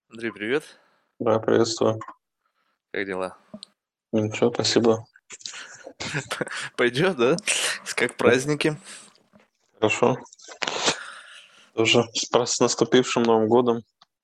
Андрей, привет. Да, приветствую. Как дела? Ничего, спасибо. Пойдет, да? Как Да, праздники? хорошо. Тоже с наступившим Новым годом.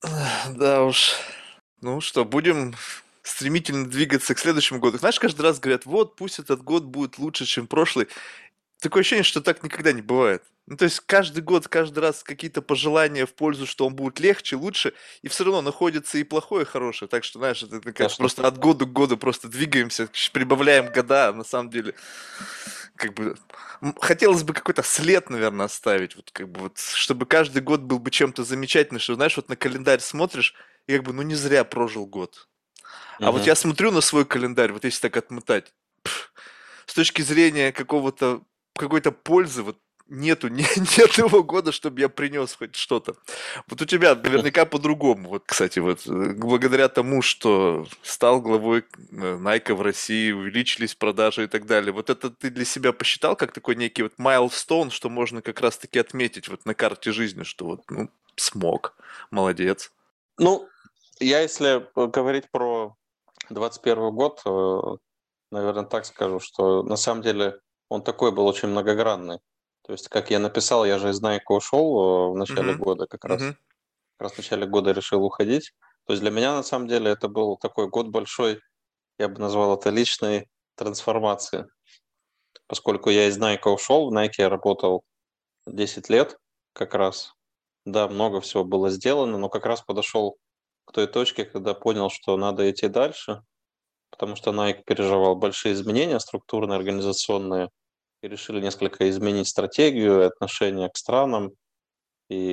Да уж. Ну что, будем стремительно двигаться к следующему году. Знаешь, каждый раз говорят, вот, пусть этот год будет лучше, чем прошлый. Такое ощущение, что так никогда не бывает. Ну, то есть каждый год, каждый раз какие-то пожелания в пользу, что он будет легче, лучше, и все равно находится и плохое, и хорошее. Так что, знаешь, это как Конечно. просто от года к году просто двигаемся, прибавляем года, а на самом деле как бы хотелось бы какой-то след, наверное, оставить, вот как бы вот, чтобы каждый год был бы чем-то замечательным, что, знаешь, вот на календарь смотришь, и как бы, ну, не зря прожил год. А вот Мгм. я смотрю на свой календарь, вот если так отмотать, с точки зрения какой-то пользы, вот нету ни одного года, чтобы я принес хоть что-то. Вот у тебя наверняка по-другому. Вот, кстати, вот благодаря тому, что стал главой Nike в России, увеличились продажи и так далее. Вот это ты для себя посчитал как такой некий вот milestone, что можно как раз-таки отметить вот на карте жизни, что вот, ну, смог, молодец. Ну, я если говорить про 21 год, наверное, так скажу, что на самом деле он такой был очень многогранный. То есть, как я написал, я же из Nike ушел в начале Мгм. года как раз. Мгм. Как раз в начале года решил уходить. То есть для меня на самом деле это был такой год большой, я бы назвал это личной трансформации. Поскольку я из Nike ушел, в Nike я работал 10 лет как раз. Да, много всего было сделано, но как раз подошел к той точке, когда понял, что надо идти дальше, потому что Nike переживал большие изменения структурные, организационные, и решили несколько изменить стратегию, и отношение к странам, и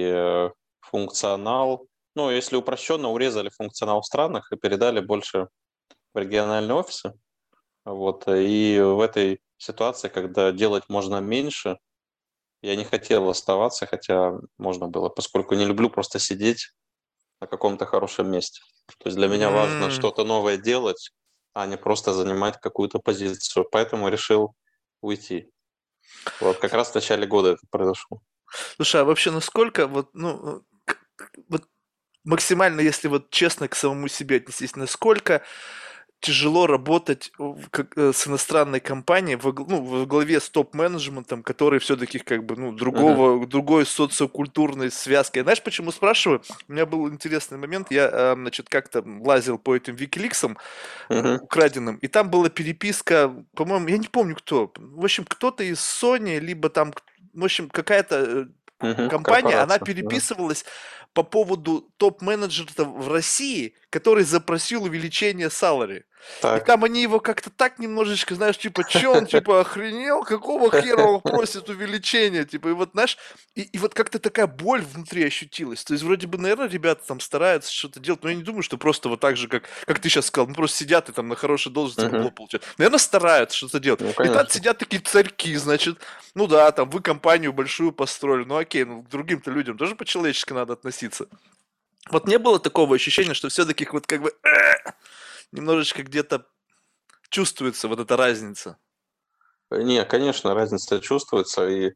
функционал. Ну, если упрощенно, урезали функционал в странах и передали больше в региональные офисы. Вот. И в этой ситуации, когда делать можно меньше, я не хотел оставаться, хотя можно было, поскольку не люблю просто сидеть на каком-то хорошем месте. То есть для меня важно М. что-то новое делать, а не просто занимать какую-то позицию. Поэтому решил уйти. Вот как раз в начале года это произошло. Слушай, а вообще насколько вот, ну, вот максимально, если вот честно к самому себе отнестись, насколько тяжело работать с иностранной компанией ну, во главе с топ-менеджментом, который все-таки как бы, ну, Мгм. другой социокультурной связкой. Знаешь, почему спрашиваю? У меня был интересный момент. Я, значит, как-то лазил по этим Викиликсам Мгм. украденным, и там была переписка, по-моему, я не помню кто. В общем, кто-то из Sony, либо там, в общем, какая-то Мгм. компания, она Корпорация. Мгм. переписывалась по поводу топ-менеджера в России, который запросил увеличение salary. И Так. там они его как-то так немножечко, знаешь, типа, че он, типа, охренел? Какого хера он просит увеличения? Типа, и вот, знаешь, и вот как-то такая боль внутри ощутилась. То есть, вроде бы, наверное, ребята там стараются что-то делать, но я не думаю, что просто вот так же, как ты сейчас сказал, ну, просто сидят и там на хорошей должности Мгм. бабло получают. Наверное, стараются что-то делать. Ну, И там конечно. сидят такие царьки, значит, ну да, там вы компанию большую построили, ну окей, ну к другим-то людям тоже по-человечески надо относиться. Вот не было такого ощущения, что все-таки вот как бы немножечко где-то чувствуется вот эта разница. Не, конечно, разница чувствуется. И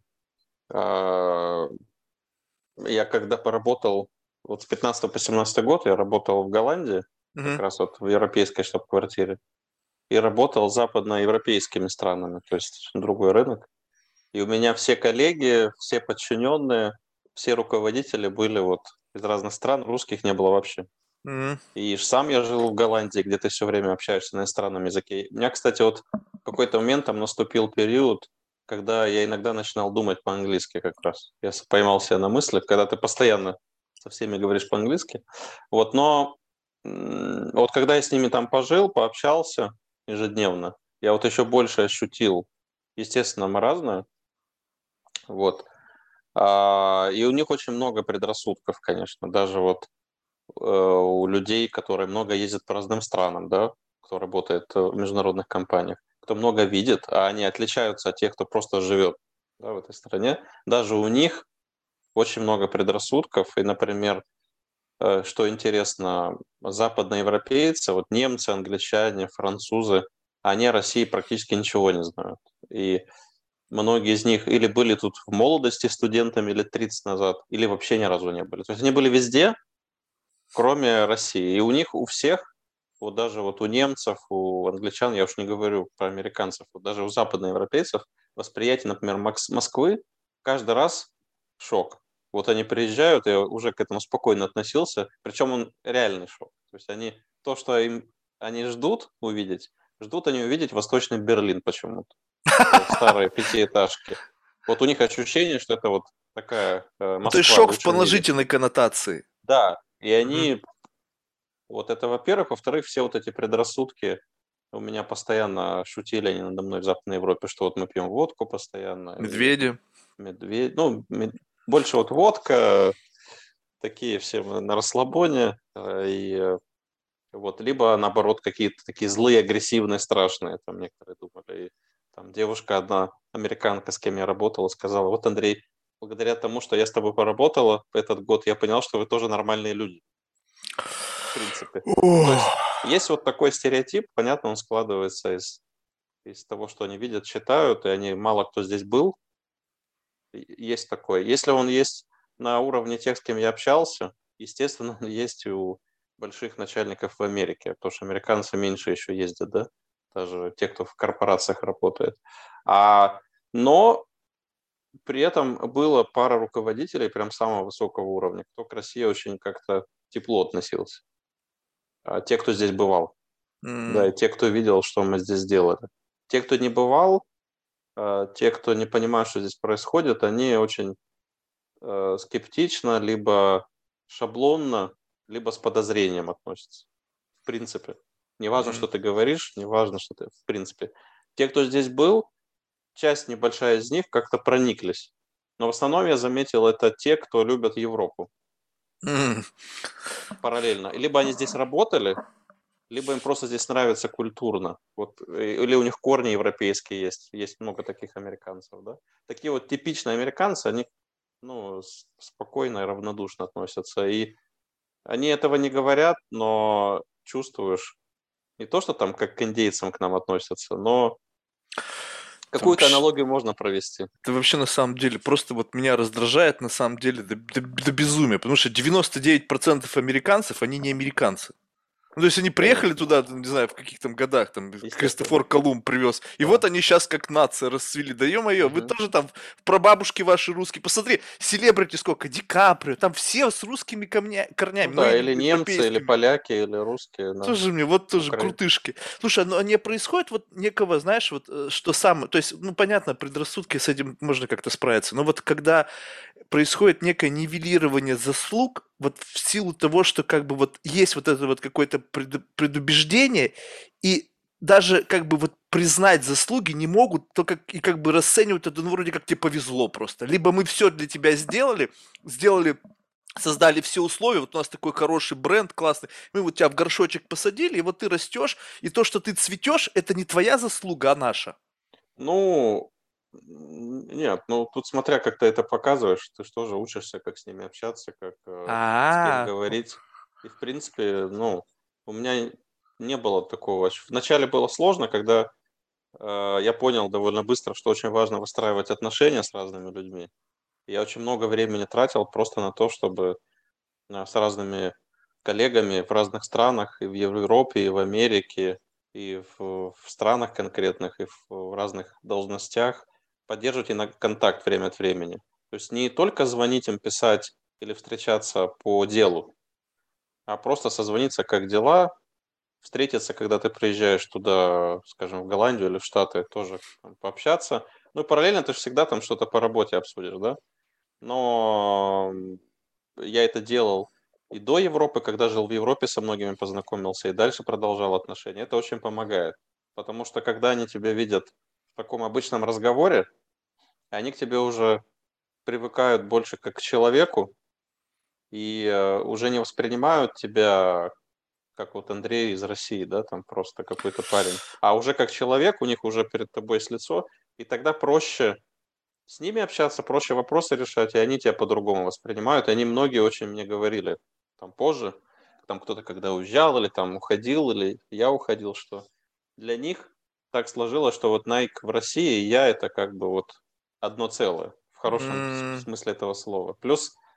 а, я когда поработал, вот с 15 по 17 год я работал в Голландии, как Мгм. раз вот в европейской штаб-квартире, и работал с западноевропейскими странами, то есть другой рынок. И у меня все коллеги, все подчиненные, все руководители были вот из разных стран, русских не было вообще. Мгм. И сам я жил в Голландии, где ты все время общаешься на иностранном языке. У меня, кстати, вот в какой-то момент там наступил период, когда я иногда начинал думать по-английски как раз. Я поймал себя на мыслях, когда ты постоянно со всеми говоришь по-английски. Вот, но вот когда я с ними там пожил, пообщался ежедневно, я вот еще больше ощутил, естественно, мы разные, вот. И у них очень много предрассудков, конечно, даже вот у людей, которые много ездят по разным странам, да, кто работает в международных компаниях, кто много видит, а они отличаются от тех, кто просто живет, да, в этой стране. Даже у них очень много предрассудков. И, например, что интересно, западноевропейцы, вот немцы, англичане, французы, они о России практически ничего не знают. И многие из них или были тут в молодости студентами лет 30 назад, или вообще ни разу не были. То есть они были везде, кроме России. И у них, у всех, вот даже вот у немцев, у англичан, я уж не говорю про американцев, вот даже у западноевропейцев восприятие, например, Москвы каждый раз шок. Вот они приезжают, я уже к этому спокойно относился, причем он реальный шок. То есть они, то, что они ждут они увидеть Восточный Берлин почему-то. Старые пятиэтажки. Вот у них ощущение, что это вот такая Ну, то есть Москва в шок в лучшем виде. положительной коннотации. Да, и Мгм. они, вот это во-первых. Во-вторых, все вот эти предрассудки, у меня постоянно шутили они надо мной в Западной Европе, что вот мы пьем водку постоянно, и Медведи. медведь, ну, больше вот водка, такие все мы на расслабоне, вот, либо наоборот какие-то такие злые, агрессивные, страшные, там некоторые думали. И там девушка одна, американка, с кем я работала, сказала: вот, Андрей, благодаря тому, что я с тобой поработала этот год, я понял, что вы тоже нормальные люди, в принципе. Ну, то есть Ох. есть вот такой стереотип, понятно, он складывается из того, что они видят, читают, и они, мало кто здесь был, есть такое. Если он есть на уровне тех, с кем я общался, естественно, он есть и у больших начальников в Америке, потому что американцы меньше еще ездят, да, даже те, кто в корпорациях работает. А, но при этом было пара руководителей прям самого высокого уровня, кто к России очень как-то тепло относился. Те, кто здесь бывал, да, М. и те, кто видел, что мы здесь сделали. Те, кто не бывал, те, кто не понимает, что здесь происходит, они очень скептично, либо шаблонно, либо с подозрением относятся. В принципе. Не важно, М. что ты говоришь, не важно, что ты... В принципе. Те, кто здесь был, часть небольшая из них как-то прониклись. Но в основном я заметил, это те, кто любят Европу М. параллельно. Либо они здесь работали, либо им просто здесь нравится культурно. Вот, или у них корни европейские есть. Есть много таких американцев. Да? Такие вот типичные американцы, они ну, спокойно и равнодушно относятся. И они этого не говорят, но чувствуешь не то, что там как к индейцам к нам относятся, но Это какую-то вообще, аналогию можно провести. это вообще на самом деле просто вот меня раздражает на самом деле до безумия, потому что 99% американцев, они не американцы. Ну, то есть они приехали Конечно. туда, не знаю, в каких там годах, там, Естественно. Христофор Колумб привез, и Да. вот они сейчас как нация расцвели. Да ё-моё, вы Мгм. тоже там прабабушки ваши русские. Посмотри, селебрити сколько, Ди Каприо, там все с русскими Ну корнями, ну да, или или немцы, или европейскими. поляки, или русские, да. Тоже мне, вот тоже Укра... крутышки. Слушай, ну а не происходит вот некого, знаешь, вот что самое, то есть, ну понятно, предрассудки с этим можно как-то справиться, но вот когда происходит некое нивелирование заслуг, вот в силу того, что как бы вот есть вот это вот какое-то предубеждение, и даже как бы вот признать заслуги не могут, то как и как бы расценивают это, ну, вроде как тебе повезло просто. Либо мы все для тебя сделали, создали все условия, вот у нас такой хороший бренд, классный, мы вот тебя в горшочек посадили, и вот ты растешь, и то, что ты цветешь, это не твоя заслуга, а наша. Ну, нет, ну тут смотря как ты это показываешь, ты что же учишься, как с ними общаться, как с кем А, говорить. И в принципе, ну, у меня не было такого. Вначале было сложно, когда я понял довольно быстро, что очень важно выстраивать отношения с разными людьми. Я очень много времени тратил просто на то, чтобы с разными коллегами в разных странах, и в Европе, и в Америке, и в странах конкретных, и в разных должностях поддерживать контакт время от времени. То есть не только звонить им, писать или встречаться по делу, а просто созвониться, как дела, встретиться, когда ты приезжаешь туда, скажем, в Голландию или в Штаты, тоже там пообщаться. Ну и параллельно ты же всегда там что-то по работе обсудишь, да? Но я это делал и до Европы, когда жил в Европе, со многими познакомился, и дальше продолжал отношения. Это очень помогает. Потому что когда они тебя видят в таком обычном разговоре, они к тебе уже привыкают больше как к человеку и уже не воспринимают тебя как вот Андрей из России, да, там просто какой-то парень, а уже как человек, у них уже перед тобой есть лицо, и тогда проще с ними общаться, проще вопросы решать, и они тебя по-другому воспринимают. И они многие очень мне говорили там позже, там кто-то когда уезжал или там уходил, или я уходил, что для них так сложилось, что вот Nike в России и я это как бы вот одно целое, в хорошем м, смысле этого слова. Плюс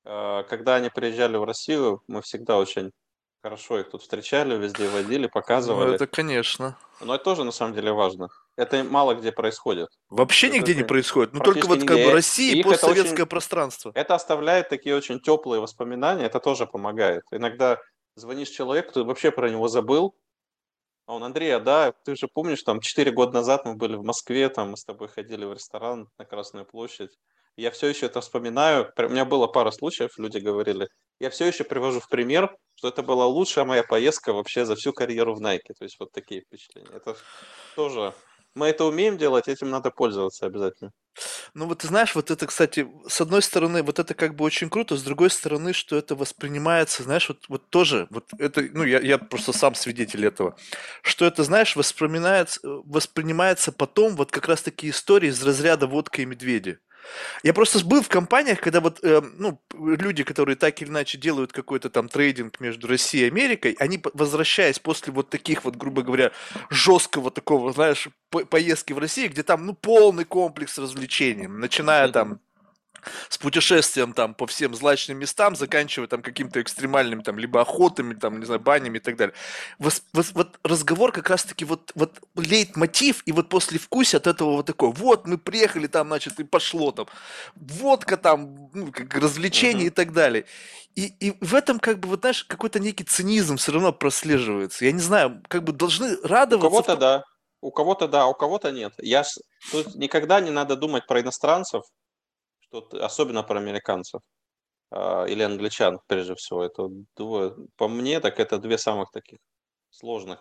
Когда они приезжали в Россию, мы всегда очень хорошо их тут встречали, везде водили, Ну, показывали. это конечно. Но это тоже на самом деле важно. Это мало где происходит. Вообще нигде не Это происходит. Ну, только практически вот как бы нигде. Россия и И их это очень, постсоветское пространство. это оставляет такие очень теплые воспоминания, это тоже помогает. Иногда звонишь человеку, ты вообще про него забыл, а он: Андрей, а да, ты же помнишь, там 4 года назад мы были в Москве, там мы с тобой ходили в ресторан на Красную площадь. Я все еще это вспоминаю. У меня было пара случаев, люди говорили. Я все еще привожу в пример, что это была лучшая моя поездка вообще за всю карьеру в Nike. То есть вот такие впечатления. Это тоже... Мы это умеем делать, этим надо пользоваться обязательно. Ну вот ты знаешь, вот это, кстати, с одной стороны, вот это как бы очень круто, с другой стороны, что это воспринимается, знаешь, вот тоже, вот это, ну я просто сам свидетель этого, что это, знаешь, воспринимается потом вот как раз такие истории из разряда водка и медведи. Я просто был в компаниях, когда вот, ну, люди, которые так или иначе делают какой-то там трейдинг между Россией и Америкой, они, возвращаясь после вот таких вот, грубо говоря, жесткого такого, знаешь, поездки в Россию, где там, ну, полный комплекс развлечений, начиная там с путешествием там по всем злачным местам, заканчивая там каким-то экстремальным там либо охотами, там, не знаю, банями и так далее. Вот разговор как раз-таки вот лейтмотив и вот после вкуса от этого вот такой, вот мы приехали там, значит, и пошло там, водка там, ну, как развлечения и Мгм. так далее. И в этом как бы, вот знаешь, какой-то некий цинизм все равно прослеживается. Я не знаю, как бы должны У радоваться в кого-то том... да, у кого-то да, у кого-то нет. Тут никогда не надо думать про иностранцев, особенно про американцев. Или англичан, прежде всего. Это двое, по мне, так это две самых таких сложных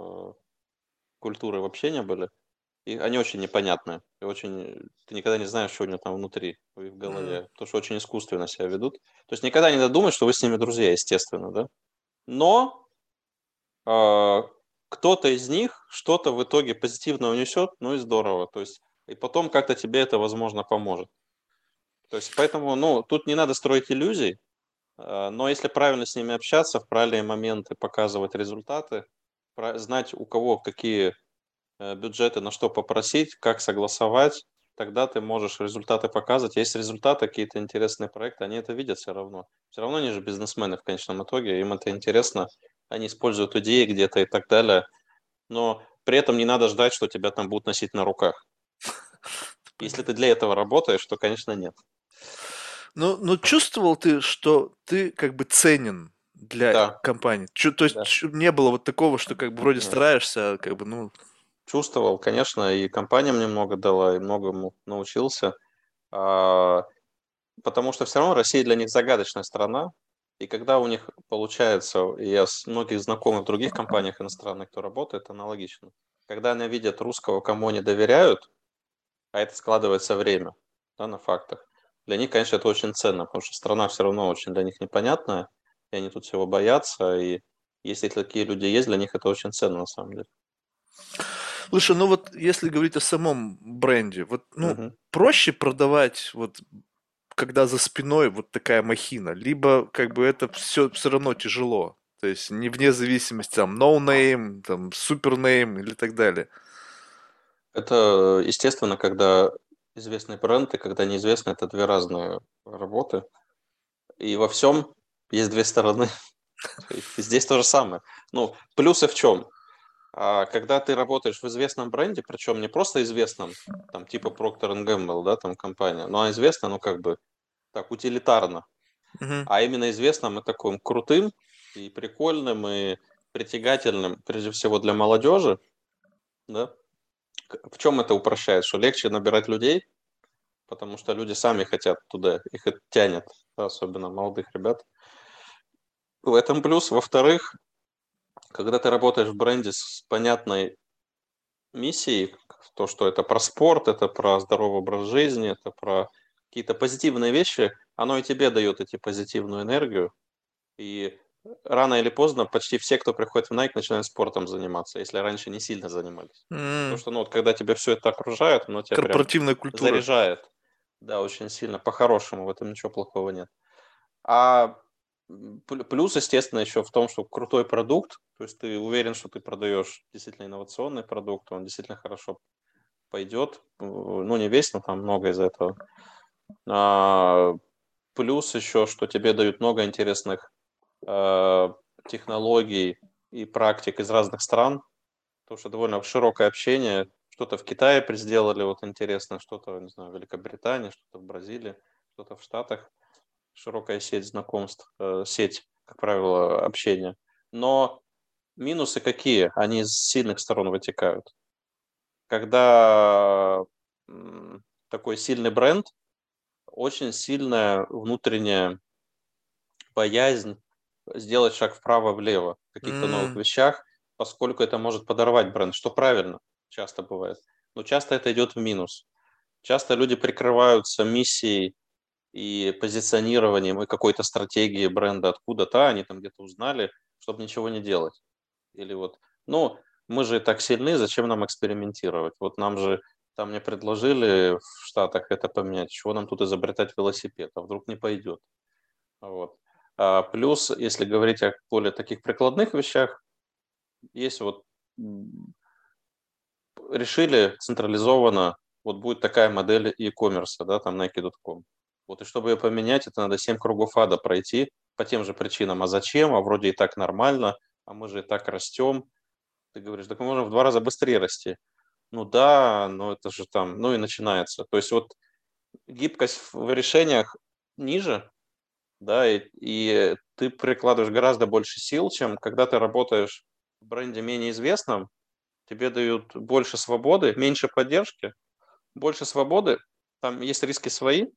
культуры в общении были. И они очень непонятные. И очень, ты никогда не знаешь, что у них там внутри, в их М. голове. Потому что очень искусственно себя ведут. То есть никогда не надо думать, что вы с ними друзья, естественно, да? Но а, кто-то из них что-то в итоге позитивно унесет, ну и здорово. То есть, и потом как-то тебе это, возможно, поможет. То есть, поэтому, ну, тут не надо строить иллюзий. Но если правильно с ними общаться, в правильные моменты показывать результаты, знать, у кого какие бюджеты, на что попросить, как согласовать, тогда ты можешь результаты показывать. Есть результаты, какие-то интересные проекты, они это видят все равно. Все равно они же бизнесмены в конечном итоге, им это интересно, они используют идеи где-то и так далее. Но при этом не надо ждать, что тебя там будут носить на руках. Если ты для этого работаешь, то, конечно, нет. Ну, чувствовал ты, что ты как бы ценен для Да, компании? То есть да, не было вот такого, что как бы вроде нет. стараешься, а как бы, ну... Чувствовал, конечно, и компания мне много дала, и многому научился. А, Потому что все равно Россия для них загадочная страна. И когда у них получается, и я с многих знакомых в других компаниях иностранных, кто работает, аналогично. Когда они видят русского, кому они доверяют, а это складывается время, да, на фактах, для них, конечно, это очень ценно, потому что страна все равно очень для них непонятная, и они тут всего боятся, и если такие люди есть, для них это очень ценно на самом деле. Слушай, ну вот если говорить о самом бренде, вот, ну, Мгм. проще продавать вот когда за спиной вот такая махина, либо как бы это все равно тяжело. То есть не вне зависимости там no name, там super name или так далее. Это, естественно, когда известный бренд и когда неизвестный, это две разные работы. И во всем есть две стороны. И здесь то же самое. Ну, плюсы в чем? Когда ты работаешь в известном бренде, причем не просто известном, там типа Procter Gamble, да, там компания, но известно, ну как бы так утилитарно, Мгм. а именно известным и таким крутым и прикольным и притягательным, прежде всего для молодежи, да. В чем это упрощает? Что легче набирать людей, потому что люди сами хотят туда, их это тянет, да, особенно молодых ребят. В этом плюс. Во-вторых, когда ты работаешь в бренде с понятной миссией, то, что это про спорт, это про здоровый образ жизни, это про какие-то позитивные вещи, оно и тебе дает эти позитивную энергию. И рано или поздно почти все, кто приходит в Nike, начинают спортом заниматься, если раньше не сильно занимались. То, М. что, ну, вот, когда тебя все это окружает, оно тебя прям Корпоративная культура. заряжает. Да, очень сильно. По-хорошему, в этом ничего плохого нет. А плюс, естественно, еще в том, что крутой продукт, то есть ты уверен, что ты продаешь действительно инновационный продукт, он действительно хорошо пойдет. Ну, не весь, но там много из этого. А, плюс еще, что тебе дают много интересных технологий и практик из разных стран, потому что довольно широкое общение. Что-то в Китае сделали вот интересно, что-то, не знаю, в Великобритании, что-то в Бразилии, что-то в Штатах. Широкая сеть знакомств, сеть, как правило, общения. Но минусы какие? Они из сильных сторон вытекают. Когда такой сильный бренд, очень сильная внутренняя боязнь сделать шаг вправо-влево в каких-то новых М, вещах, поскольку это может подорвать бренд, что правильно часто бывает. Но часто это идет в минус. Часто люди прикрываются миссией и позиционированием и какой-то стратегией бренда откуда-то, они там где-то узнали, чтобы ничего не делать. Или вот, ну, мы же и так сильны, зачем нам экспериментировать? Вот нам же там мне предложили в Штатах это поменять, чего нам тут изобретать велосипед, а вдруг не пойдет. Вот. Плюс, если говорить о более таких прикладных вещах, есть вот решили централизованно, вот будет такая модель e-commerce, да, там Nike.com. Вот и чтобы ее поменять, это надо 7 кругов ада пройти по тем же причинам. А зачем? А вроде и так нормально, а мы же и так растем. Ты говоришь, так мы можем в 2 раза быстрее расти. Ну да, но это же там, ну и начинается. То есть вот гибкость в решениях ниже, да, и ты прикладываешь гораздо больше сил, чем когда ты работаешь в бренде менее известном, тебе дают больше свободы, меньше поддержки, больше свободы, там есть риски свои,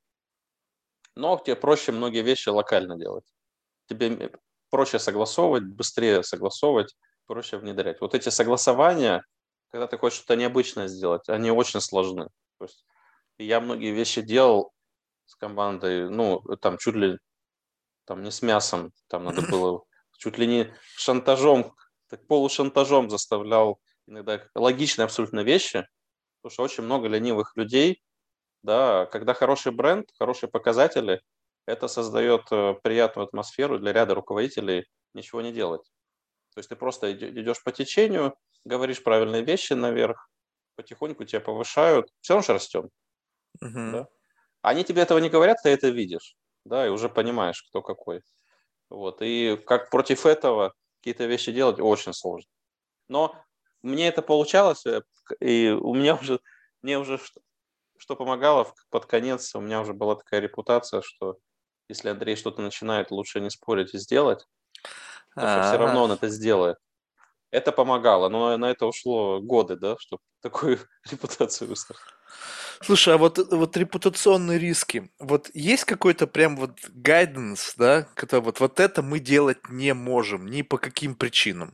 но тебе проще многие вещи локально делать. Тебе проще согласовывать, быстрее согласовывать, проще внедрять. Вот эти согласования, когда ты хочешь что-то необычное сделать, они очень сложны. То есть я многие вещи делал с командой, ну, там чуть ли там не с мясом, там надо было чуть ли не шантажом, так полушантажом заставлял иногда логичные абсолютно вещи, потому что очень много ленивых людей, да, когда хороший бренд, хорошие показатели, это создает приятную атмосферу для ряда руководителей ничего не делать. То есть ты просто идешь по течению, говоришь правильные вещи наверх, потихоньку тебя повышают, все равно же растем, мгм. да. Они тебе этого не говорят, ты это видишь, да, и уже понимаешь, кто какой. Вот, и как против этого какие-то вещи делать очень сложно. Но мне это получалось, и у меня уже, мне уже что помогало под конец, у меня уже была такая репутация, что если Андрей что-то начинает, лучше не спорить и сделать, потому что все Ага. равно он это сделает. Это помогало, но на это ушло годы, да, чтобы такую репутацию выстроить. Слушай, а вот репутационные риски, вот есть какой-то прям вот гайденс, да, который вот это мы делать не можем ни по каким причинам?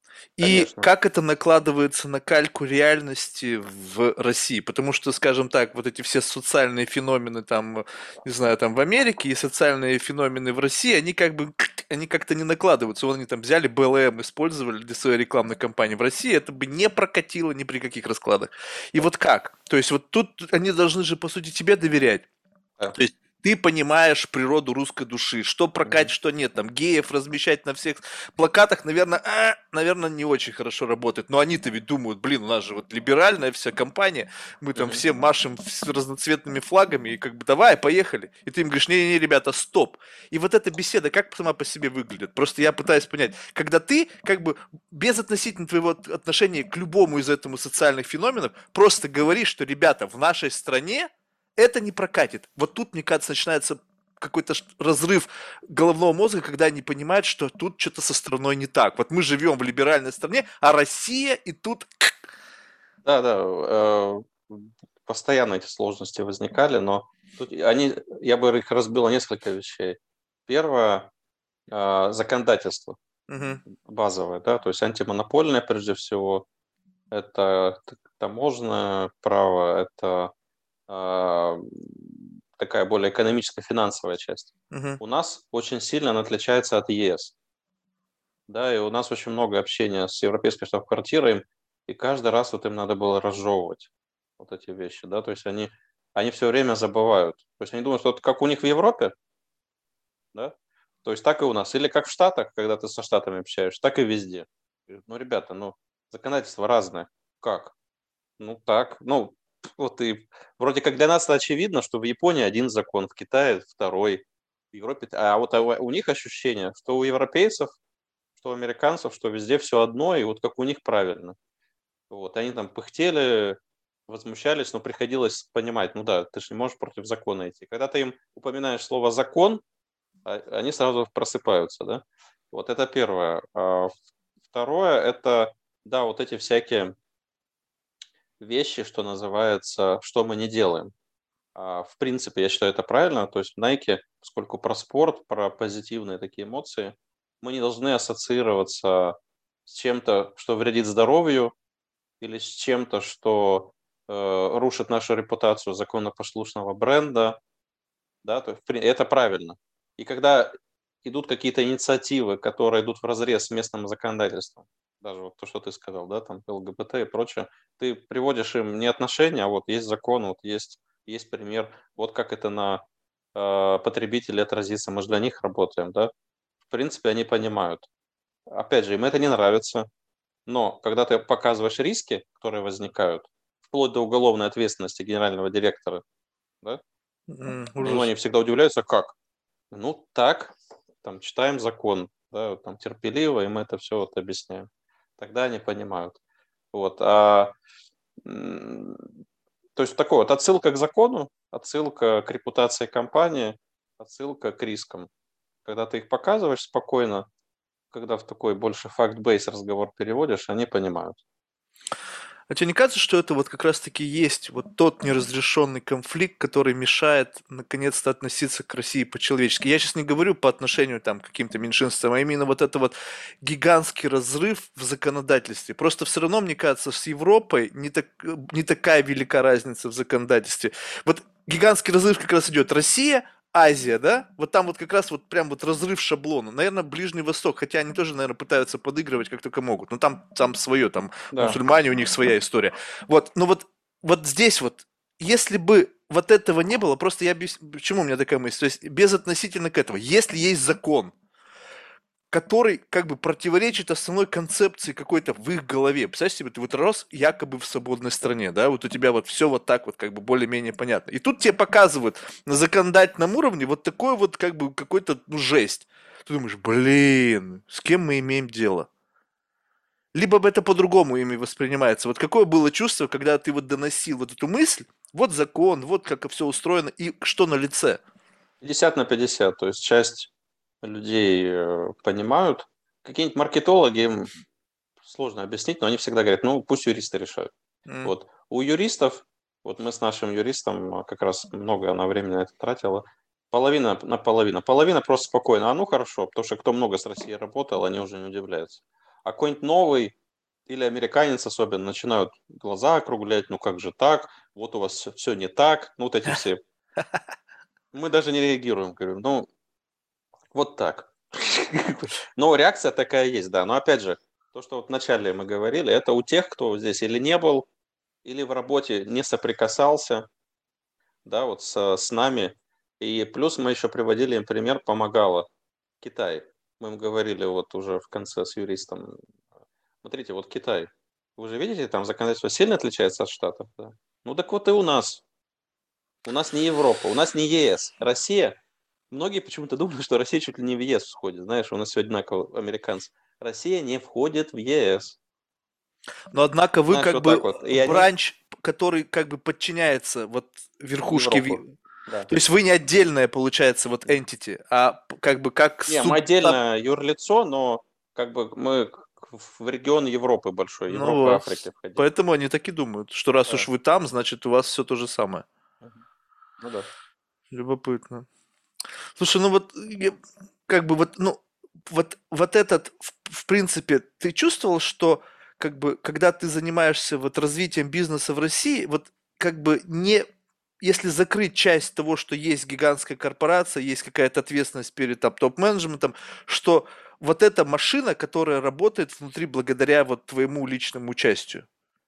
И Конечно. как это накладывается на кальку реальности в России? Потому что, скажем так, вот эти все социальные феномены там, не знаю, там в Америке и социальные феномены в России, они как бы они как-то не накладываются. Вот они там взяли БЛМ, использовали для своей рекламной кампании в России, это бы не прокатило ни при каких раскладах. И вот как? То есть вот тут они должны же, по сути, тебе доверять. Да. То есть ты понимаешь природу русской души, что прокатит, Мгм. что нет. Там геев размещать на всех плакатах, наверное, не очень хорошо работает. Но они-то ведь думают, блин, у нас же вот либеральная вся компания, мы там Мгм. все машем с разноцветными флагами, и как бы давай, поехали. И ты им говоришь, не-не-не, ребята, стоп. И вот эта беседа как сама по себе выглядит? Просто я пытаюсь понять, когда ты как бы без относительно твоего отношения к любому из этому социальных феноменов просто говоришь, что, ребята, в нашей стране это не прокатит. Вот тут, мне кажется, начинается какой-то разрыв головного мозга, когда они понимают, что тут что-то со страной не так. Вот мы живем в либеральной стране, а Россия и тут... Да, да, постоянно эти сложности возникали, но тут я бы их разбил на несколько вещей. Первое, законодательство Мгм, базовое, да, то есть антимонопольное прежде всего, это таможенное право, это а, такая более экономическая, финансовая часть. мгм, У нас очень сильно она отличается от ЕС, да, и у нас очень много общения с европейским штаб-квартирой, и каждый раз вот им надо было разжевывать вот эти вещи, да, то есть они все время забывают. То есть они думают, что это как у них в Европе, да, то есть так и у нас. Или как в Штатах, когда ты со Штатами общаешься, так и везде. Говорю, ну, ребята, ну, законодательство разное. Как? Ну, так, ну, вот и вроде как для нас это очевидно, что в Японии один закон, в Китае второй. В Европе, а вот у них ощущение, что у европейцев, что у американцев, что везде все одно, и вот как у них правильно. Вот, они там пыхтели, возмущались, но приходилось понимать, ну да, ты же не можешь против закона идти. Когда ты им упоминаешь слово «закон», они сразу просыпаются, да? Вот это первое. Второе, это, да, вот эти всякие вещи, что называется, что мы не делаем. В принципе, я считаю это правильно. То есть в Nike, поскольку про спорт, про позитивные такие эмоции, мы не должны ассоциироваться с чем-то, что вредит здоровью, или с чем-то, что рушит нашу репутацию законопослушного бренда, да, то есть это правильно. И когда идут какие-то инициативы, которые идут вразрез с местным законодательством, даже вот то, что ты сказал, да, там ЛГБТ и прочее, ты приводишь им не отношения, а вот есть закон, вот есть пример, вот как это на потребителей отразится, мы же для них работаем, да. В принципе, они понимают. Опять же, им это не нравится, но когда ты показываешь риски, которые возникают, вплоть до уголовной ответственности генерального директора, да, ну, Ужас. они всегда удивляются, как? Ну, так, там, читаем закон, да, вот там, терпеливо, и мы это все вот объясняем. Тогда они понимают. Вот, м, то есть такой вот отсылка к закону, отсылка к репутации компании, отсылка к рискам. Когда ты их показываешь спокойно, когда в такой больше факт-бейс разговор переводишь, они понимают. А тебе не кажется, что это вот как раз-таки есть вот тот неразрешенный конфликт, который мешает наконец-то относиться к России по-человечески? Я сейчас не говорю по отношению там, к каким-то меньшинствам, а именно вот это вот гигантский разрыв в законодательстве. Просто все равно, мне кажется, с Европой не такая велика разница в законодательстве. Вот гигантский разрыв как раз идет Россия, Азия, да? Вот там вот как раз вот прям вот разрыв шаблона. Наверное, Ближний Восток, хотя они тоже, наверное, пытаются подыгрывать как только могут. Но там свое, там Да. мусульмане, у них своя история. Вот, но вот здесь вот, если бы вот этого не было, просто я объясню, почему у меня такая мысль, то есть безотносительно к этому, если есть закон, который как бы противоречит основной концепции какой-то в их голове. Представляешь себе, ты вот рос якобы в свободной стране, да, вот у тебя вот все вот так вот как бы более-менее понятно. И тут тебе показывают на законодательном уровне вот такой вот как бы какой-то, ну, жесть. Ты думаешь, блин, с кем мы имеем дело? Либо это по-другому ими воспринимается. Вот какое было чувство, когда ты вот доносил вот эту мысль, вот закон, вот как все устроено, и что на лице? 50/50, то есть часть людей понимают. Какие-нибудь маркетологи, им сложно объяснить, но они всегда говорят, ну, пусть юристы решают. М. Вот. У юристов, вот мы с нашим юристом как раз много она времени на это тратила, половина на половину. Половина просто спокойно, а ну хорошо, потому что кто много с Россией работал, они уже не удивляются. А какой-нибудь новый или американец особенно начинают глаза округлять, ну как же так, вот у вас все не так, ну вот эти все. Мы даже не реагируем, говорю, ну вот так. Но реакция такая есть, да. Но опять же, то, что вот вначале мы говорили, это у тех, кто здесь или не был, или в работе не соприкасался, да, вот с нами. И плюс мы еще приводили им пример, помогало Китай. Мы им говорили вот уже в конце с юристом, смотрите, вот Китай, вы же видите, там законодательство сильно отличается от Штатов, да? Ну так вот и у нас. У нас не Европа, у нас не ЕС. Россия, многие почему-то думают, что Россия чуть ли не в ЕС входит. Знаешь, у нас все одинаково, американцы. Россия не входит в ЕС. Но однако вы Знаешь, как вот бы так вот. И они бранч, который как бы подчиняется вот верхушке. Европу. Да. То есть вы не отдельная, получается, вот entity, а как бы как Не, мы суб... отдельно юрлицо, но как бы мы в регион Европы большой, Ну Европы, вот. Африки входим. Поэтому они так и думают, что раз уж Да. вы там, значит у вас все то же самое. Мгм. Ну да. Любопытно. Слушай, ну вот как бы вот, ну, вот этот, в принципе, ты чувствовал, что как бы, когда ты занимаешься вот развитием бизнеса в России, вот как бы не, если закрыть часть того, что есть гигантская корпорация, есть какая-то ответственность перед там, топ-менеджментом, что вот эта машина, которая работает внутри благодаря вот твоему личному участию.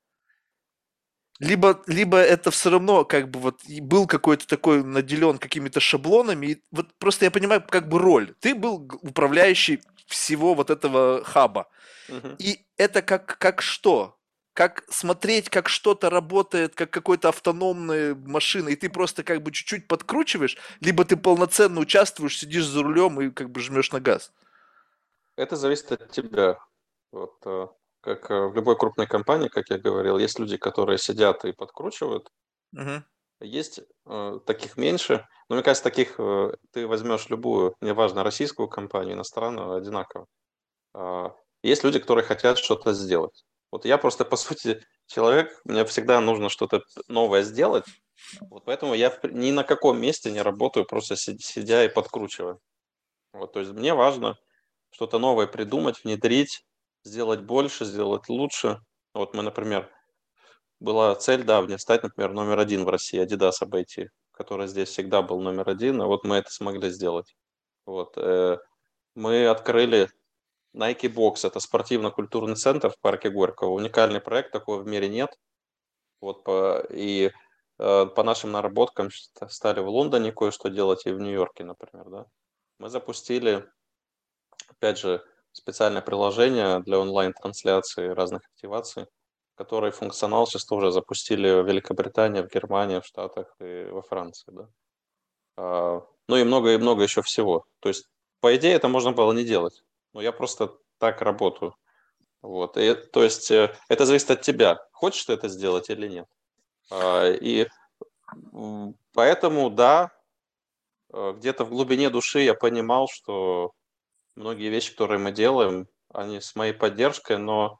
Либо это все равно как бы вот и был какой-то такой наделен какими-то шаблонами. И вот просто я понимаю как бы роль. Ты был управляющий всего вот этого хаба. Мгм. И это как что? как смотреть, как что-то работает, как какой-то автономная машина, и ты просто как бы чуть-чуть подкручиваешь, либо ты полноценно участвуешь, сидишь за рулем и как бы жмешь на газ. Это зависит от тебя. Вот, как в любой крупной компании, как я говорил, есть люди, которые сидят и подкручивают, Мгм. есть таких меньше. Но мне кажется, таких ты возьмешь любую, неважно, российскую компанию, иностранную, одинаково. А, Есть люди, которые хотят что-то сделать. Вот я просто, по сути, человек, мне всегда нужно что-то новое сделать. Вот поэтому я ни на каком месте не работаю, просто сидя и подкручивая. Вот, то есть мне важно что-то новое придумать, внедрить, сделать больше, сделать лучше. Вот мы, например, была цель давняя стать, например, номер один в России, Adidas обойти, который здесь всегда был номер один, а вот мы это смогли сделать. Вот, мы открыли Nike Box, это спортивно-культурный центр в парке Горького. Уникальный проект, такого в мире нет. Вот по нашим наработкам стали в Лондоне кое-что делать и в Нью-Йорке, например, да. Мы запустили, опять же, специальное приложение для онлайн-трансляции разных активаций, который функционал сейчас тоже запустили в Великобритании, в Германии, в Штатах и во Франции, да. Ну и много еще всего. То есть, по идее, это можно было не делать. Но я просто так работаю. Вот. И, то есть это зависит от тебя, хочешь ты это сделать или нет. И поэтому, да, где-то в глубине души я понимал, что многие вещи, которые мы делаем, они с моей поддержкой, но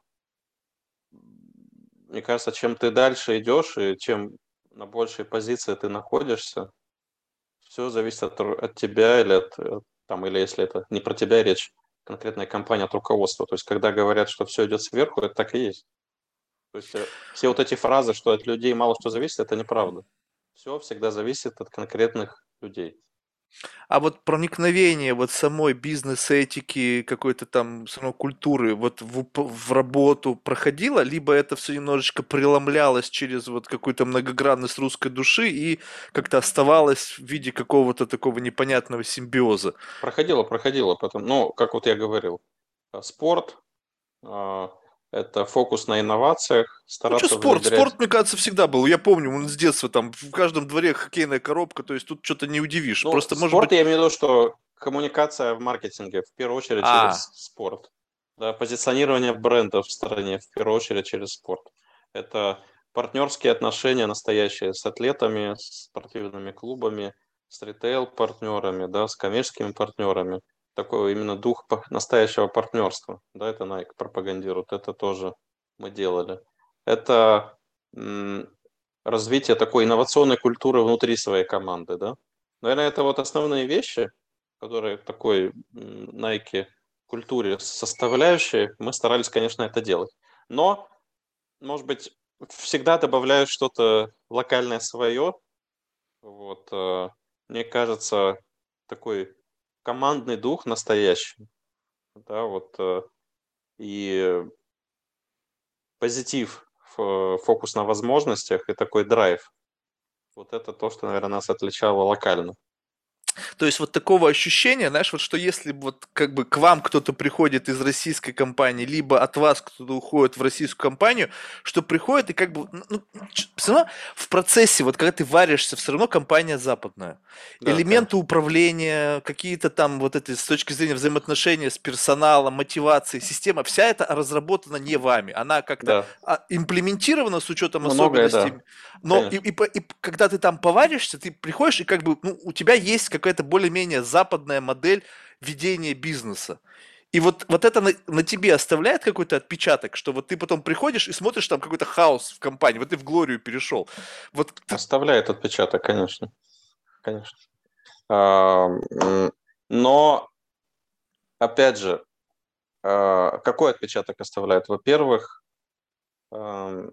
мне кажется, чем ты дальше идешь и чем на большей позиции ты находишься, все зависит от тебя или там, или если это не про тебя речь, конкретная компания, от руководства. То есть, когда говорят, что все идет сверху, это так и есть. То есть все вот эти фразы, что от людей мало что зависит, это неправда. Все всегда зависит от конкретных людей. А вот проникновение вот самой бизнес-этики, какой-то там самой культуры вот в работу проходило, либо это все немножечко преломлялось через вот какую-то многогранность русской души и как-то оставалось в виде какого-то такого непонятного симбиоза? Проходило потом. Ну, как вот я говорил, спорт, а, это фокус на инновациях, Ну что стараться спорт? внедрять. Спорт, мне кажется, всегда был. Я помню, он с детства там в каждом дворе хоккейная коробка, то есть тут что-то не удивишь. Ну, Просто, может спорт быть... я имею в виду, что коммуникация в маркетинге, в первую очередь А, через спорт. Да, позиционирование бренда в стране, в первую очередь через спорт. Это партнерские отношения настоящие с атлетами, с спортивными клубами, с ритейл-партнерами, да, с коммерческими партнерами. Такой именно дух настоящего партнерства. Да, это Nike пропагандирует, это тоже мы делали. Это м, развитие такой инновационной культуры внутри своей команды, да. Наверное, это вот основные вещи, которые в такой Nike культуре составляющие. Мы старались, конечно, это делать. Но, может быть, всегда добавляю что-то локальное свое. Вот, мне кажется, такой командный дух настоящий, да, вот, и позитив, фокус на возможностях и такой драйв. Вот это то, что, наверное, нас отличало локально. то есть вот такого ощущения, знаешь, вот что если вот как бы к вам кто-то приходит из российской компании, либо от вас кто-то уходит в российскую компанию, что приходит и как бы, все равно в процессе, вот когда ты варишься, все равно компания западная. Да, Элементы конечно. управления, какие-то там вот эти с точки зрения взаимоотношения с персоналом, мотивации, система, вся эта разработана не вами. Она как-то Да, имплементирована с учетом многое, да, особенностей, но конечно. когда ты там поваришься, ты приходишь и как бы, ну, у тебя есть какая-то более-менее западная модель ведения бизнеса. И вот это на тебе оставляет какой-то отпечаток, что вот ты потом приходишь и смотришь там какой-то хаос в компании, вот ты в Глорию перешел. Вот Оставляет отпечаток, конечно, конечно. А, Но, опять же, какой отпечаток оставляет? Во-первых, ам,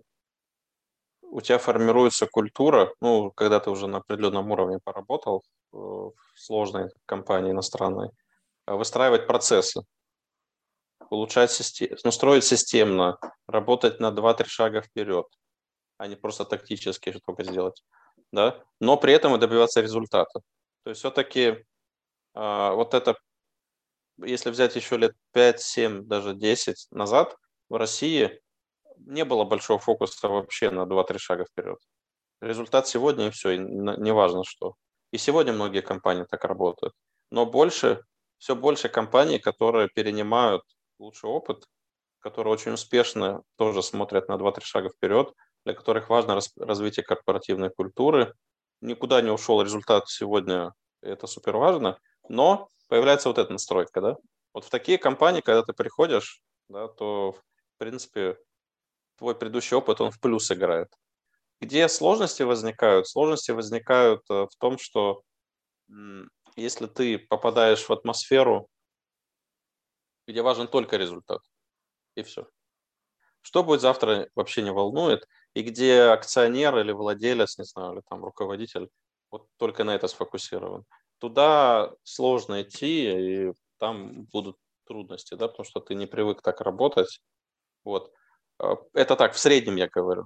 у тебя формируется культура, ну, когда ты уже на определенном уровне поработал в сложной компании иностранной, выстраивать процессы, улучшать систему, ну, строить системно, работать на два-три шага вперед, а не просто тактически что-то сделать, да, но при этом и добиваться результата. То есть все-таки вот это, если взять еще лет 5, 7, даже 10 назад, в России не было большого фокуса вообще на 2-3 шага вперед. Результат сегодня и все, не важно что. И сегодня многие компании так работают. Но все больше компаний, которые перенимают лучший опыт, которые очень успешно тоже смотрят на 2-3 шага вперед, для которых важно развитие корпоративной культуры. Никуда не ушел результат сегодня, это супер важно, но появляется вот эта настройка, да. Вот в такие компании, когда ты приходишь, да, то, в принципе, твой предыдущий опыт, он в плюс играет. Где сложности возникают? Сложности возникают в том, что если ты попадаешь в атмосферу, где важен только результат, и все. Что будет завтра, вообще не волнует, и где акционер или владелец, не знаю, или там руководитель вот только на это сфокусирован. Туда сложно идти, и там будут трудности, да, потому что ты не привык так работать. Вот. Это так, в среднем я говорю.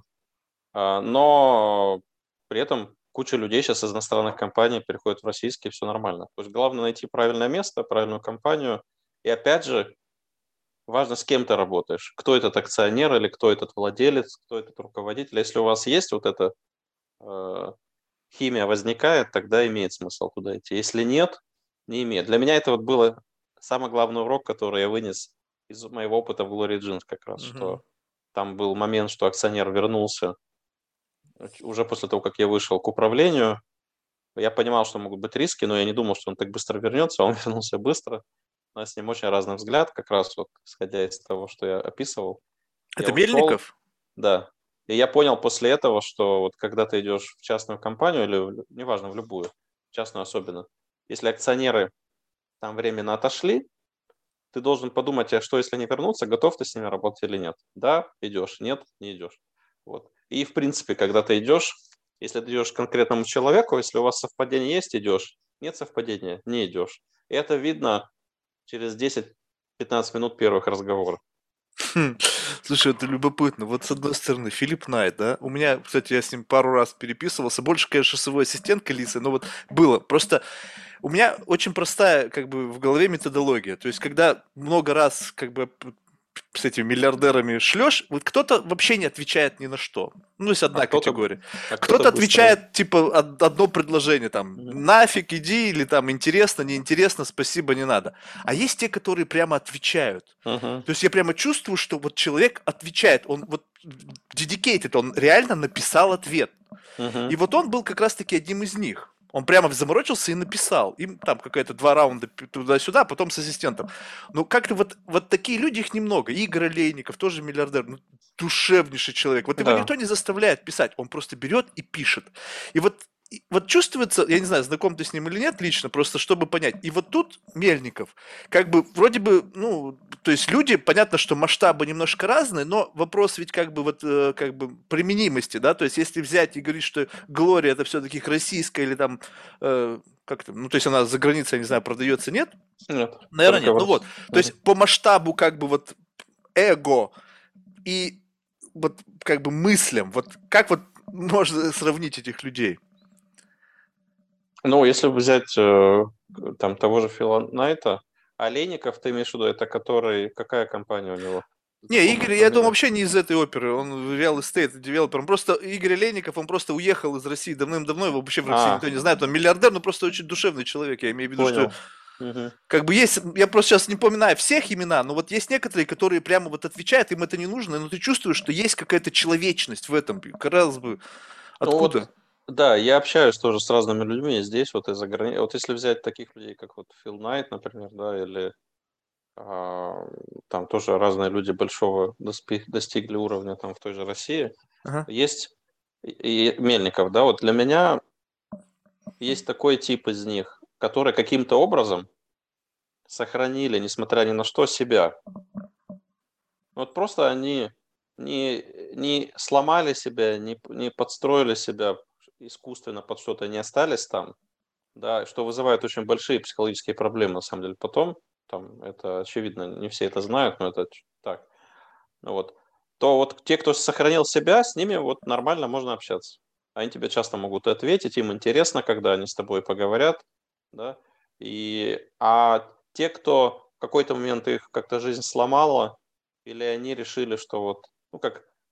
Но при этом куча людей сейчас из иностранных компаний переходит в российские, все нормально. То есть главное найти правильное место, правильную компанию. И опять же, важно, с кем ты работаешь. Кто этот акционер или кто этот владелец, кто этот руководитель. Если у вас есть вот эта химия возникает, тогда имеет смысл туда идти. Если нет, не имеет. Для меня это вот было самый главный урок, который я вынес из моего опыта в Glory Jeans как раз, Мгм. что там был момент, что акционер вернулся уже после того, как я вышел к управлению. Я понимал, что могут быть риски, но я не думал, что он так быстро вернется. Он вернулся быстро. У нас с ним очень разный взгляд, как раз вот исходя из того, что я описывал. Я Это ушел, Мельников? да. И я понял после этого, что вот когда ты идешь в частную компанию или, неважно, в любую, в частную особенно, если акционеры там временно отошли, ты должен подумать, а что, если они вернутся, готов ты с ними работать или нет. Да, идешь, нет, не идешь. Вот. И, в принципе, когда ты идешь, если ты идешь к конкретному человеку, если у вас совпадение есть, идешь. Нет совпадения, не идешь. И это видно через 10-15 минут первых разговоров. Хм. Слушай, это любопытно. Вот с одной стороны, Филипп Найт, да? У меня, кстати, я с ним пару раз переписывался. Больше, конечно, с его ассистенткой Лисой, но вот было. Просто у меня очень простая, как бы, в голове методология. То есть, когда много раз, как бы, с этими миллиардерами шлешь, вот кто-то вообще не отвечает ни на что. Ну, есть А одна кто-то, категория. а кто-то Кто-то быстро. отвечает, типа, одно предложение, там, Мгм. нафиг иди, или там, интересно, неинтересно, спасибо, не надо. А есть те, которые прямо отвечают. Мгм. То есть я прямо чувствую, что вот человек отвечает, он вот dedicated, он реально написал ответ. И Мгм. вот он был как раз-таки одним из них. Он прямо заморочился и написал. Им там какая-то 2 раунда туда-сюда, а потом с ассистентом. Ну, как-то вот такие люди, их немного. Игорь Олейников, тоже миллиардер, ну, душевнейший человек. Вот его Да. никто не заставляет писать, он просто берет и пишет. И вот чувствуется, я не знаю, знаком ты с ним или нет лично, просто чтобы понять. И вот тут Мельников, как бы вроде бы, ну, то есть люди, понятно, что масштабы немножко разные, но вопрос ведь как бы вот как бы применимости, да, то есть если взять и говорить, что Глория это все-таки российская или там как то, ну, то есть она за границей, я не знаю, продается, нет? Нет, Наверное, только нет. в Ну вот, России. то есть по масштабу как бы вот эго и вот как бы мыслям, вот как вот можно сравнить этих людей? Ну, если взять там того же Фила Найта, Олейников, ты имеешь в виду, это который, какая компания у него? Не, Знакомая Игорь, я думаю, фамилия? вообще не из этой оперы, он real estate девелопер. Он просто, Игорь Олейников, он просто уехал из России давным-давно, его вообще в России никто А, не знает, он миллиардер, но просто очень душевный человек, я имею в виду, что понял. Мгм. как бы есть, я просто сейчас не поминаю всех имена, но вот есть некоторые, которые прямо вот отвечают, им это не нужно, но ты чувствуешь, что есть какая-то человечность в этом, казалось бы, Ну откуда? вот, да, я общаюсь тоже с разными людьми здесь, вот из-за границы. Вот если взять таких людей, как вот Фил Найт, например, да, или а, там тоже разные люди большого достигли уровня там в той же России, Ага. есть и Мельников, да, вот для меня есть такой тип из них, который каким-то образом сохранили, несмотря ни на что, себя. Вот просто они не сломали себя, не подстроили себя искусственно под что-то, не остались там, да, что вызывает очень большие психологические проблемы, на самом деле, потом, там, это очевидно, не все это знают, но это так, ну вот, то вот те, кто сохранил себя, с ними вот нормально можно общаться. Они тебе часто могут ответить, им интересно, когда они с тобой поговорят, да, а те, кто в какой-то момент их как-то жизнь сломала, или они решили, что вот, ну, как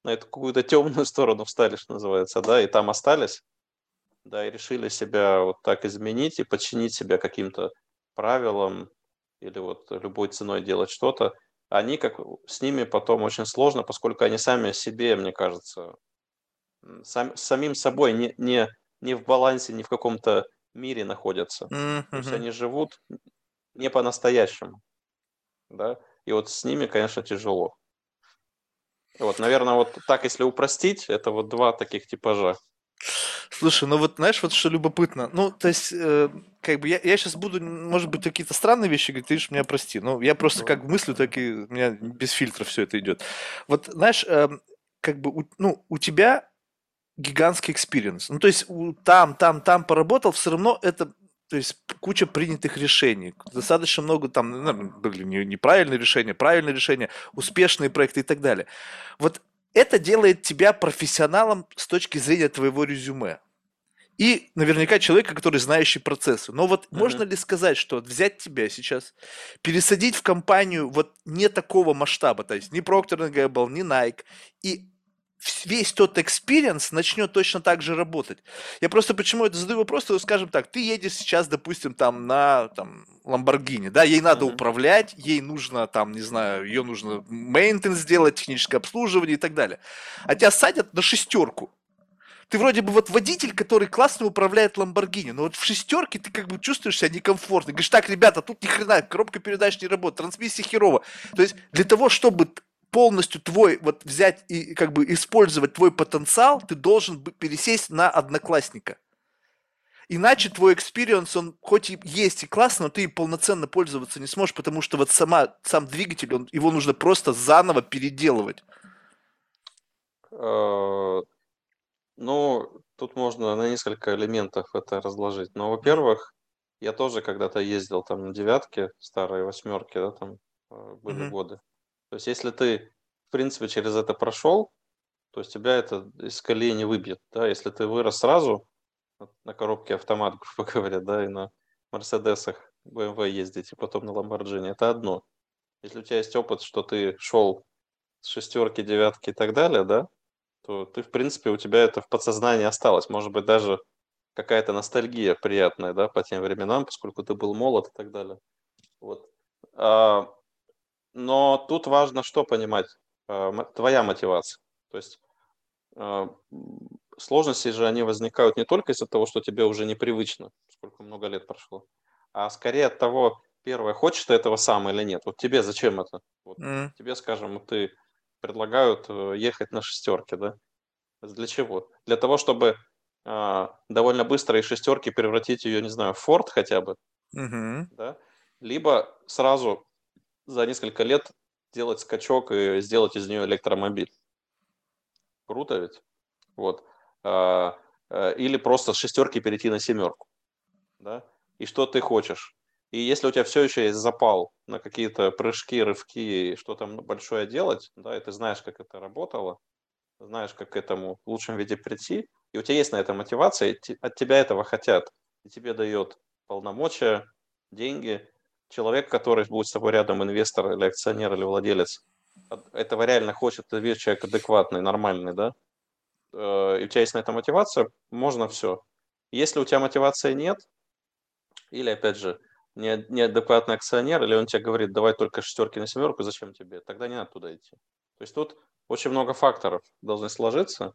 на эту какую-то темную сторону встали, что называется, да, и там остались, да, и решили себя вот так изменить и подчинить себя каким-то правилам или вот любой ценой делать что-то, они как с ними потом очень сложно, поскольку они сами себе, мне кажется, с самим собой не в балансе, не в каком-то мире находятся. То есть Мгм. они живут не по-настоящему, да, и вот с ними, конечно, тяжело. Вот, наверное, вот так, если упростить, это вот два таких типажа. Слушай, ну вот знаешь, вот что любопытно. Ну, то есть, как бы я сейчас буду, может быть, какие-то странные вещи говорить, ты уж меня прости. Ну, я просто Давай. как мыслю, так и у меня без фильтра все это идет. Вот, знаешь, как бы, ну, у тебя гигантский экспириенс. Ну, то есть там поработал, все равно это, то есть куча принятых решений. Достаточно много там, наверное, были неправильные решения, правильные решения, успешные проекты и так далее. Вот это делает тебя профессионалом с точки зрения твоего резюме. И наверняка человека, который знающий процессы. Но вот можно Мгм. ли сказать, что вот взять тебя сейчас, пересадить в компанию вот не такого масштаба, то есть ни Procter Gamble, ни Nike, и весь тот experience начнет точно так же работать. Я просто почему это задаю вопрос, то, скажем так, ты едешь сейчас, допустим, там на там, Lamborghini, да, ей надо Мгм. управлять, ей нужно там, не знаю, ее нужно мейнтенс сделать, техническое обслуживание и так далее. А тебя садят на шестерку, ты вроде бы вот водитель, который классно управляет Ламборгини, но вот в шестерке ты как бы чувствуешь себя некомфортно. Говоришь, так, ребята, тут ни хрена, коробка передач не работает, трансмиссия херова. То есть для того, чтобы полностью твой, вот взять и как бы использовать твой потенциал, ты должен пересесть на одноклассника. Иначе твой экспириенс, он хоть и есть и классно, но ты полноценно пользоваться не сможешь, потому что вот сам двигатель, его нужно просто заново переделывать. Э, Ну, тут можно на несколько элементов это разложить. Но, во-первых, я тоже когда-то ездил там на девятке, старые восьмерки, да, там были Мгм. годы. То есть, если ты, в принципе, через это прошел, то есть тебя это из колеи не выбьет, да. Если ты вырос сразу на коробке автомат, грубо говоря, да, и на Мерседесах, BMW ездить, и потом на Ламборджини, это одно. Если у тебя есть опыт, что ты шел с шестерки, девятки и так далее, да, то ты, в принципе, у тебя это в подсознании осталось. Может быть, даже какая-то ностальгия приятная, да, по тем временам, поскольку ты был молод и так далее. Вот. А, но тут важно что понимать? Твоя мотивация. То есть сложности же они возникают не только из-за того, что тебе уже непривычно, сколько много лет прошло, а скорее от того, первое, хочешь ты этого сам или нет. Вот тебе зачем это? Вот Мгм. тебе, скажем, ты предлагают ехать на шестерке, да? Для чего? Для того, чтобы довольно быстро из шестерки превратить ее, не знаю, в Форд хотя бы, Мгм. да? Либо сразу за несколько лет сделать скачок и сделать из нее электромобиль. Круто ведь? Вот. А, Или просто с шестерки перейти на семерку, да? И что ты хочешь? И если у тебя все еще есть запал на какие-то прыжки, рывки, что там большое делать, да, и ты знаешь, как это работало, знаешь, как к этому в лучшем виде прийти, и у тебя есть на это мотивация, и от тебя этого хотят, и тебе дает полномочия, деньги, человек, который будет с тобой рядом, инвестор или акционер или владелец, этого реально хочет, ты видишь, человек адекватный, нормальный, да, и у тебя есть на это мотивация, можно все. Если у тебя мотивации нет, или, опять же, неадекватный акционер, или он тебе говорит, давай только шестерки на семерку, зачем тебе, тогда не надо туда идти. То есть тут очень много факторов должны сложиться,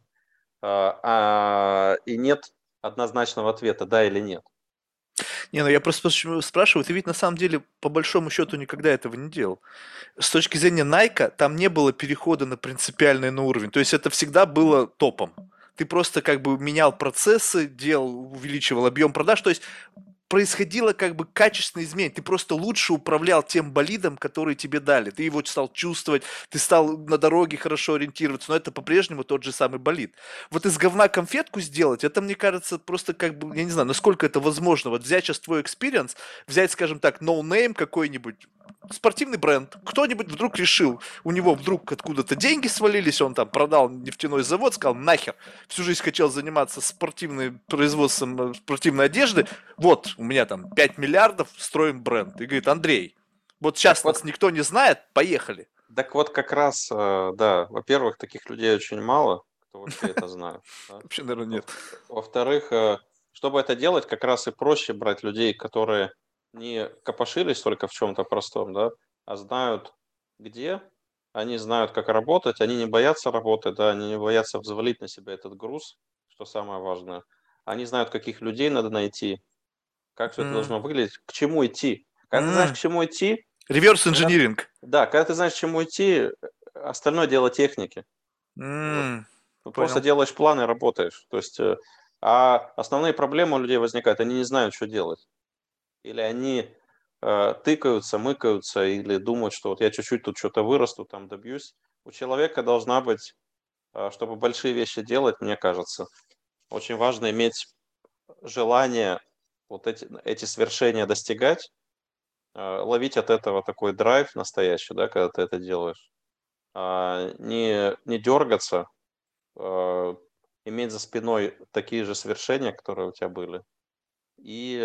и нет однозначного ответа, да или нет. Не, ну я просто почему спрашиваю, ты ведь на самом деле по большому счету никогда этого не делал. С точки зрения Найка там не было перехода на принципиальный на уровень, то есть это всегда было топом. Ты просто как бы менял процессы, делал, увеличивал объем продаж, то есть происходило как бы качественное изменение. Ты просто лучше управлял тем болидом, который тебе дали. Ты его стал чувствовать, ты стал на дороге хорошо ориентироваться, но это по-прежнему тот же самый болид. Вот из говна конфетку сделать, это, мне кажется, просто как бы, я не знаю, насколько это возможно. Вот взять сейчас твой экспириенс, взять, скажем так, ноунейм какой-нибудь, спортивный бренд. Кто-нибудь вдруг решил, у него вдруг откуда-то деньги свалились, он там продал нефтяной завод, сказал, нахер, всю жизнь хотел заниматься спортивным производством спортивной одежды, вот, у меня там 5 миллиардов, строим бренд. И говорит, Андрей, вот Так сейчас нас вот, никто не знает, поехали. Так вот как раз, да, во-первых, таких людей очень мало, кто вообще это знает. Да. Вообще, наверное, нет. Во-вторых, чтобы это делать, как раз и проще брать людей, которые не копошились только в чем-то простом, да, а знают где, они знают, как работать, они не боятся работать, да, они не боятся взвалить на себя этот груз, что самое важное. Они знают, каких людей надо найти, как все это М, должно выглядеть, к чему идти. Когда ты знаешь, к м. чему идти, Реверс когда, инжиниринг. да, когда ты знаешь, к чему идти, остальное дело техники. Вот. М, Ты просто Понял. делаешь план и работаешь. То есть, а основные проблемы у людей возникают, они не знают, что делать. Или они тыкаются, мыкаются, или думают, что вот я чуть-чуть тут что-то вырасту, там добьюсь. У человека должна быть, чтобы большие вещи делать, мне кажется, очень важно иметь желание вот эти свершения достигать, ловить от этого такой драйв настоящий, да, когда ты это делаешь. Не дергаться, э, иметь за спиной такие же свершения, которые у тебя были, и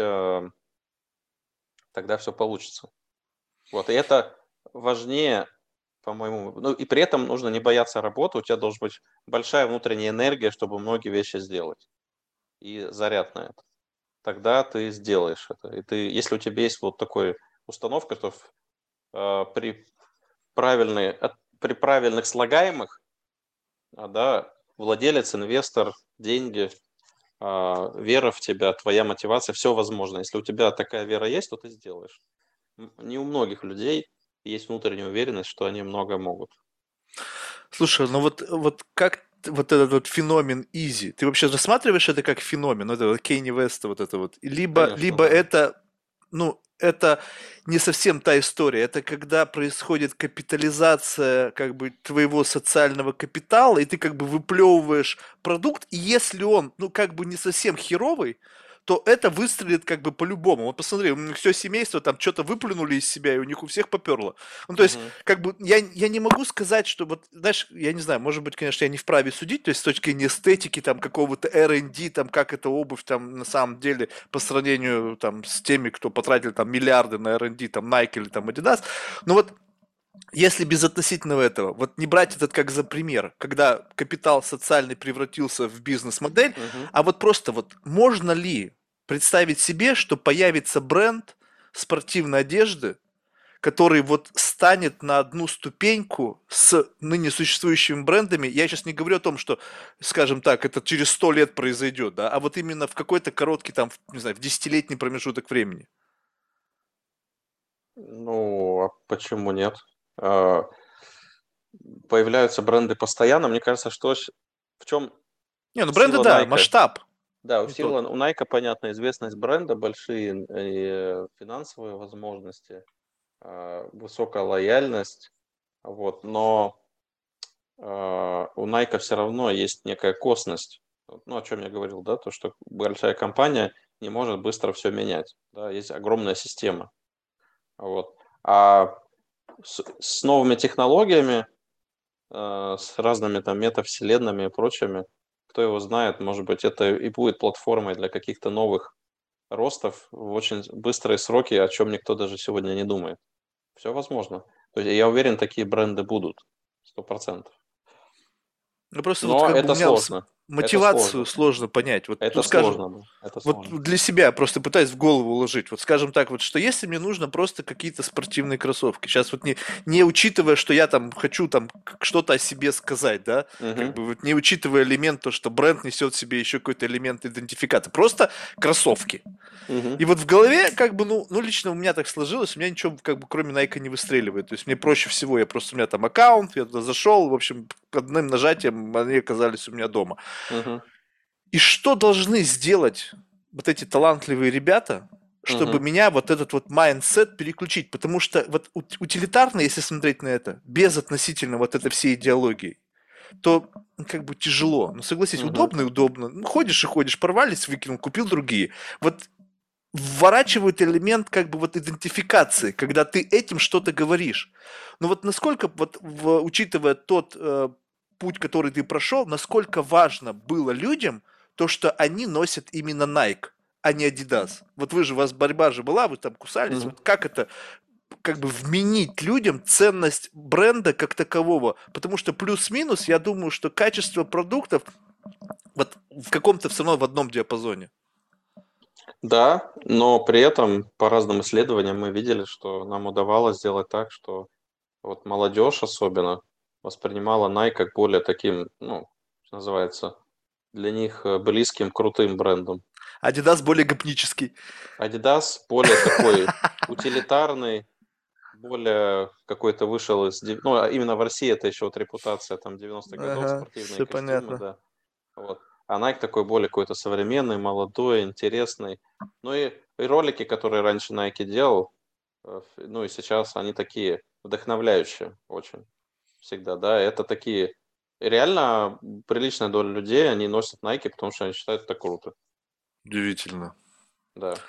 тогда все получится. Вот, и это важнее, по-моему. Ну, и при этом нужно не бояться работы, у тебя должна быть большая внутренняя энергия, чтобы многие вещи сделать, и заряд на это. Тогда ты сделаешь это. И ты, если у тебя есть вот такой установка, что при при правильных слагаемых, да, владелец, инвестор, деньги, вера в тебя, твоя мотивация, все возможно. Если у тебя такая вера есть, то ты сделаешь. Не у многих людей есть внутренняя уверенность, что они много могут. Слушай, ну вот как вот этот вот феномен Изи, ты вообще рассматриваешь это как феномен, ну, это вот Кейни Веста, вот это вот, Конечно, либо да. это, ну, это не совсем та история, это когда происходит капитализация как бы твоего социального капитала, и ты как бы выплевываешь продукт, и если он, ну, как бы не совсем херовый, то это выстрелит как бы по-любому. Вот посмотри, у них все семейство там что-то выплюнули из себя, и у них у всех поперло. Ну, то есть, Мгм. как бы, я не могу сказать, что вот, знаешь, я не знаю, может быть, конечно, я не вправе судить, то есть с точки зрения эстетики, там, какого-то R&D, там, как эта обувь, там, на самом деле, по сравнению, там, с теми, кто потратил, там, миллиарды на R&D, там, Nike или, там, Adidas, но вот если без относительного этого, вот не брать этот как за пример, когда капитал социальный превратился в бизнес-модель, Мгм. а вот просто вот можно ли представить себе, что появится бренд спортивной одежды, который вот станет на одну ступеньку с ныне существующими брендами. Я сейчас не говорю о том, что, скажем так, это через 100 лет произойдет, да, а вот именно в какой-то короткий, там, не знаю, в десятилетний промежуток времени. Ну, а почему нет? А, Появляются бренды постоянно. Мне кажется, в чем Не, ну бренды, сила да, Nike? масштаб Да, не тот. у Nike, понятно, известность бренда, большие финансовые возможности, высокая лояльность, вот, но у Nike все равно есть некая косность. Вот, ну, о чем я говорил, да, то, что большая компания не может быстро все менять, да, есть огромная система, вот. А с новыми технологиями, с разными там метавселенными и прочими, кто его знает, может быть, это и будет платформой для каких-то новых ростов в очень быстрые сроки, о чем никто даже сегодня не думает. Все возможно. То есть я уверен, такие бренды будут, 100%. Ну просто вот Но как бы у это меня сложно. Это мотивацию сложно. сложно понять. Вот, ну Это скажем, сложно, да. Это вот сложно. для себя просто пытаюсь в голову уложить. Вот скажем так, вот что если мне нужно просто какие-то спортивные кроссовки, сейчас вот не учитывая, что я там хочу там что-то о себе сказать, да, как Мгм. бы вот не учитывая элемент, то, что бренд несет в себе еще какой-то элемент идентификации, просто кроссовки. Мгм. И вот в голове, как бы, ну лично у меня так сложилось, у меня ничего, как бы, кроме Найка не выстреливает. То есть мне проще всего, у меня там аккаунт, я туда зашел, в общем, одним нажатием они оказались у меня дома. Мгм. И что должны сделать вот эти талантливые ребята, чтобы Мгм. меня вот этот вот майндсет переключить? Потому что вот утилитарно, если смотреть на это, без относительно вот этой всей идеологии, то как бы тяжело. Ну, согласись, Мгм. удобно и удобно. Ну, ходишь и ходишь, порвались, выкинул, купил другие. Вот вворачивают элемент как бы вот идентификации, когда ты этим что-то говоришь. Но вот насколько, вот учитывая тот путь, который ты прошел, насколько важно было людям то, что они носят именно Nike, а не Adidas. Вот вы же, у вас борьба же была, вы там кусались. Мгм. Вот как это как бы вменить людям ценность бренда как такового, потому что плюс-минус, я думаю, что качество продуктов вот в каком-то все равно в одном диапазоне. Да, но при этом по разным исследованиям мы видели, что нам удавалось сделать так, что вот молодежь особенно воспринимала Nike как более таким, ну, что называется, для них близким, крутым брендом. Adidas более гопнический. Adidas более такой утилитарный, более какой-то вышел из... Ну, а именно в России это еще вот репутация там 90-х годов, Ага, спортивные все костюмы, понятно. да. Вот. А Nike такой более какой-то современный, молодой, интересный. Ну и ролики, которые раньше Nike делал, ну и сейчас они такие вдохновляющие очень всегда, да. Это такие... Реально приличная доля людей, они носят Nike, потому что они считают это круто. Удивительно. Да.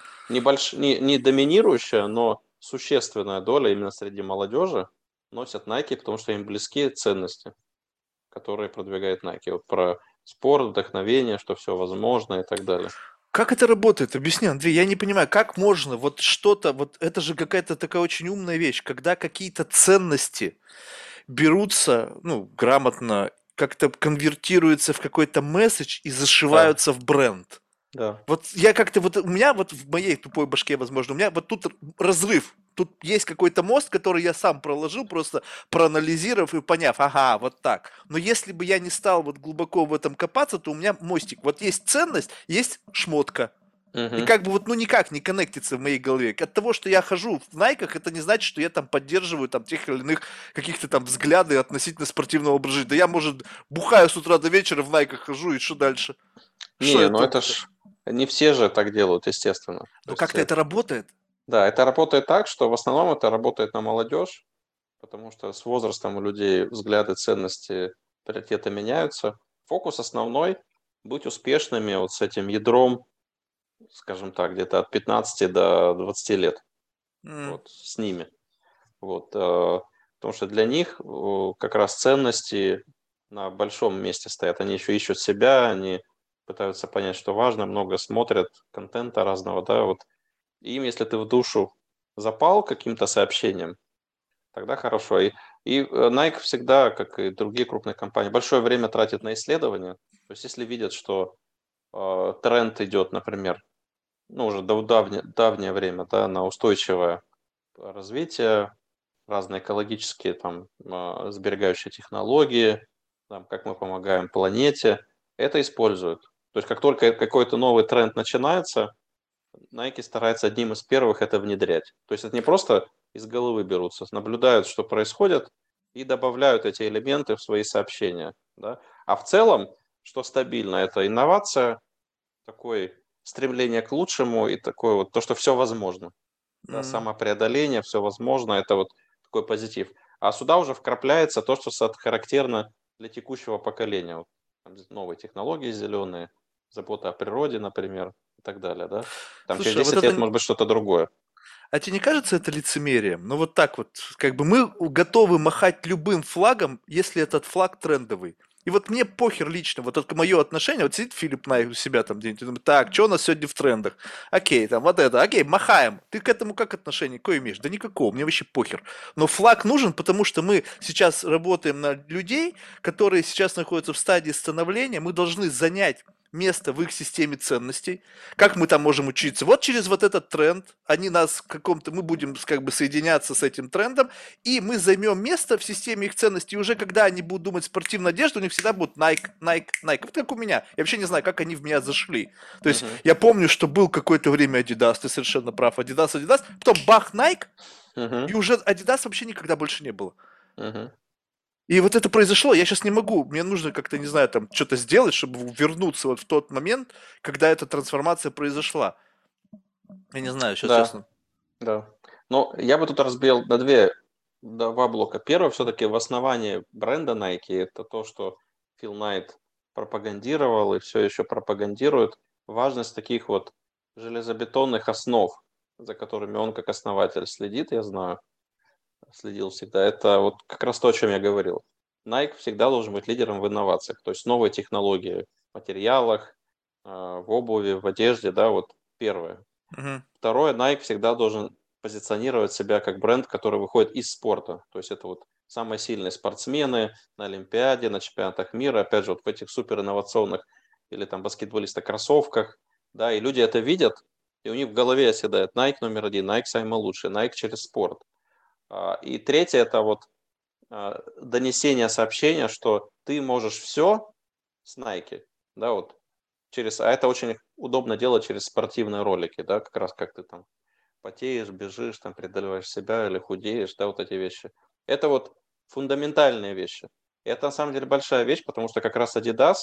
Не доминирующая, но существенная доля именно среди молодежи носят Nike, потому что им близки ценности, которые продвигает Nike. Вот про спорт, вдохновение, что все возможно и так далее. Как это работает? Объясни, Андрей, я не понимаю, как можно вот что-то, вот это же какая-то такая очень умная вещь, когда какие-то ценности берутся, ну, грамотно, как-то конвертируются в какой-то месседж и Да, зашиваются в бренд. да. Вот я как-то вот у меня вот в моей тупой башке, возможно, у меня вот тут разрыв. Тут есть какой-то мост, который я сам проложил, просто проанализировав и поняв, ага, вот так. Но если бы я не стал вот глубоко в этом копаться, то у меня мостик. Вот есть ценность, есть шмотка. И Мгм. как бы вот, ну никак не коннектится в моей голове. От того, что я хожу в найках, это не значит, что я там поддерживаю там тех или иных каких-то там взгляды относительно спортивного образа жизни. Да я, может, бухаю с утра до вечера в найках хожу, и что дальше? Что Не, ну это? это ж не все же так делают, естественно. То Но есть, как-то это работает. да, это работает так, что в основном это работает на молодежь, потому что с возрастом у людей взгляды, ценности, приоритеты меняются. Фокус основной — быть успешными вот с этим ядром, скажем так, где-то от 15 до 20 лет, М, вот, с ними. Вот, потому что для них как раз ценности на большом месте стоят. Они еще ищут себя, они пытаются понять, что важно, много смотрят контента разного, да, вот. И им, если ты в душу запал каким-то сообщением, тогда хорошо. И Nike всегда, как и другие крупные компании, большое время тратит на исследования. То есть если видят, что тренд идет, например, ну, уже давнее время, да, на устойчивое развитие, разные экологические, там, сберегающие технологии, там, как мы помогаем планете, это используют. То есть как только какой-то новый тренд начинается, Nike старается одним из первых это внедрять. То есть это не просто из головы берутся, наблюдают, что происходит, и добавляют эти элементы в свои сообщения. Да? А в целом, что стабильно, это инновация, такое стремление к лучшему и такое вот то, что все возможно. Да, м. самопреодоление, все возможно, это вот такой позитив. А сюда уже вкрапляется то, что характерно для текущего поколения. Вот, там новые технологии зеленые, забота о природе, например, и так далее, да. Там через Слушай, а вот 10 лет это, может быть что-то другое. а тебе не кажется это лицемерием? Ну вот так вот, как бы мы готовы махать любым флагом, если этот флаг трендовый. И вот мне похер лично, вот только мое отношение, вот сидит Филипп Найк у себя там где-нибудь, и думает, так, что у нас сегодня в трендах? Окей, там вот это, окей, махаем. Ты к этому как отношение? Какое имеешь? Да никакого, мне вообще похер. Но флаг нужен, потому что мы сейчас работаем на людей, которые сейчас находятся в стадии становления, мы должны занять место в их системе ценностей. Как мы там можем учиться? Вот через вот этот тренд, они нас в каком-то, мы будем как бы соединяться с этим трендом, и мы займем место в системе их ценностей. И уже когда они будут думать спортивная одежда, у них всегда будет Nike, Nike, Nike. Вот как у меня. Я вообще не знаю, как они в меня зашли. То есть Мгм. я помню, что был какое-то время Adidas, ты совершенно прав, Adidas, Adidas, потом бах, Nike, и Мгм. уже Adidas вообще никогда больше не было. Мгм. И вот это произошло, я сейчас не могу, мне нужно как-то, не знаю, там что-то сделать, чтобы вернуться вот в тот момент, когда эта трансформация произошла. Я не знаю, сейчас Да, честно. да. Но я бы тут разбил на два блока. Первое, все-таки в основании бренда Nike это то, что Фил Найт пропагандировал и все еще пропагандирует важность таких вот железобетонных основ, за которыми он как основатель следит, я знаю, следил всегда. Это вот как раз то, о чем я говорил. Nike всегда должен быть лидером в инновациях, то есть новые технологии в материалах, в обуви, в одежде, да, вот первое. Мгм. Второе, Nike всегда должен позиционировать себя как бренд, который выходит из спорта. То есть это вот самые сильные спортсмены на Олимпиаде, на чемпионатах мира, опять же, вот в этих супер инновационных или там баскетболистах кроссовках, да, и люди это видят, и у них в голове оседает Nike номер один, Nike самый лучший, Nike через спорт. И третье это вот донесение сообщения, что ты можешь все с Nike, да, вот а это очень удобно делать через спортивные ролики, да, как раз как ты там потеешь, бежишь, там преодолеваешь себя или худеешь, да, вот эти вещи. Это вот фундаментальные вещи. И это на самом деле большая вещь, потому что как раз Adidas,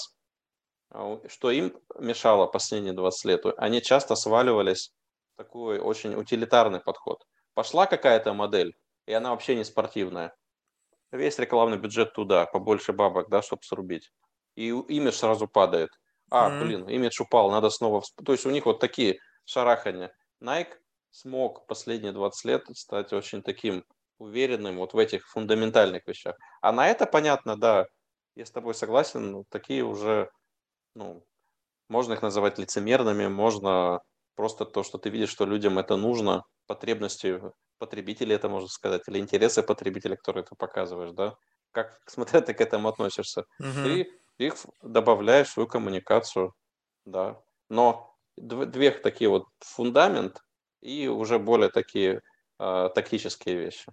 что им мешало последние 20 лет, они часто сваливались в такой очень утилитарный подход. Пошла какая-то модель, и она вообще не спортивная. Весь рекламный бюджет туда, побольше бабок, да, чтобы срубить. И имидж сразу падает. Мгм. Блин, имидж упал, надо снова... То есть у них вот такие шарахания. Nike смог последние 20 лет стать очень таким уверенным вот в этих фундаментальных вещах. А на это, понятно, да, я с тобой согласен, такие уже, ну, можно их называть лицемерными, можно просто то, что ты видишь, что людям это нужно, потребности потребителей, это можно сказать, или интересы потребителя, которые ты показываешь, да. Как, смотря ты к этому относишься. Мгм. Ты их добавляешь в свою коммуникацию, да. Но две такие вот фундамент и уже более такие тактические вещи.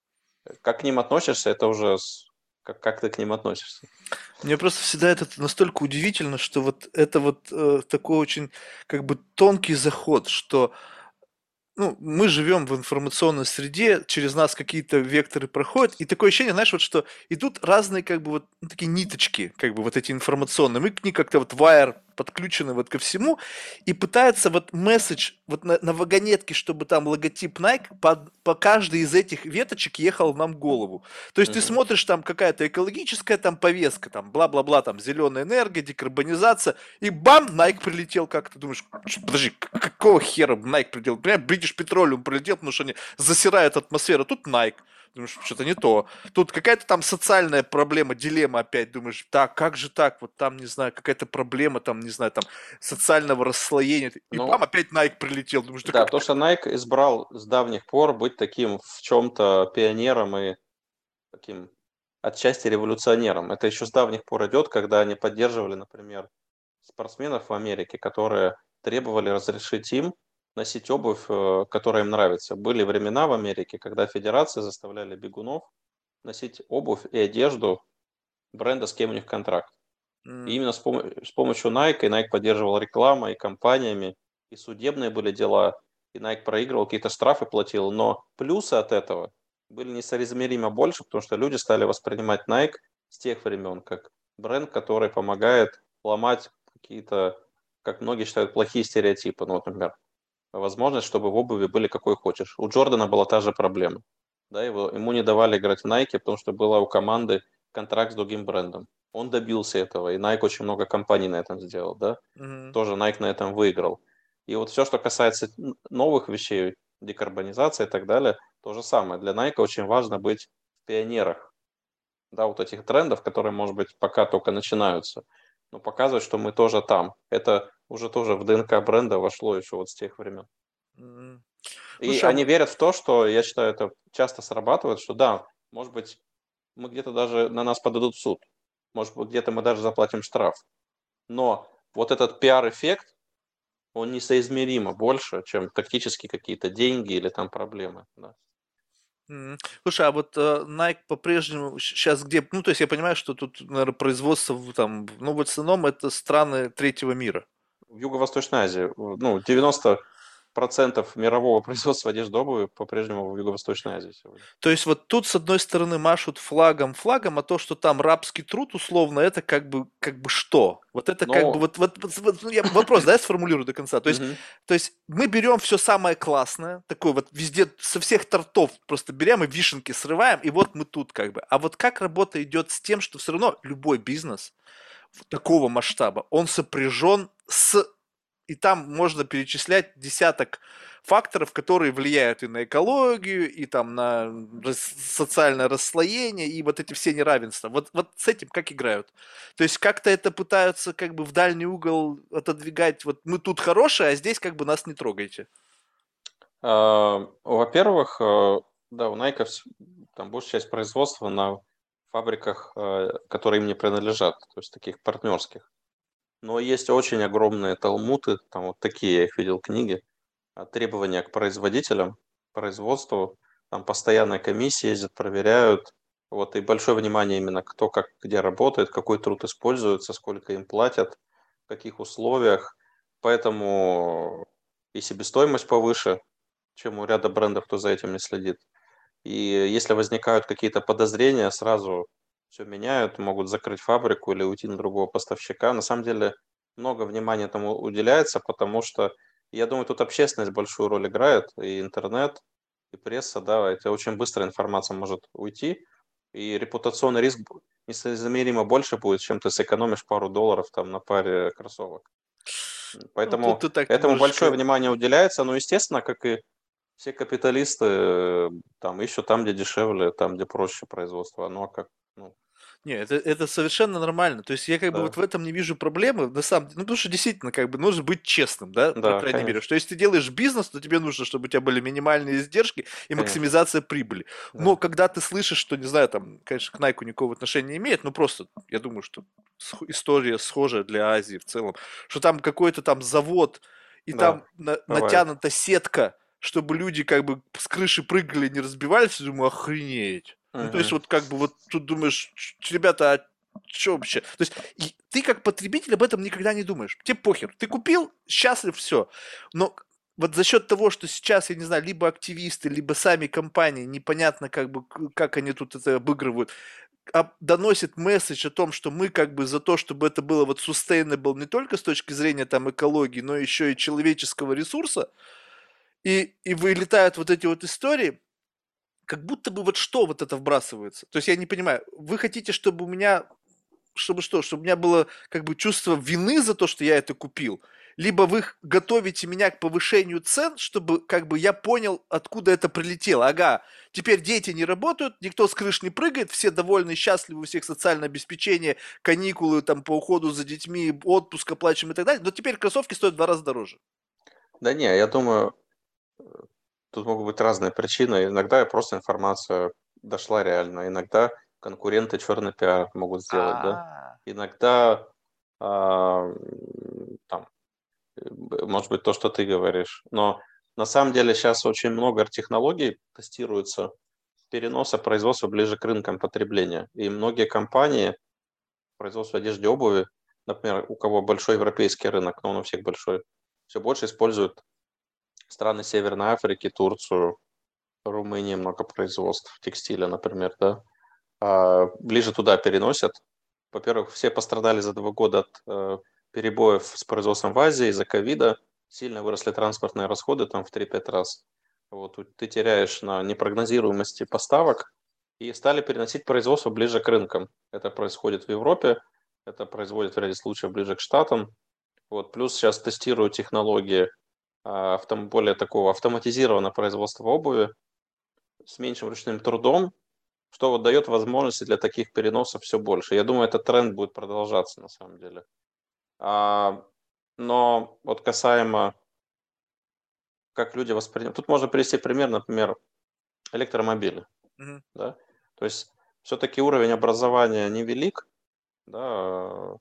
Как к ним относишься, это уже как ты к ним относишься. Мне просто всегда это настолько удивительно, что вот это вот такой очень как бы тонкий заход, что ну, мы живем в информационной среде, через нас какие-то векторы проходят, и такое ощущение, знаешь, вот что идут разные как бы вот ну, такие ниточки, как бы вот эти информационные, мы к ним как-то вот wire подключены вот ко всему, и пытается вот месседж вот на вагонетке, чтобы там логотип Nike по каждой из этих веточек ехал нам в голову. То есть ты Мгм. смотришь там какая-то экологическая там повестка, там бла-бла-бла, там зеленая энергия, декарбонизация, и бам, Nike прилетел, как ты думаешь, подожди, какого хера Nike прилетел? Понимаешь, British Petroleum прилетел, потому что они засирают атмосферу, тут Nike. Думаешь, что-то не то. Тут какая-то там социальная проблема, дилемма опять. Думаешь, так, как же так? Вот там, не знаю, какая-то проблема, там, не знаю, там, социального расслоения. И бам, Ну, опять Nike прилетел. Думаешь, да да, как потому так? что Nike избрал с давних пор быть таким в чем-то пионером и таким отчасти революционером. Это еще с давних пор идет, когда они поддерживали, например, спортсменов в Америке, которые требовали разрешить им носить обувь, которая им нравится. Были времена в Америке, когда федерации заставляли бегунов носить обувь и одежду бренда, с кем у них контракт. И именно с помощью Nike, и Nike поддерживал рекламой, и компаниями, и судебные были дела, и Nike проигрывал, какие-то штрафы платил, но плюсы от этого были несоизмеримо больше, потому что люди стали воспринимать Nike с тех времен как бренд, который помогает ломать какие-то, как многие считают, плохие стереотипы. Ну, вот, например, возможность, чтобы в обуви были какой хочешь. У Джордана была та же проблема. Да, ему не давали играть в Nike, потому что была у команды контракт с другим брендом. Он добился этого, и Nike очень много компаний на этом сделал, да. Мгм. Тоже Nike на этом выиграл. И вот все, что касается новых вещей, декарбонизации и так далее, то же самое. Для Nike очень важно быть в пионерах, да, вот этих трендов, которые, может быть, пока только начинаются, но показывать, что мы тоже там. Это уже тоже в ДНК бренда вошло еще вот с тех времен. Мгм. И Слушай, а они вот верят в то, что, я считаю, это часто срабатывает, что да, может быть, мы где-то даже на нас подадут в суд, может быть, где-то мы даже заплатим штраф. Но вот этот пиар-эффект, он несоизмеримо больше, чем тактические какие-то деньги или там проблемы. Да. Слушай, а вот, Nike по-прежнему сейчас где? Ну, то есть я понимаю, что тут, наверно, производство там, ну, в основном это страны третьего мира. В Юго-Восточной Азии, ну, 90% мирового производства одежды и обуви по-прежнему в Юго-Восточной Азии сегодня. То есть вот тут, с одной стороны, машут флагом, а то, что там рабский труд, условно, это как бы что? Вот это как бы, Но, вот я вопрос, да, я сформулирую до конца. мгм. То есть мы берем все самое классное, такое вот везде, со всех тортов просто берем и вишенки срываем, и вот мы тут как бы. А вот как работа идет с тем, что все равно любой бизнес такого масштаба, он сопряжен с и там можно перечислять десяток факторов, которые влияют и на экологию, и там на социальное расслоение, и вот эти все неравенства. Вот с этим как играют? То есть как-то это пытаются как бы в дальний угол отодвигать, вот мы тут хорошие, а здесь как бы нас не трогайте. Во-первых, да, у Nike там большая часть производства на фабриках, которые им не принадлежат, то есть таких партнерских. Но есть очень огромные талмуды, там вот такие я их видел книги, требования к производителям, производству, там постоянная комиссия ездит, проверяют, вот, и большое внимание именно кто как где работает, какой труд используется, сколько им платят, в каких условиях, поэтому и себестоимость повыше, чем у ряда брендов, кто за этим не следит. И если возникают какие-то подозрения, сразу все меняют, могут закрыть фабрику или уйти на другого поставщика. На самом деле много внимания этому уделяется, потому что, я думаю, тут общественность большую роль играет, и интернет, и пресса, да, это очень быстро информация может уйти, и репутационный риск несоизмеримо больше будет, чем ты сэкономишь пару долларов там на паре кроссовок. Ну, тут Поэтому ты так этому большое немножечко... внимание уделяется, но, естественно, как и все капиталисты там ищут там, где дешевле, там, где проще производство. Ну, а как? Ну, Не, это совершенно нормально. То есть я как бы вот да, в этом не вижу проблемы, на самом деле. Ну, потому что действительно, как бы нужно быть честным, да, по да, крайней мере. конечно, Что если ты делаешь бизнес, то тебе нужно, чтобы у тебя были минимальные издержки и конечно, максимизация прибыли. Но да. когда ты слышишь, что, не знаю, там, конечно, к Nike никакого отношения не имеет, но просто, я думаю, что история схожая для Азии в целом, что там какой-то там завод, и Да, там бывает. натянута сетка, чтобы люди как бы с крыши прыгали, не разбивались, я думаю, охренеть. Ну, то есть, Мгм. вот как бы вот тут думаешь, ребята, а что вообще? То есть, и ты как потребитель об этом никогда не думаешь. Тебе похер. Ты купил, счастлив, все. Но вот за счет того, что сейчас, я не знаю, либо активисты, либо сами компании, непонятно как бы, как они тут это обыгрывают, доносит месседж о том, что мы как бы за то, чтобы это было вот sustainable не только с точки зрения там экологии, но еще и человеческого ресурса, и вылетают вот эти вот истории, как будто бы вот что вот это вбрасывается. То есть я не понимаю, вы хотите, чтобы у меня, чтобы что, чтобы у меня было как бы чувство вины за то, что я это купил, либо вы готовите меня к повышению цен, чтобы как бы я понял, откуда это прилетело. Ага, теперь дети не работают, никто с крыш не прыгает, все довольны, счастливы, у всех социальное обеспечение, каникулы там по уходу за детьми, отпуск оплачиваем и так далее, но теперь кроссовки стоят в 2 раза дороже. Да не, я думаю, тут могут быть разные причины. Иногда просто информация дошла реально, иногда конкуренты черный пиар могут сделать, да. А, Иногда там, может быть, то, что ты говоришь. Но на самом деле сейчас очень много технологий тестируется переноса производства ближе к рынкам потребления. И многие компании производства одежды и обуви, например, у кого большой европейский рынок, но он у всех большой, все больше используют страны Северной Африки, Турцию, Румынии много производств текстиля, например, да. Ближе туда переносят. Во-первых, все пострадали за 2 года от перебоев с производством в Азии из-за ковида. Сильно выросли транспортные расходы, там в 3-5 раз. Вот, ты теряешь на непрогнозируемости поставок и стали переносить производство ближе к рынкам. Это происходит в Европе, это производит в ряде случаев ближе к Штатам. Вот, плюс сейчас тестируют технологии более такого автоматизированного производства обуви с меньшим ручным трудом, что вот дает возможности для таких переносов все больше. Я думаю, этот тренд будет продолжаться на самом деле. А, но вот касаемо, как люди воспринимают... Тут можно привести пример, например, электромобили. мгм. Да? То есть все-таки уровень образования невелик, да,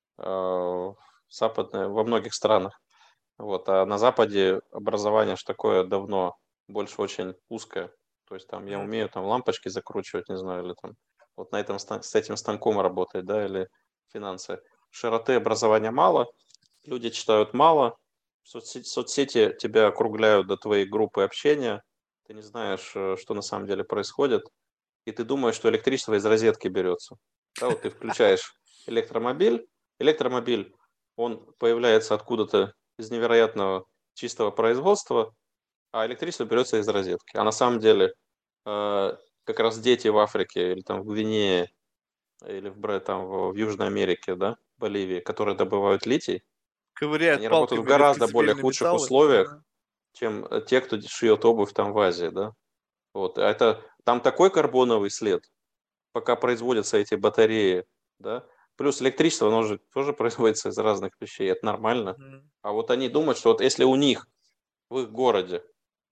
во многих странах. Вот, а на Западе образование ж такое давно больше очень узкое. То есть там я Мгм. умею там лампочки закручивать, не знаю, или там вот на этом с этим станком работать, да, или финансы. Широты образования мало, люди читают мало, соцсети тебя округляют до твоей группы общения, ты не знаешь, что на самом деле происходит, и ты думаешь, что электричество из розетки берется. Да, вот ты включаешь электромобиль, электромобиль, он появляется откуда-то из невероятного чистого производства, а электричество берется из розетки. А на самом деле как раз дети в Африке или там в Гвинее или в Южной Америке, да, Боливии, которые добывают литий, они Ковыряют работают в палками гораздо более редкоземельные худших металлы. условиях, Ага. чем те, кто шьет обувь там в Азии, да. Вот. А это там такой карбоновый след, пока производятся эти батареи, да. Плюс электричество, оно же тоже производится из разных вещей, это нормально. Мгм. А вот они думают, что вот если у них в их городе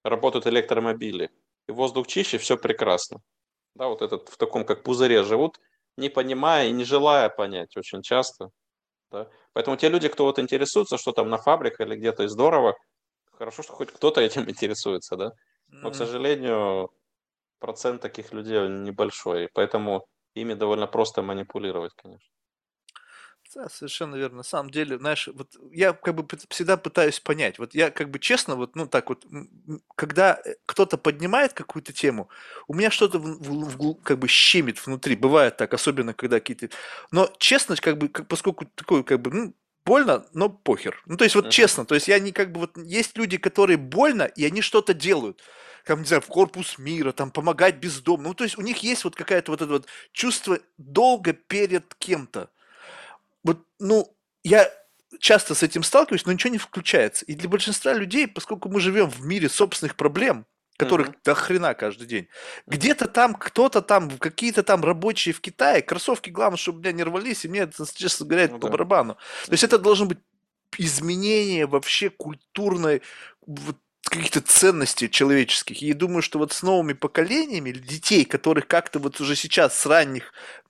работают электромобили, и воздух чище, все прекрасно. Да, вот этот в таком как пузыре живут, не понимая и не желая понять очень часто. Да. Поэтому те люди, кто вот интересуется, что там на фабриках или где-то, и здорово, хорошо, что хоть кто-то этим интересуется, да. Но, к Мгм. сожалению, процент таких людей он небольшой, и поэтому ими довольно просто манипулировать, конечно. Да, совершенно верно. На самом деле, знаешь, вот я как бы всегда пытаюсь понять. Вот я как бы честно, вот, ну так вот, когда кто-то поднимает какую-то тему, у меня что-то как бы щемит внутри. Бывает так, особенно когда какие-то. Но честно, как бы, поскольку такой, как бы, ну, больно, но похер. Ну, то есть, вот Мгм. честно, то есть я не как бы вот есть люди, которые больно, и они что-то делают. Там, не знаю, в корпус мира, там, помогать бездомным. Ну, то есть у них есть вот какая-то вот это вот чувство долга перед кем-то. Вот, ну, я часто с этим сталкиваюсь, но ничего не включается. И для большинства людей, поскольку мы живем в мире собственных проблем, которых Мгм. до хрена каждый день, Мгм. где-то там, кто-то там, какие-то там рабочие в Китае, кроссовки, главное, чтобы у меня не рвались, и мне это, честно говоря, это Ну по да. барабану. То есть Мгм. это должно быть изменение вообще культурной вот, каких-то ценностей человеческих. И думаю, что вот с новыми поколениями детей, которых как-то вот уже сейчас с ранних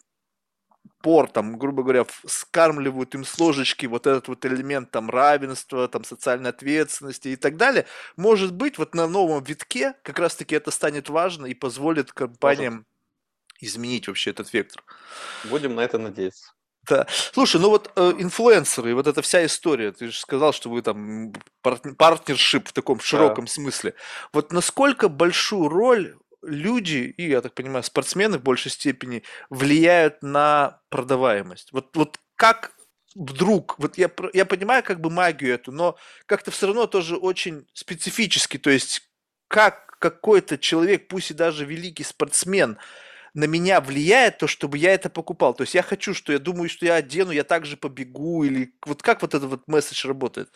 пор, там, грубо говоря, скармливают им с ложечки вот этот вот элемент там равенства, там, социальной ответственности и так далее, может быть, вот на новом витке как раз-таки это станет важно и позволит Может. компаниям изменить вообще этот вектор. Будем на это надеяться. Да. Слушай, ну вот инфлюенсеры, вот эта вся история, ты же сказал, что вы там партнершип в таком Да. широком смысле. Вот насколько большую роль люди, и, я так понимаю, спортсмены в большей степени влияют на продаваемость? Вот как вдруг, вот я понимаю как бы магию эту, но как-то все равно тоже очень специфически, то есть как какой-то человек, пусть и даже великий спортсмен, на меня влияет то, чтобы я это покупал. То есть я хочу, что я думаю, что я одену, я также побегу, или вот как вот этот вот месседж работает?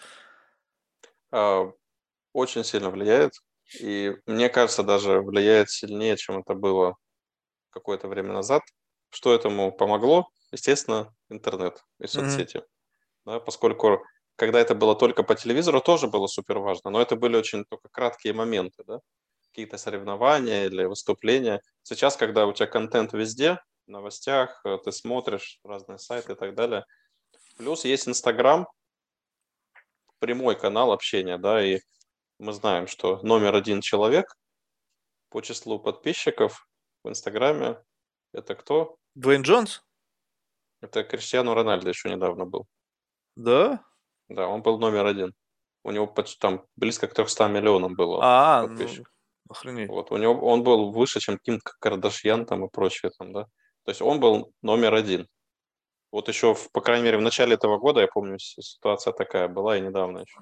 А, Очень сильно влияет. И мне кажется, даже влияет сильнее, чем это было какое-то время назад. Что этому помогло? Естественно, интернет и Мгм. соцсети. Да, поскольку когда это было только по телевизору, тоже было супер важно, но это были очень только краткие моменты, да, какие-то соревнования или выступления. Сейчас, когда у тебя контент везде, в новостях, ты смотришь разные сайты и так далее. Плюс есть Инстаграм, прямой канал общения, да, и мы знаем, что номер один человек по числу подписчиков в Инстаграме — это кто? Дуэйн Джонс? Это Криштиану Рональдо еще недавно был. Да? Да, он был номер один. У него там близко к 300 миллионам было Ну, подписчиков. охренеть. Вот, у него он был выше, чем Ким Кардашьян там и прочие там, да. То есть он был номер один. Вот еще, по крайней мере, в начале этого года, я помню, ситуация такая была и недавно еще.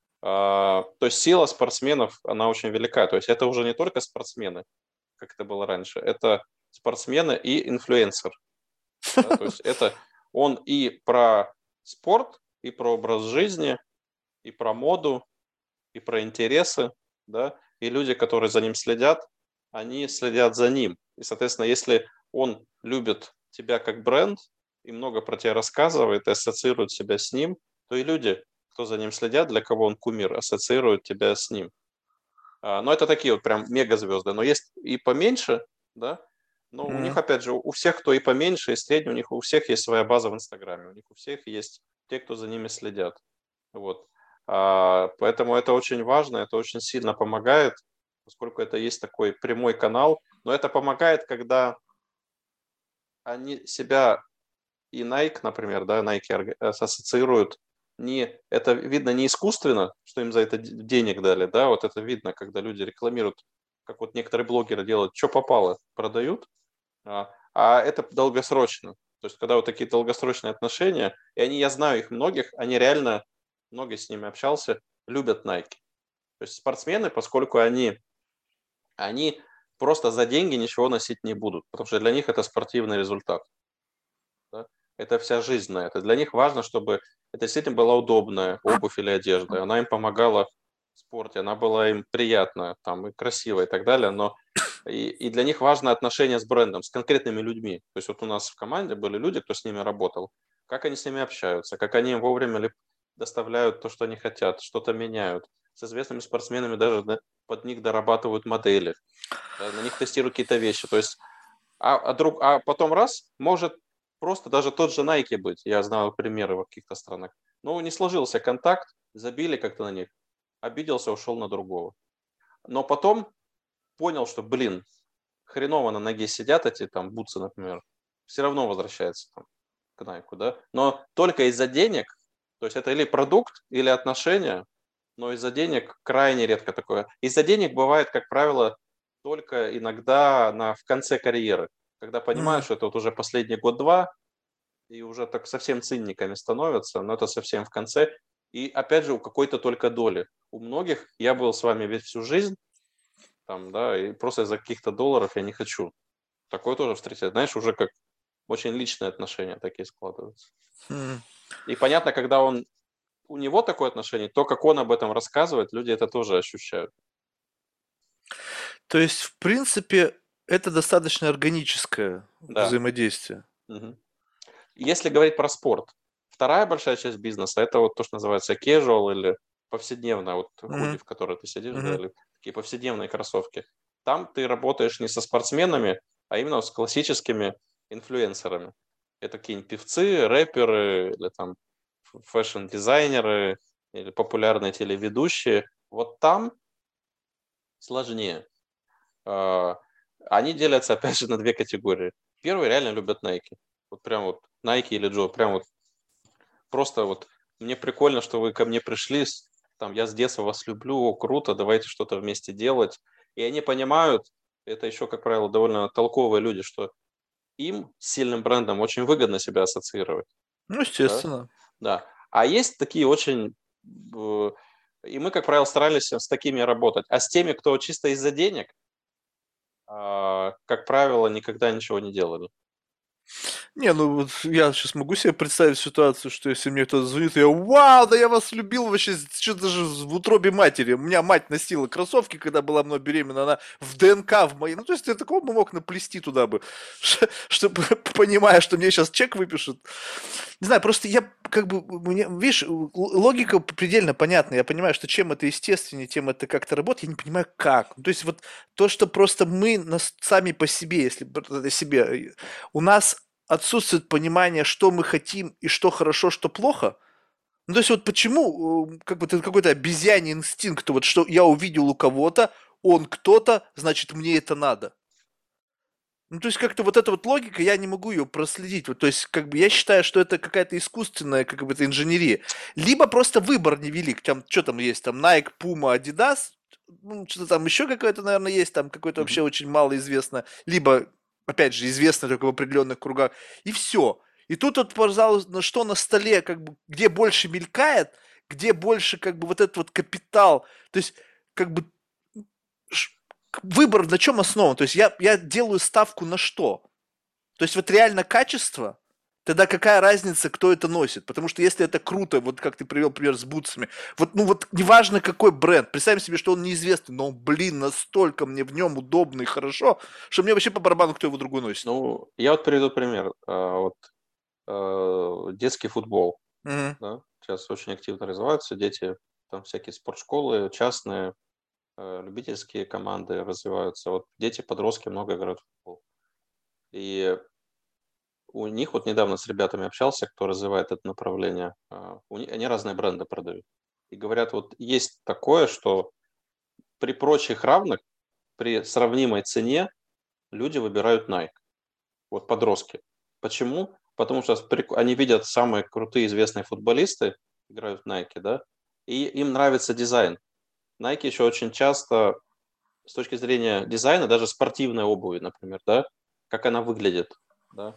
То есть сила спортсменов, она очень велика. То есть это уже не только спортсмены, как это было раньше, это спортсмены и инфлюенсер. Да? То есть это он и про спорт, и про образ жизни, и про моду, и про интересы, да, и люди, которые за ним следят, они следят за ним. И, соответственно, если он любит тебя как бренд и много про тебя рассказывает и ассоциирует себя с ним, то и люди, кто за ним следят, для кого он кумир, ассоциируют тебя с ним. Но это такие вот прям мегазвезды. Но есть и поменьше, да, но у них, Мгм. опять же, у всех, кто и поменьше, и средний, у них у всех есть своя база в Инстаграме, у них у всех есть те, кто за ними следят. Вот. Поэтому это очень важно, это очень сильно помогает, поскольку это есть такой прямой канал. Но это помогает, когда они себя и Nike, например, да, Nike ассоциируют не, это видно не искусственно, что им за это денег дали, да, вот это видно, когда люди рекламируют, как вот некоторые блогеры делают, что попало, продают, а это долгосрочно. То есть, когда вот такие долгосрочные отношения, и они, я знаю их многих, они реально, много с ними общался, любят Nike. То есть спортсмены, поскольку они просто за деньги ничего носить не будут, потому что для них это спортивный результат. Да? Это вся жизнь на это. Для них важно, чтобы это действительно была удобная обувь или одежда. Она им помогала в спорте, она была им приятная, там, и красивая и так далее, но и для них важно отношение с брендом, с конкретными людьми. То есть вот у нас в команде были люди, кто с ними работал, как они с ними общаются, как они им вовремя ли доставляют то, что они хотят, что-то меняют. С известными спортсменами даже, да, под них дорабатывают модели, да, на них тестируют какие-то вещи. То есть, потом раз, может просто даже тот же Nike быть. Я знаю примеры в каких-то странах. Но не сложился контакт, забили как-то на них, обиделся, ушел на другого. Но потом понял, что, блин, хреново на ноге сидят эти там бутсы, например, все равно возвращается там, к Nike, да. Но только из-за денег, то есть это или продукт, или отношения, но из-за денег крайне редко такое. Из-за денег бывает, как правило, только иногда в конце карьеры, когда понимаешь, Мгм. что это вот уже последний год-два, и уже так совсем цинниками становятся, но это совсем в конце. И опять же, у какой-то только доли. У многих я был с вами ведь всю жизнь, там, да, и просто из-за каких-то долларов я не хочу. Такое тоже встречать. Знаешь, уже как очень личные отношения такие складываются. Мгм. И понятно, когда у него такое отношение, то, как он об этом рассказывает, люди это тоже ощущают. То есть, в принципе, это достаточно органическое Да. взаимодействие. Мгм. Если говорить про спорт, вторая большая часть бизнеса – это вот то, что называется casual или повседневная, вот худи, Мгм. в которой ты сидишь, да, Мгм. или такие повседневные кроссовки. Там ты работаешь не со спортсменами, а именно с классическими инфлюенсерами. Это какие-нибудь певцы, рэперы или там фэшн-дизайнеры или популярные телеведущие. Вот там сложнее. А, Они делятся, опять же, на две категории. Первые реально любят Nike. Вот прям вот Nike или Joe, прям вот просто вот мне прикольно, что вы ко мне пришли, там, я с детства вас люблю, о, круто, давайте что-то вместе делать. И они понимают, это еще, как правило, довольно толковые люди, что им с сильным брендом очень выгодно себя ассоциировать. Ну, Да? естественно. Да. А есть такие очень... И мы, как правило, старались с такими работать. А с теми, кто чисто из-за денег, как правило, никогда ничего не делали. Не, ну вот я сейчас могу себе представить ситуацию, что если мне кто-то звонит, я вау, да я вас любил вообще, что-то же в утробе матери. У меня мать носила кроссовки, когда была мной беременна, она в ДНК в моей. Ну, то есть я такого бы мог наплести туда бы, чтобы, понимая, что мне сейчас чек выпишут. Не знаю, просто я как бы, видишь, логика предельно понятна. Я понимаю, что чем это естественнее, тем это как-то работает. Я не понимаю, как. Ну, то есть вот то, что просто мы сами по себе, если себе, у нас отсутствует понимание, что мы хотим и что хорошо, что плохо. Ну, то есть вот почему, как бы это какой-то обезьяний инстинкт, вот что я увидел у кого-то, он кто-то, значит, мне это надо. Ну, то есть как-то вот эта вот логика, я не могу ее проследить. Вот, то есть как бы я считаю, что это какая-то искусственная как бы это инженерия. Либо просто выбор невелик. Там, что там есть? Там Nike, Puma, Adidas. Ну, что-то там еще какое-то, наверное, есть. Там какое-то вообще Мгм. очень мало известно. Либо, опять же, известно только в определенных кругах. И все. И тут вот, пожалуйста, что на столе, как бы, где больше мелькает, где больше, как бы, вот этот вот капитал. То есть, как бы, выбор на чем основан? То есть я делаю ставку на что? То есть вот реально качество, тогда какая разница, кто это носит? Потому что если это круто, вот как ты привел пример с бутсами, вот, ну вот неважно какой бренд, представим себе, что он неизвестный, но, блин, настолько мне в нем удобно и хорошо, что мне вообще по барабану, кто его другой носит. Ну, я вот приведу пример. Вот детский футбол, Мгм. да, сейчас очень активно развиваются дети, там всякие спортшколы частные, любительские команды развиваются. Вот дети, подростки много играют в футбол. И у них вот недавно с ребятами общался, кто развивает это направление. Они разные бренды продают. И говорят, вот есть такое, что при прочих равных, при сравнимой цене люди выбирают Nike. Вот подростки. Почему? Потому что они видят самые крутые известные футболисты играют в Nike, да, и им нравится дизайн. Nike еще очень часто с точки зрения дизайна, даже спортивной обуви, например, да, как она выглядит, да,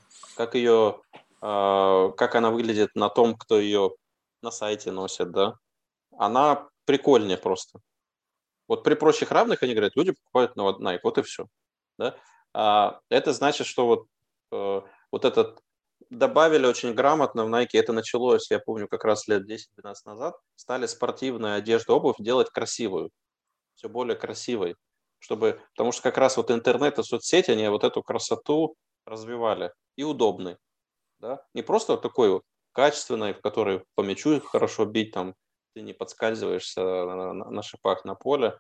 как она выглядит на том, кто ее на сайте носит, да, она прикольнее просто. Вот при прочих равных, они говорят, люди покупают на Nike, вот и все. Да? Это значит, что вот этот добавили очень грамотно в Nike, это началось, я помню, как раз лет 10-12 назад, стали спортивную одежду, обувь делать красивую, все более красивой, потому что как раз вот интернет и соцсети, они вот эту красоту развивали и удобный, да, не просто вот такой вот качественной, в которой по мячу хорошо бить, там, ты не подскальзываешься на шипах на поле,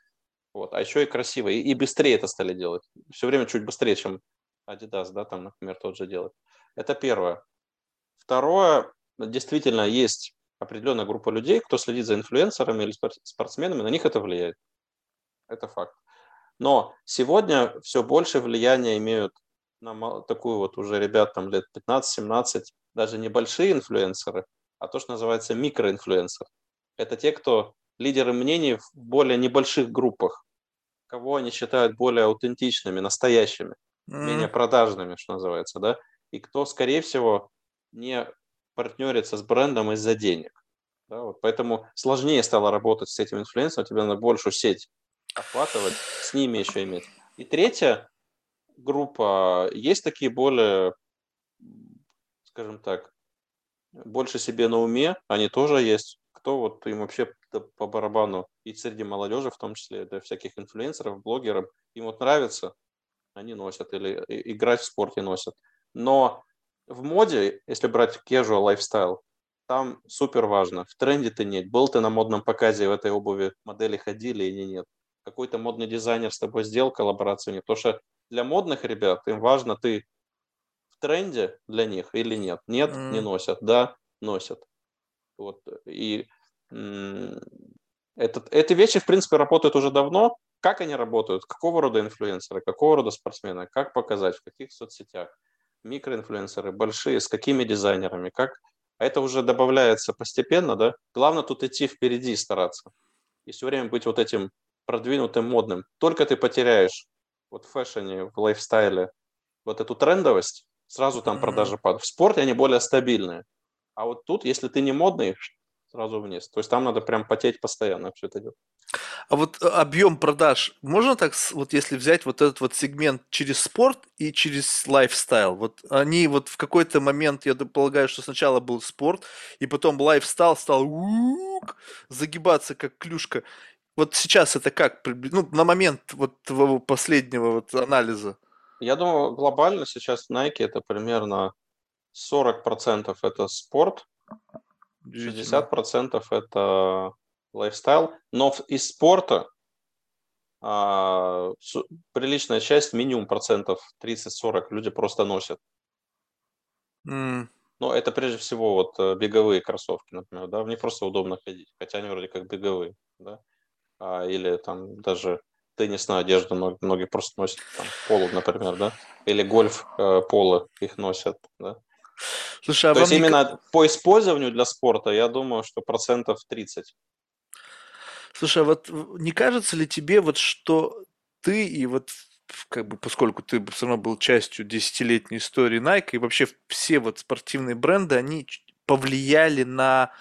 Вот. А еще и красиво. И быстрее это стали делать. Все время чуть быстрее, чем Adidas, да, там, например, тот же делает. Это первое. Второе, действительно, есть определенная группа людей, кто следит за инфлюенсерами или спортсменами, на них это влияет. Это факт. Но сегодня все больше влияния имеют на такую вот уже ребят там лет 15-17, даже небольшие инфлюенсеры, а то, что называется микроинфлюенсер. Это те, кто лидеры мнений в более небольших группах, кого они считают более аутентичными, настоящими, менее продажными, что называется, да, и кто, скорее всего, не партнерится с брендом из-за денег. Да, вот поэтому сложнее стало работать с этим инфлюенсером, тебе надо большую сеть охватывать, с ними еще иметь. И третья группа, есть такие более, скажем так, больше себе на уме, они тоже есть. Кто вот им вообще по барабану, и среди молодежи в том числе, для всяких инфлюенсеров, блогеров, им вот нравится, они носят, или играть в спорте носят. Но в моде, если брать casual lifestyle, там супер важно, в тренде ты нет, был ты на модном показе в этой обуви, модели ходили или нет. Какой-то модный дизайнер с тобой сделал коллаборацию, нет. Потому что для модных ребят им важно, ты в тренде для них или нет. Нет, не носят. Да, носят. Вот. И эти вещи, в принципе, работают уже давно. Как они работают? Какого рода инфлюенсеры, какого рода спортсмены? Как показать, в каких соцсетях? Микроинфлюенсеры, большие, с какими дизайнерами? Как? А это уже добавляется постепенно, да? Главное тут идти впереди и стараться. И все время быть вот этим продвинутым, модным. Только ты потеряешь вот в фэшне, в лайфстайле вот эту трендовость, сразу там продажи падают. В спорте они более стабильные. А вот тут, если ты не модный, сразу вниз. То есть там надо прям потеть постоянно все это делать. А вот объем продаж, можно так, вот если взять вот этот вот сегмент через спорт и через лайфстайл, вот они вот в какой-то момент, я полагаю, что сначала был спорт, и потом лайфстайл стал загибаться как клюшка. Вот сейчас это как, ну, на момент вот твоего последнего вот анализа? Я думаю, глобально сейчас Nike это примерно 40% это спорт, Удивительно. 60% это лайфстайл. Но из спорта а, приличная часть, минимум процентов 30-40 люди просто носят. М, Но это прежде всего вот беговые кроссовки, например, да, в них просто удобно ходить, хотя они вроде как беговые, да, или там даже теннисную одежду многие просто носят, там, поло, например, да, или гольф поло их носят, да. Слушай, а То есть вам не... именно по использованию для спорта, я думаю, что процентов 30. Слушай, а вот не кажется ли тебе вот, что ты и вот как бы, поскольку ты все равно был частью десятилетней истории Nike, и вообще все вот спортивные бренды, они повлияли на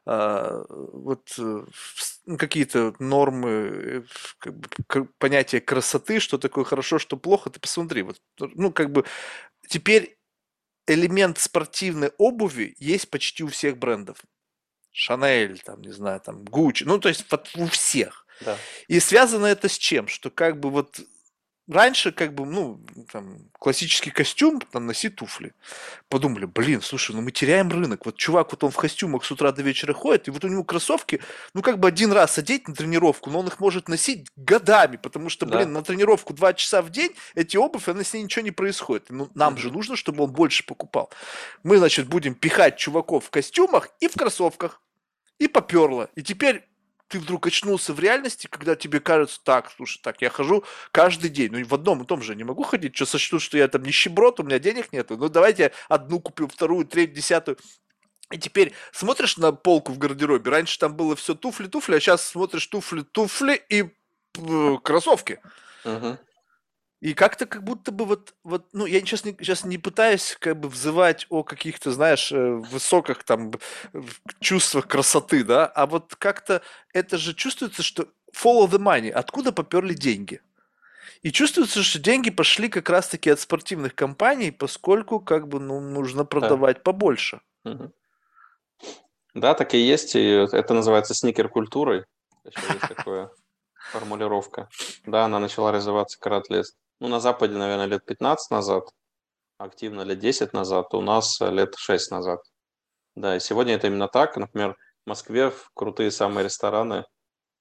ну, какие-то нормы, как бы, понятие красоты, что такое хорошо, что плохо, ты посмотри, вот, ну, как бы, теперь элемент спортивной обуви есть почти у всех брендов. Шанель, там, не знаю, там, Гуччи, ну, то есть вот у всех. Да. И связано это с чем? Что как бы вот раньше как бы, ну, там, классический костюм, там, носи туфли. Подумали, блин, слушай, ну мы теряем рынок. Вот чувак, вот он в костюмах с утра до вечера ходит, и вот у него кроссовки, ну, как бы один раз одеть на тренировку, но он их может носить годами, потому что, блин, Да. на тренировку 2 часа в день эти обувь, она с ней ничего не происходит. Ну, нам же Мгм. нужно, чтобы он больше покупал. Мы, значит, будем пихать чуваков в костюмах и в кроссовках. И поперло. И теперь ты вдруг очнулся в реальности, когда тебе кажется, так, слушай, так, я хожу каждый день, ну в одном и том же не могу ходить, что сочтут, что я там нищеброд, у меня денег нету, ну давайте одну куплю, вторую, третью, десятую. И теперь смотришь на полку в гардеробе, раньше там было все туфли-туфли, а сейчас смотришь туфли-туфли и кроссовки. Мгм. И как-то как будто бы вот, ну, я сейчас не пытаюсь как бы взывать о каких-то, знаешь, высоких там чувствах красоты, да, а вот как-то это же чувствуется, что follow the money, откуда поперли деньги. И чувствуется, что деньги пошли как раз-таки от спортивных компаний, поскольку как бы, ну, нужно Да. продавать побольше. Мгм. Да, так и есть, и это называется сникер-культурой. Еще есть такая формулировка. Да, она начала развиваться как раз лет, ну, на Западе, наверное, лет 15 назад, активно лет 10 назад, у нас лет 6 назад. Да, и сегодня это именно так. Например, в Москве в крутые самые рестораны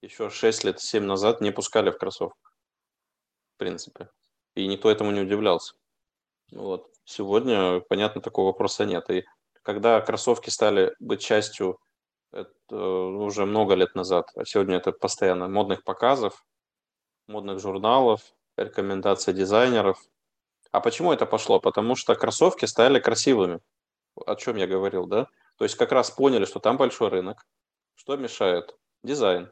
еще 6 лет, 7 назад не пускали в кроссовках, в принципе. И никто этому не удивлялся. Вот. Сегодня, понятно, такого вопроса нет. И когда кроссовки стали быть частью, это уже много лет назад, а сегодня это постоянно модных показов, модных журналов, рекомендаций дизайнеров. А почему это пошло? Потому что кроссовки стали красивыми. О чем я говорил, да? То есть как раз поняли, что там большой рынок. Что мешает? Дизайн.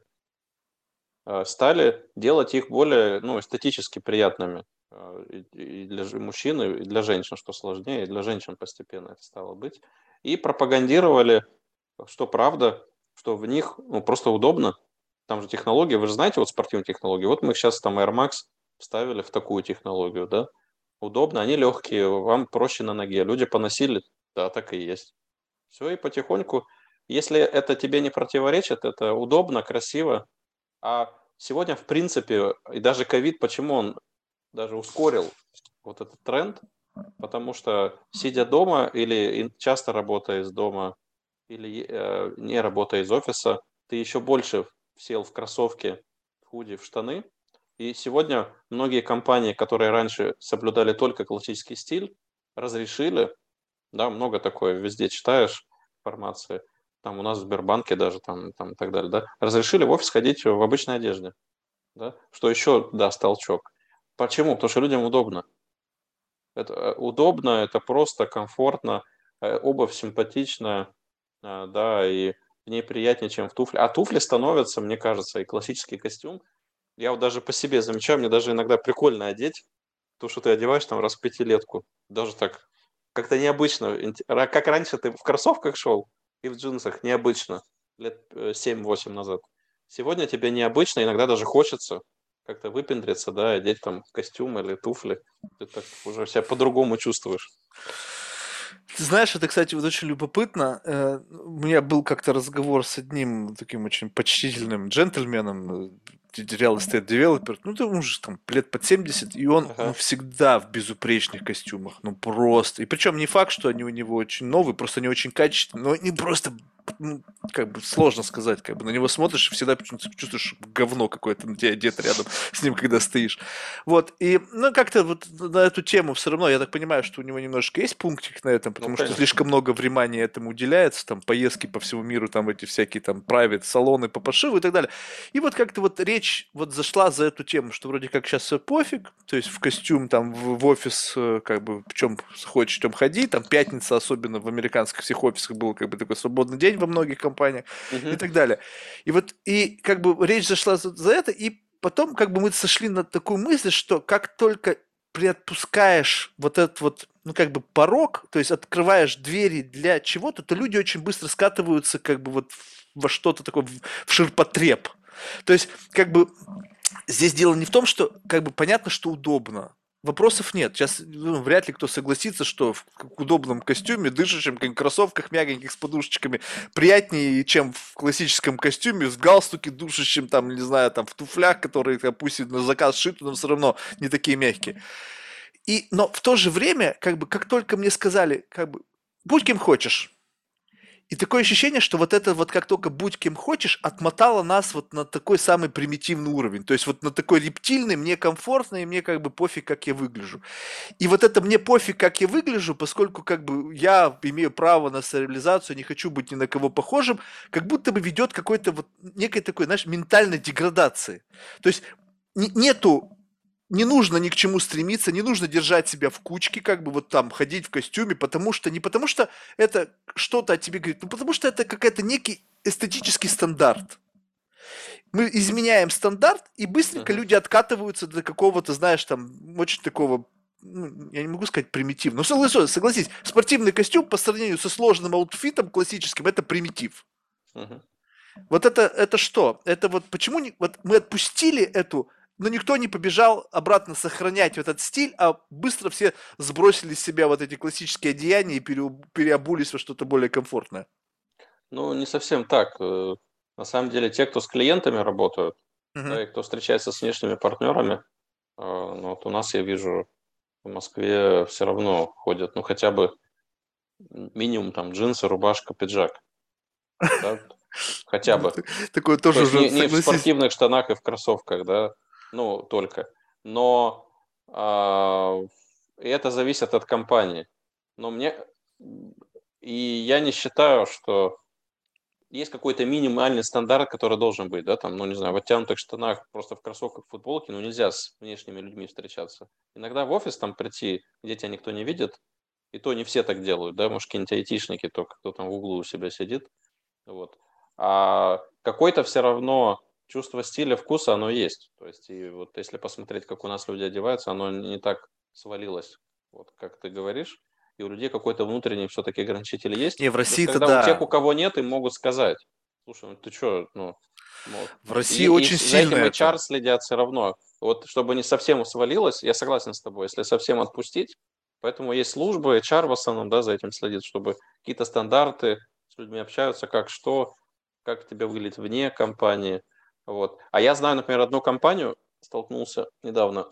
Стали делать их более, ну, эстетически приятными. И для мужчин, и для женщин, что сложнее, и для женщин постепенно это стало быть. И пропагандировали, что правда, что в них, ну, просто удобно. Там же технологии, вы же знаете, вот спортивные технологии. Вот мы сейчас там Air Max вставили в такую технологию, да? Удобно, они легкие, вам проще на ноге. Люди поносили, да, так и есть. Все, и потихоньку, если это тебе не противоречит, это удобно, красиво. А сегодня, в принципе, и даже ковид, почему он даже ускорил вот этот тренд? Потому что, сидя дома или часто работая из дома, или не работая из офиса, ты еще больше сел в кроссовки, в худи, в штаны. И сегодня многие компании, которые раньше соблюдали только классический стиль, разрешили, да, много такое, везде читаешь информации, там у нас в Сбербанке даже там и так далее, да, разрешили в офис ходить в обычной одежде, да, что еще даст толчок. Почему? Потому что людям удобно. Это удобно, это просто, комфортно, обувь симпатичная, да, и в ней приятнее, чем в туфле. А туфли становятся, мне кажется, и классический костюм. Я вот даже по себе замечаю, мне даже иногда прикольно одеть то, что ты одеваешь там раз в пятилетку. Даже так как-то необычно. Как раньше ты в кроссовках шел и в джинсах, необычно, лет 7-8 назад. Сегодня тебе необычно, иногда даже хочется как-то выпендриться, да, одеть там костюм или туфли. Ты так уже себя по-другому чувствуешь. Ты знаешь, это, кстати, вот очень любопытно. У меня был как-то разговор с одним таким очень почтительным джентльменом, real estate developer, ну, ты уже там лет под 70, и он, ну, Ага. всегда в безупречных костюмах, ну, просто. И причем не факт, что они у него очень новые, просто они очень качественные, но они просто, ну, как бы сложно сказать, как бы на него смотришь и всегда почему-то чувствуешь говно какое-то на тебя одет рядом с ним, когда стоишь. Вот, и, ну, как-то вот на эту тему все равно, я так понимаю, что у него немножко есть пунктик на этом, Ну, потому что конечно. слишком много внимания этому уделяется, там, поездки по всему миру, там, эти всякие, там, private салоны по пошиву и так далее. И вот как-то вот речь вот зашла за эту тему, что вроде как сейчас все пофиг, то есть в костюм, там, в офис, как бы, в чем хочешь, в чем ходи, там, пятница, особенно в американских всех офисах, был, как бы, такой свободный день во многих компаниях и Мгм. так далее. И вот, и, как бы, речь зашла за это, и потом как бы мы сошли на такую мысль, что как только приотпускаешь вот этот вот, ну, как бы порог, то есть открываешь двери для чего-то, то люди очень быстро скатываются как бы вот во что-то такое, в ширпотреб. То есть, как бы, здесь дело не в том, что, как бы, понятно, что удобно. Вопросов нет. Сейчас, ну, вряд ли кто согласится, что в удобном костюме, дышащем, как кроссовках мягеньких с подушечками, приятнее, чем в классическом костюме, в галстуке, душащем, там, не знаю, там, в туфлях, которые, там, пусть и на заказ шиты, но все равно не такие мягкие. И, но в то же время, как бы, как только мне сказали, как бы, будь кем хочешь, и такое ощущение, что вот это вот как только будь кем хочешь, отмотало нас вот на такой самый примитивный уровень. То есть вот на такой рептильный, мне комфортно, и мне как бы пофиг, как я выгляжу. И вот это мне пофиг, как я выгляжу, поскольку как бы я имею право на самореализацию, не хочу быть ни на кого похожим, как будто бы ведет какой-то вот некой такой, знаешь, ментальной деградации. То есть нету, не нужно ни к чему стремиться, не нужно держать себя в кучке, как бы вот там ходить в костюме, потому что, не потому что это что-то о тебе говорит, ну потому что это какая-то некий эстетический стандарт. Мы изменяем стандарт, и быстренько Мгм. люди откатываются до какого-то, знаешь, там, очень такого, ну, я не могу сказать примитив, но согласись, спортивный костюм по сравнению со сложным аутфитом классическим, это примитив. Мгм. Вот это что? Это вот почему вот мы отпустили эту, но никто не побежал обратно сохранять этот стиль, а быстро все сбросили с себя вот эти классические одеяния и переобулись во что-то более комфортное. Ну, не совсем так. На самом деле, те, кто с клиентами работают, Мгм. да, и кто встречается с внешними партнерами, ну, вот у нас я вижу в Москве все равно ходят, ну, хотя бы минимум там джинсы, рубашка, пиджак. Да? хотя Ну, бы. такое То тоже есть уже, не в согласись. спортивных штанах и в кроссовках, да, ну, только. Но а, и это зависит от компании. Но мне... И я не считаю, что есть какой-то минимальный стандарт, который должен быть, да, там, ну, не знаю, в оттянутых штанах, просто в кроссовках, в футболке, ну, нельзя с внешними людьми встречаться. Иногда в офис там прийти, где тебя никто не видит, и то не все так делают, да, может, какие-нибудь айтишники, только кто там в углу у себя сидит, вот. А какое-то все равно чувство стиля, вкуса, оно есть. То есть, и вот если посмотреть, как у нас люди одеваются, оно не так свалилось, вот как ты говоришь. И у людей какой-то внутренний все-таки ограничитель есть. Не, в Плюс, России-то когда у тех, да. у кого нет, им могут сказать, слушай, ну ты что, ну, вот. В России И очень за сильно этим это. HR следят все равно. Вот чтобы не совсем свалилось, я согласен с тобой, если совсем отпустить, поэтому есть службы, HR в основном, да, за этим следит, чтобы какие-то стандарты с людьми общаются, как что, как тебе выглядит вне компании. Вот. А я знаю, например, одну компанию, столкнулся недавно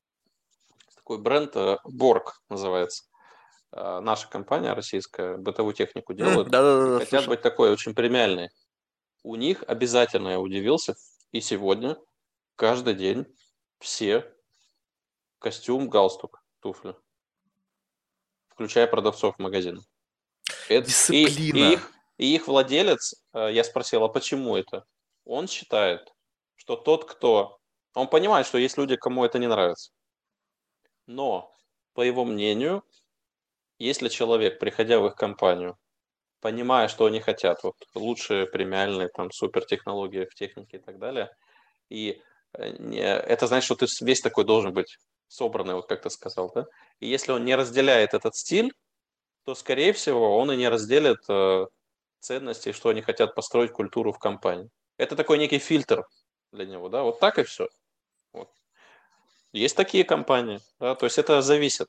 с такой бренд, Borg называется. Наша компания российская бытовую технику делает и Да-да-да, хотят слышал. быть такой очень премиальной. У них обязательно, я удивился, и сегодня каждый день все костюм, галстук, туфли, включая продавцов магазина. Дисциплина. И их владелец, я спросил, а почему это? Он считает, что тот, кто... Он понимает, что есть люди, кому это не нравится. Но, по его мнению, если человек, приходя в их компанию, понимая, что они хотят, вот лучшие премиальные, там, супертехнологии в технике и так далее, и это значит, что ты весь такой должен быть собранный, вот как ты сказал, да? И если он не разделяет этот стиль, то, скорее всего, он и не разделит ценности, что они хотят построить культуру в компании. Это такой некий фильтр для него, да, вот так и все. Вот. Есть такие компании, да, то есть это зависит.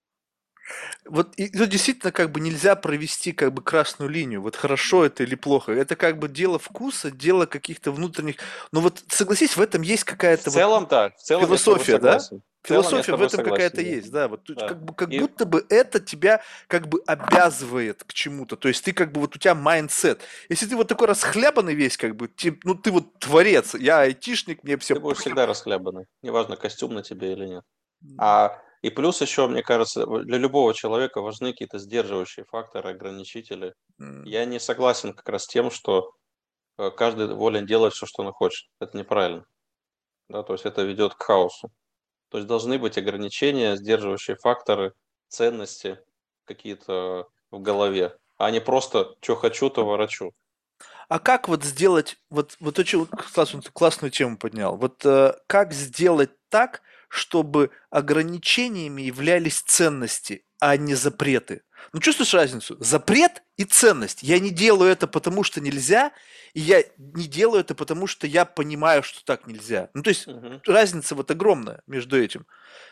Вот и тут действительно как бы нельзя провести как бы красную линию. Вот хорошо это или плохо. Это как бы дело вкуса, дело каких-то внутренних. Но вот согласись, в этом есть В какая-то вот целом, да, в целом я с тобой философия, да? согласен. В целом я с Философия в тобой этом согласен, какая-то да. есть, да. Вот тут Да. как И будто бы это тебя как бы обязывает к чему-то. То есть ты как бы вот у тебя майндсет. Если ты вот такой расхлябанный весь, как бы, ну ты вот творец, я айтишник, мне все ты будешь похер. всегда расхлябанный, неважно, костюм на тебе или нет. И плюс еще, мне кажется, для любого человека важны какие-то сдерживающие факторы, ограничители. М. Я не согласен как раз с тем, что каждый волен делать все, что он хочет. Это неправильно. Да, то есть это ведет к хаосу. То есть должны быть ограничения, сдерживающие факторы, ценности какие-то в голове, а не просто что хочу, то ворочу. А как вот сделать, вот очень классную тему поднял, вот как сделать так, чтобы ограничениями являлись ценности, а не запреты? Ну, чувствуешь разницу? Запрет и ценность. Я не делаю это потому, что нельзя, и я не делаю это потому, что я понимаю, что так нельзя. Ну, то есть Мгм. разница вот огромная между этим.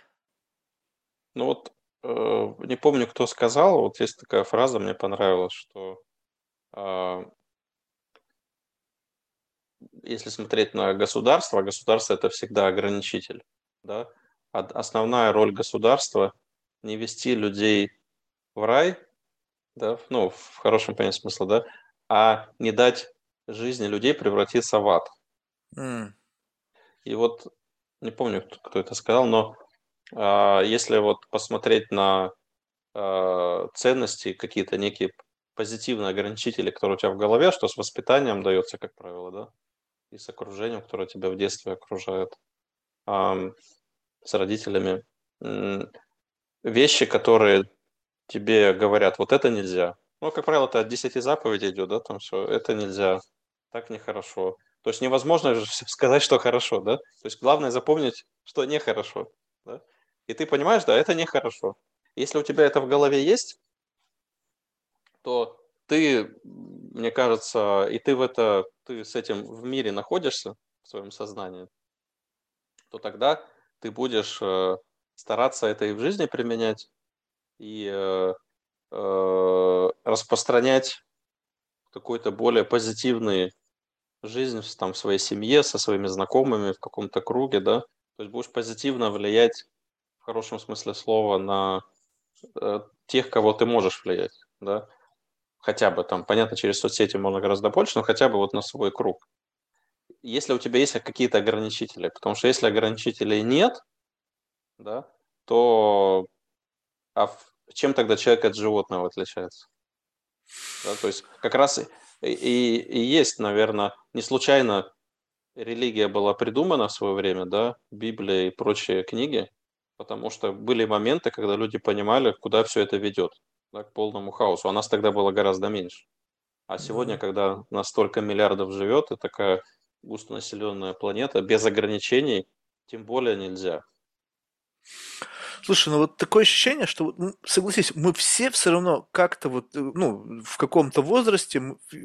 Ну вот, не помню, кто сказал, вот есть такая фраза, мне понравилась, что а, если смотреть на государство, а государство это всегда ограничитель, да, основная роль государства не вести людей в рай, да, ну, в хорошем понятии смысла, да, а не дать жизни людей превратиться в ад. М. И вот, не помню, кто это сказал, но если вот посмотреть на ценности, какие-то некие позитивные ограничители, которые у тебя в голове, что с воспитанием дается, как правило, да, и с окружением, которое тебя в детстве окружает, ам, с родителями. М, Вещи, которые тебе говорят, вот это нельзя. Ну, как правило, это от 10 заповедей идет, да, там все, это нельзя, так нехорошо. То есть невозможно же сказать, что хорошо, да? То есть главное запомнить, что нехорошо, да? И ты понимаешь, да, это нехорошо. Если у тебя это в голове есть, то ты, мне кажется, и ты с этим в мире находишься, в своем сознании, то тогда ты будешь стараться это и в жизни применять, и распространять какой-то более позитивный жизнь там, в своей семье, со своими знакомыми, в каком-то круге, да. То есть будешь позитивно влиять в хорошем смысле слова на тех, кого ты можешь влиять, да. хотя бы там, понятно, через соцсети можно гораздо больше, но хотя бы вот на свой круг. Если у тебя есть какие-то ограничители, потому что если ограничителей нет, да, то чем тогда человек от животного отличается? Да, то есть как раз и есть, наверное, не случайно религия была придумана в свое время, да, Библия и прочие книги, потому что были моменты, когда люди понимали, куда все это ведет, да, к полному хаосу. А нас тогда было гораздо меньше. А сегодня, Мгм. когда нас столько миллиардов живет, и такая густонаселенная планета, без ограничений, тем более нельзя. Слушай, ну вот такое ощущение, что, вот, согласись, мы все равно как-то вот, ну, в каком-то возрасте,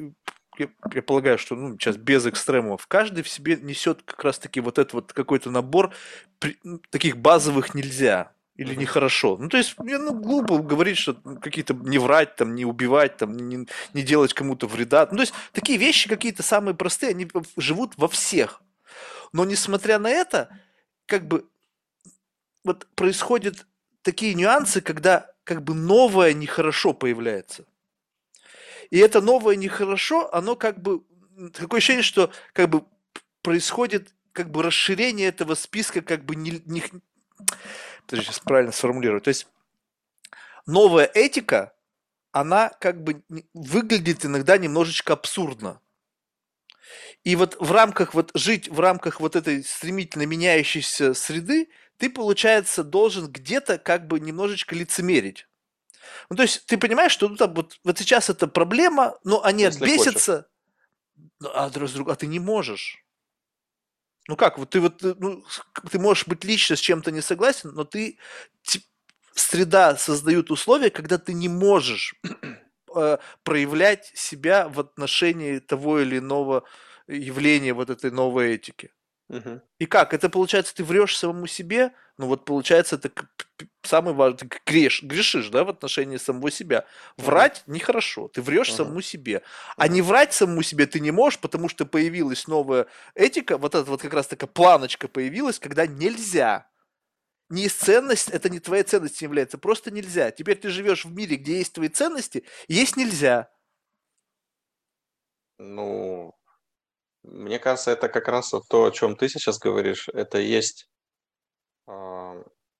я полагаю, что, ну, сейчас без экстремумов, каждый в себе несет как раз-таки вот этот вот какой-то набор таких базовых нельзя или Мгм. нехорошо. Ну, то есть, ну, глупо говорить, что какие-то не врать, там, не убивать, там, не делать кому-то вреда. Ну, то есть, такие вещи какие-то самые простые, они живут во всех. Но, несмотря на это, как бы вот происходят такие нюансы, когда как бы новое нехорошо появляется. И это новое нехорошо, оно как бы такое ощущение, что как бы происходит как бы расширение этого списка, как бы подожди, сейчас правильно сформулировать. То есть новая этика, она как бы выглядит иногда немножечко абсурдно. И вот в рамках вот жить в рамках вот этой стремительно меняющейся среды, ты, получается, должен где-то как бы немножечко лицемерить. Ну, то есть ты понимаешь, что ну, там, вот сейчас это проблема, но они Если хочешь. отбесятся, а ты не можешь. Ну как, вот, ну, ты можешь быть лично с чем-то не согласен, но среда создает условия, когда ты не можешь проявлять себя в отношении того или иного явления вот этой новой этики. Мгм. И как? Это получается, ты врешь самому себе? Ну вот получается, это самый важный, ты грешишь, да, в отношении самого себя. Мгм. Врать нехорошо, ты врешь Мгм. самому себе. А не Мгм. врать самому себе ты не можешь, потому что появилась новая этика, вот эта вот как раз такая планочка появилась, когда нельзя. Не ценность, это не твоя ценность является, просто нельзя. Теперь ты живешь в мире, где есть твои ценности, есть нельзя. Ну, мне кажется, это как раз вот то, о чем ты сейчас говоришь, это и есть а,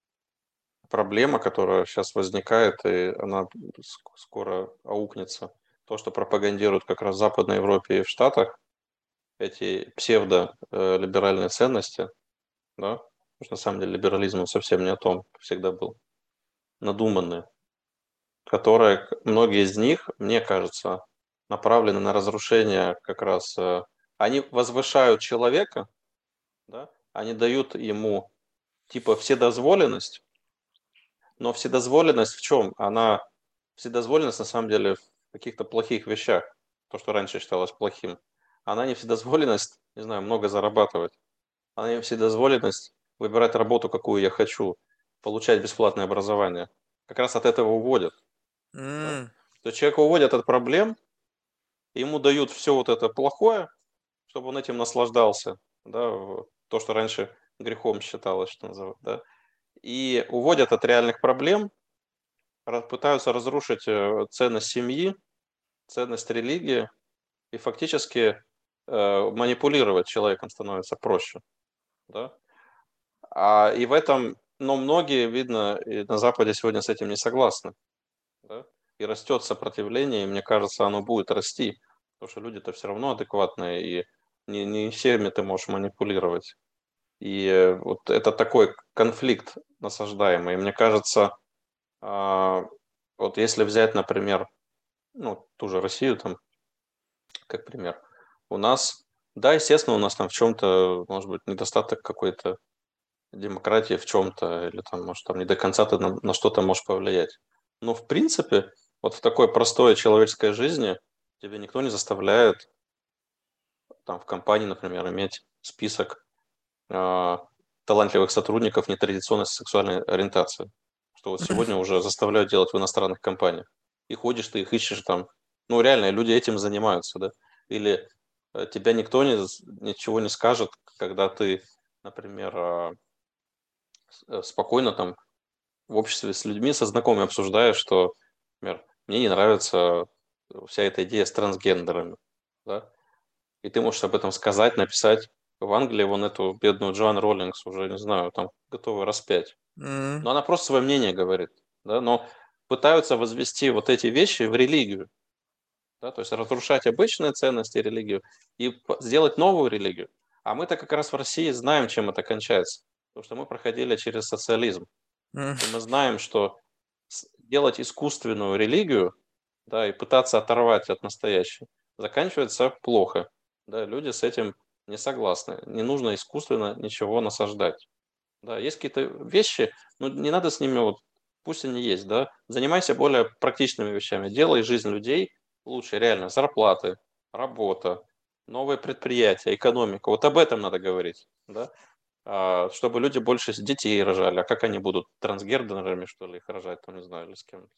проблема, которая сейчас возникает, и она скоро аукнется. То, что пропагандируют как раз в Западной Европе и в Штатах, эти псевдо-либеральные ценности, да, потому что на самом деле либерализм он совсем не о том всегда был, надуманные, которые, многие из них, мне кажется, направлены на разрушение как раз, они возвышают человека, да, они дают ему типа вседозволенность, но вседозволенность в чем? Вседозволенность на самом деле в каких-то плохих вещах, то, что раньше считалось плохим. Она не вседозволенность, не знаю, много зарабатывать. Она не вседозволенность выбирать работу, какую я хочу, получать бесплатное образование. Как раз от этого уводят. Да? М, То есть человека уводят от проблем, ему дают все вот это плохое, чтобы он этим наслаждался. Да? То, что раньше грехом считалось, что называют. Да? И уводят от реальных проблем, пытаются разрушить ценность семьи, ценность религии, и фактически манипулировать человеком становится проще. Да? И в этом, но многие, видно, и на Западе сегодня с этим не согласны. Да? И растет сопротивление, и мне кажется, оно будет расти, потому что люди-то все равно адекватные, и не всеми ты можешь манипулировать. И вот это такой конфликт насаждаемый. И мне кажется, а, вот если взять, например, ну, ту же Россию там, как пример, у нас, да, естественно, у нас там в чем-то, может быть, недостаток какой-то демократии в чем-то, или там, может, там не до конца ты на что-то можешь повлиять. Но, в принципе, вот в такой простой человеческой жизни тебя никто не заставляет, там, в компании, например, иметь список а, талантливых сотрудников нетрадиционной сексуальной ориентации, что вот сегодня уже заставляют делать в иностранных компаниях. И ходишь ты, их ищешь там. Ну, реально, люди этим занимаются, да. Или тебя никто ничего не скажет, когда ты, например, спокойно там в обществе с людьми, со знакомыми обсуждаешь, что, например, мне не нравится вся эта идея с трансгендерами, да, и ты можешь об этом сказать, написать. В Англии вон эту бедную Джоан Роллингс уже, не знаю, там готовы распять. М, Но она просто свое мнение говорит, да, но пытаются возвести вот эти вещи в религию, да, то есть разрушать обычные ценности религию и сделать новую религию. А мы-то как раз в России знаем, чем это кончается, потому что мы проходили через социализм, м. и мы знаем, что делать искусственную религию, да, и пытаться оторвать от настоящей, заканчивается плохо. Да, люди с этим не согласны. Не нужно искусственно ничего насаждать. Да, есть какие-то вещи, ну, не надо с ними, вот, пусть они есть, да, занимайся более практичными вещами, делай жизнь людей лучше, реально, зарплаты, работа, новые предприятия, экономика, вот об этом надо говорить, да, чтобы люди больше детей рожали, а как они будут, трансгендерами, что ли, их рожать, там, не знаю, или с кем,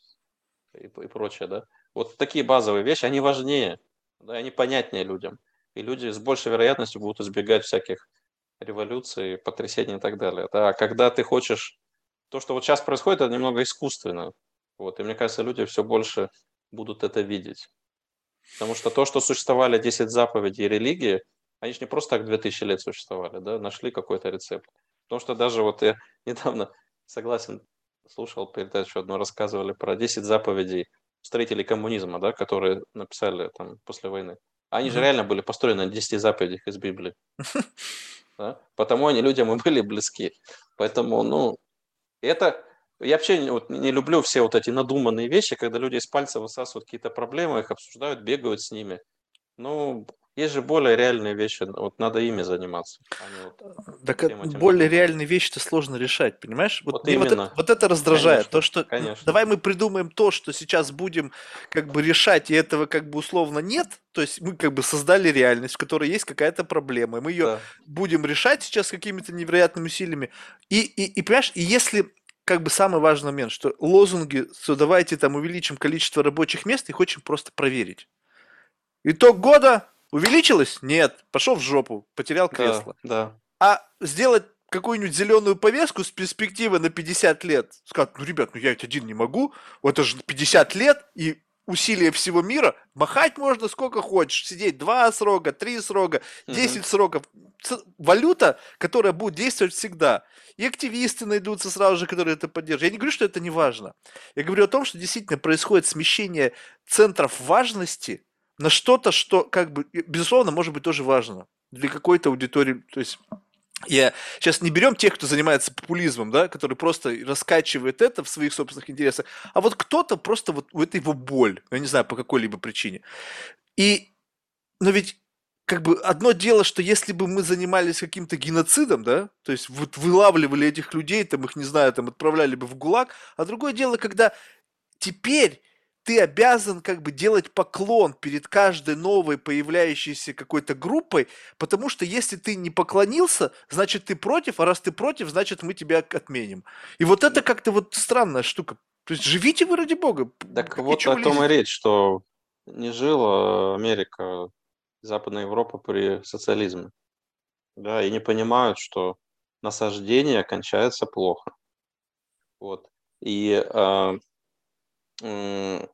и прочее, да, вот такие базовые вещи, они важнее, да, они понятнее людям, и люди с большей вероятностью будут избегать всяких революции, потрясений и так далее. Да, а когда ты хочешь... То, что вот сейчас происходит, это немного искусственно. Вот, и мне кажется, люди все больше будут это видеть. Потому что то, что существовали 10 заповедей религии, они же не просто так 2000 лет существовали, да, нашли какой-то рецепт. Потому что даже вот я недавно, согласен, слушал передачу одну, рассказывали про 10 заповедей строителей коммунизма, да, которые написали там после войны. Они же Мгм. реально были построены на 10 заповедях из Библии. Да? Потому они людям и были близки. Поэтому, ну, это... Я вообще вот не люблю все вот эти надуманные вещи, когда люди из пальца высасывают какие-то проблемы, их обсуждают, бегают с ними. Ну, есть же более реальные вещи, вот надо ими заниматься, а не вот Так всем этим более надуманным. реальные вещи-то сложно решать, понимаешь? Вот Вот мне вот это, именно. вот это раздражает. То, Конечно, что конечно. давай мы придумаем то, что сейчас будем как бы решать, и этого как бы условно нет. То есть мы как бы создали реальность, в которой есть какая-то проблема, и мы ее Да. будем решать сейчас какими-то невероятными усилиями. И понимаешь, и если как бы самый важный момент, что лозунги, что давайте там увеличим количество рабочих мест, их очень просто проверить. Итог года увеличилось? Нет. Пошел в жопу, потерял Да, кресло. да. А сделать какую-нибудь зеленую повестку с перспективы на 50 лет, сказать, ну, ребят, ну я ведь один не могу, вот это же 50 лет и усилия всего мира, махать можно сколько хочешь, сидеть 2 срока, 3 срока, Мгм. 10 сроков. Валюта, которая будет действовать всегда. И активисты найдутся сразу же, которые это поддержат. Я не говорю, что это не важно. Я говорю о том, что действительно происходит смещение центров важности на что-то, что, как бы, безусловно, может быть тоже важно для какой-то аудитории. То есть я сейчас не берем тех, кто занимается популизмом, да, который просто раскачивает это в своих собственных интересах, а вот кто-то просто вот это его боль, я не знаю, по какой-либо причине. И, но ведь как бы одно дело, что если бы мы занимались каким-то геноцидом, да, то есть вот вылавливали этих людей, там их, не знаю, там отправляли бы в ГУЛАГ, а другое дело, когда теперь ты обязан как бы делать поклон перед каждой новой появляющейся какой-то группой, потому что если ты не поклонился, значит ты против, а раз ты против, значит мы тебя отменим. И вот это как-то вот странная штука. То есть живите вы ради бога. Так Ради вот чего о вы том и лезете? речь, что не жила Америка, Западная Европа при социализме. Да, и не понимают, что насаждение кончается плохо. Вот. И м,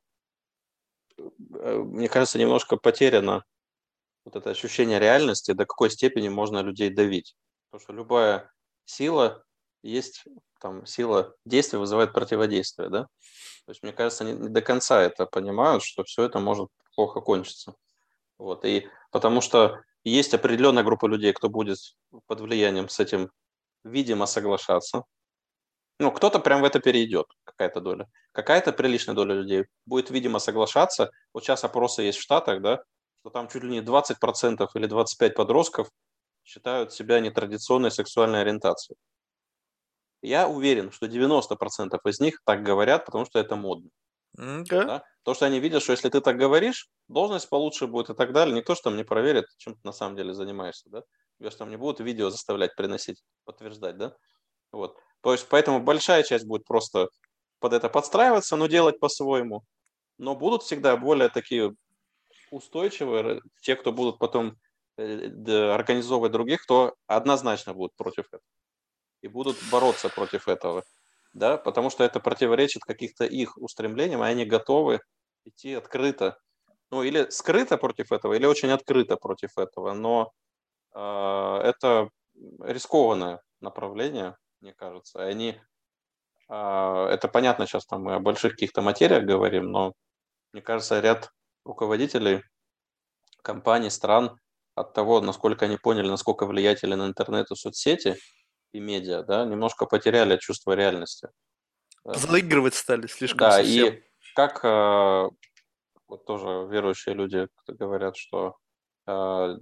мне кажется, немножко потеряно вот это ощущение реальности, до какой степени можно людей давить. Потому что любая сила есть, там, сила действия вызывает противодействие, да? То есть, мне кажется, не до конца это понимают, что все это может плохо кончиться. Вот. И потому что есть определенная группа людей, кто будет под влиянием с этим видимо соглашаться. Ну, кто-то прям в это перейдет, какая-то доля. Какая-то приличная доля людей будет, видимо, соглашаться. Вот сейчас опросы есть в Штатах, да, что там чуть ли не 20% или 25% подростков считают себя нетрадиционной сексуальной ориентацией. Я уверен, что 90% из них так говорят, потому что это модно. Да. Да? То, что они видят, что если ты так говоришь, должность получше будет и так далее. Никто же там не проверит, чем ты на самом деле занимаешься. Да? Тебе же там не будут видео заставлять приносить, подтверждать. Да? Вот. То есть, поэтому большая часть будет просто под это подстраиваться, но делать по-своему. Но будут всегда более такие устойчивые, те, кто будут потом организовывать других, кто однозначно будут против этого и будут бороться против этого, да, потому что это противоречит каких-то их устремлениям, и они готовы идти открыто Ну, или скрыто против этого, или очень открыто против этого, но это рискованное направление, мне кажется. И они, это понятно, сейчас там мы о больших каких-то материях говорим, но мне кажется, ряд руководителей компаний, стран от того, насколько они поняли, насколько влиятелен интернет и соцсети и медиа, да, немножко потеряли чувство реальности. Да, Заигрывать стали слишком да, совсем. и как вот тоже верующие люди говорят, э,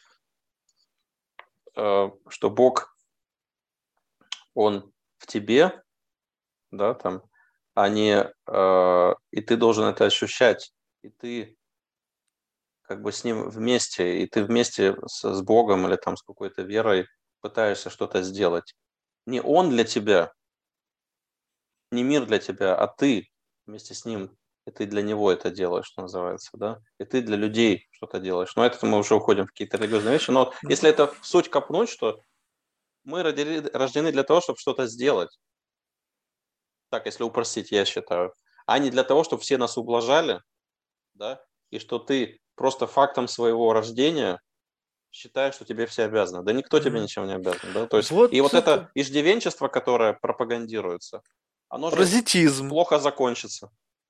что Бог, Он в тебе, да, там, и ты должен это ощущать, и ты как бы с ним вместе, и ты вместе с Богом или там с какой-то верой пытаешься что-то сделать. Не Он для тебя, не мир для тебя, а ты вместе с ним, и ты для него это делаешь, что называется, да, и ты для людей что-то делаешь. Но это мы уже уходим в какие-то религиозные вещи, но если это в суть копнуть, что мы рождены для того, чтобы что-то сделать, так, если упростить, я считаю, а не для того, чтобы все нас ублажали, да, и что ты просто фактом своего рождения считаешь, что тебе все обязаны. Да никто тебе Мгм. ничем не обязан, да, то есть, и Вот вот это это иждивенчество, которое пропагандируется, оно же паразитизм. плохо закончится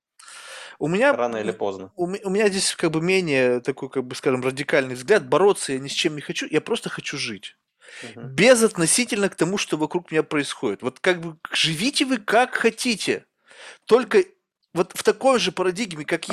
У меня, рано или поздно. у меня здесь как бы менее такой, как бы, скажем, радикальный взгляд. Бороться я ни с чем не хочу, я просто хочу жить. Мгм. Безотносительно к тому, что вокруг меня происходит. Вот как бы живите вы как хотите. Только вот в такой же парадигме, как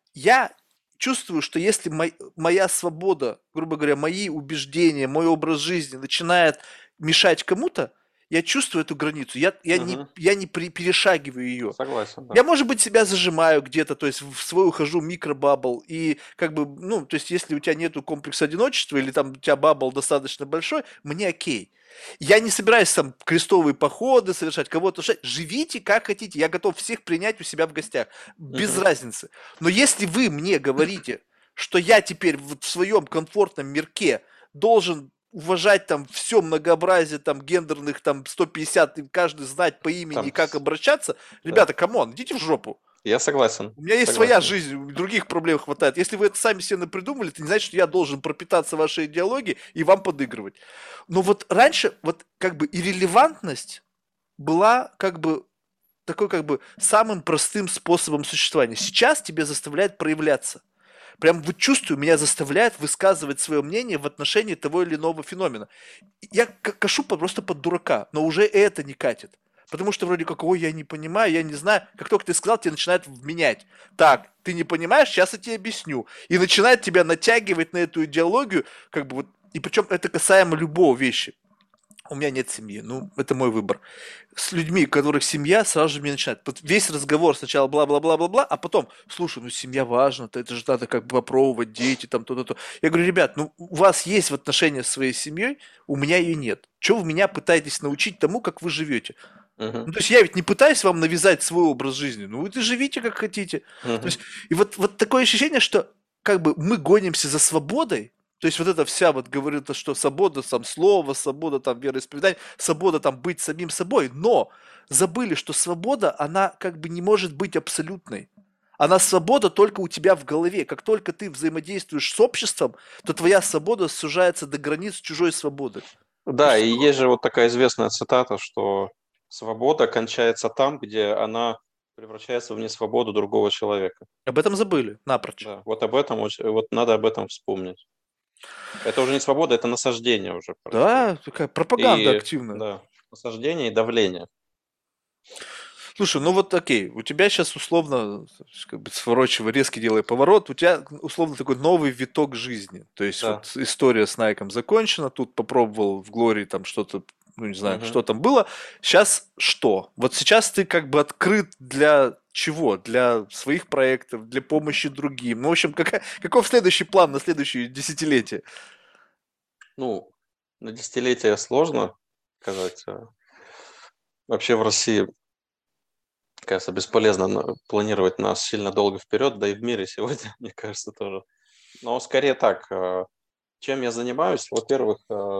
я чувствую, что если моя свобода, грубо говоря, мои убеждения, мой образ жизни начинает мешать кому-то, я чувствую эту границу, Мгм. я не перешагиваю ее. Согласен, Я, да. может быть, себя зажимаю где-то, то есть в свой ухожу микробабл, и как бы, ну, то есть если у тебя нету комплекса одиночества или там у тебя бабл достаточно большой, мне окей. Я не собираюсь там крестовые походы совершать, кого-то шать. Живите как хотите, я готов всех принять у себя в гостях, без Мгм. разницы. Но если вы мне говорите, что я теперь вот в своем комфортном мирке должен уважать там все многообразие там гендерных там 150 и каждый знать по имени и Там, как обращаться, да. ребята, камон, идите в жопу. Я согласен, У меня есть своя согласен. жизнь, других проблем хватает. Если вы это сами себе придумали, это не значит, что я должен пропитаться вашей идеологией и вам подыгрывать. Но вот раньше вот как бы иррелевантность была как бы такой как бы самым простым способом существования. Сейчас тебе заставляет проявляться. Прям вот чувствую, меня заставляет высказывать свое мнение в отношении того или иного феномена. Я кашу просто под дурака, но уже это не катит. Потому что вроде как, ой, я не понимаю, я не знаю. Как только ты сказал, тебе начинает вменять. Так, ты не понимаешь, сейчас я тебе объясню. И начинает тебя натягивать на эту идеологию, как бы вот, и причем это касаемо любого вещи. У меня нет семьи, ну, это мой выбор. С людьми, у которых семья, сразу же мне начинает. Вот весь разговор сначала бла-бла-бла-бла-бла, а потом, слушай, ну семья важна, это же надо как бы попробовать, дети, там, то-то-то. Я говорю, ребят, ну у вас есть в отношениях с своей семьей, у меня ее нет. Чего вы меня пытаетесь научить тому, как вы живете? Мгм. Ну, то есть я ведь не пытаюсь вам навязать свой образ жизни, ну вы живите как хотите. То Мгм. есть, и вот такое ощущение, что как бы мы гонимся за свободой, то есть вот эта вся вот говорит, что свобода там слова, свобода там вероисповедания, свобода там быть самим собой, но забыли, что свобода, она как бы не может быть абсолютной. Она свобода только у тебя в голове. Как только ты взаимодействуешь с обществом, то твоя свобода сужается до границ чужой свободы. То Да, есть и есть же вот такая известная цитата, что свобода кончается там, где она превращается в несвободу другого человека. об этом забыли напрочь. Да, вот об этом, вот надо об этом вспомнить. Это уже не свобода, это насаждение уже происходит. Да, такая пропаганда И, активная. да, насаждение и давление. Слушай, ну вот окей, у тебя сейчас условно, как бы сворачивая, резкий делая поворот, у тебя условно такой новый виток жизни. То есть Да. вот история с Найком закончена, тут попробовал в Глории там что-то, ну не знаю, Мгм. что там было. Сейчас что? Вот сейчас ты как бы открыт для чего? Для своих проектов, для помощи другим. Ну, в общем, каков следующий план на следующее десятилетие? Ну, на десятилетия сложно сказать. Вообще в России, кажется, бесполезно планировать нас сильно долго вперед, да и в мире сегодня, мне кажется, тоже. Но скорее так, чем я занимаюсь? Во-первых,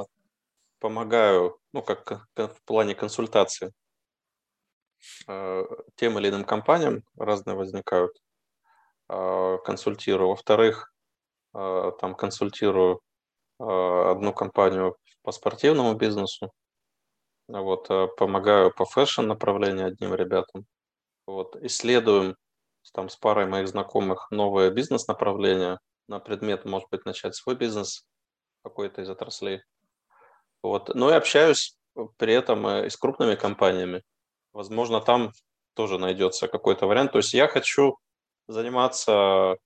помогаю, ну, как в плане консультации, э, тем или иным компаниям разные возникают. консультирую. Во-вторых, там консультирую одну компанию по спортивному бизнесу. Вот, помогаю по фэшн направлению одним ребятам. Вот, исследуем там с парой моих знакомых новые бизнес-направления на предмет, может быть, начать свой бизнес какой-то из отраслей. Вот. Ну и общаюсь при этом и с крупными компаниями. Возможно, там тоже найдется какой-то вариант. То есть я хочу заниматься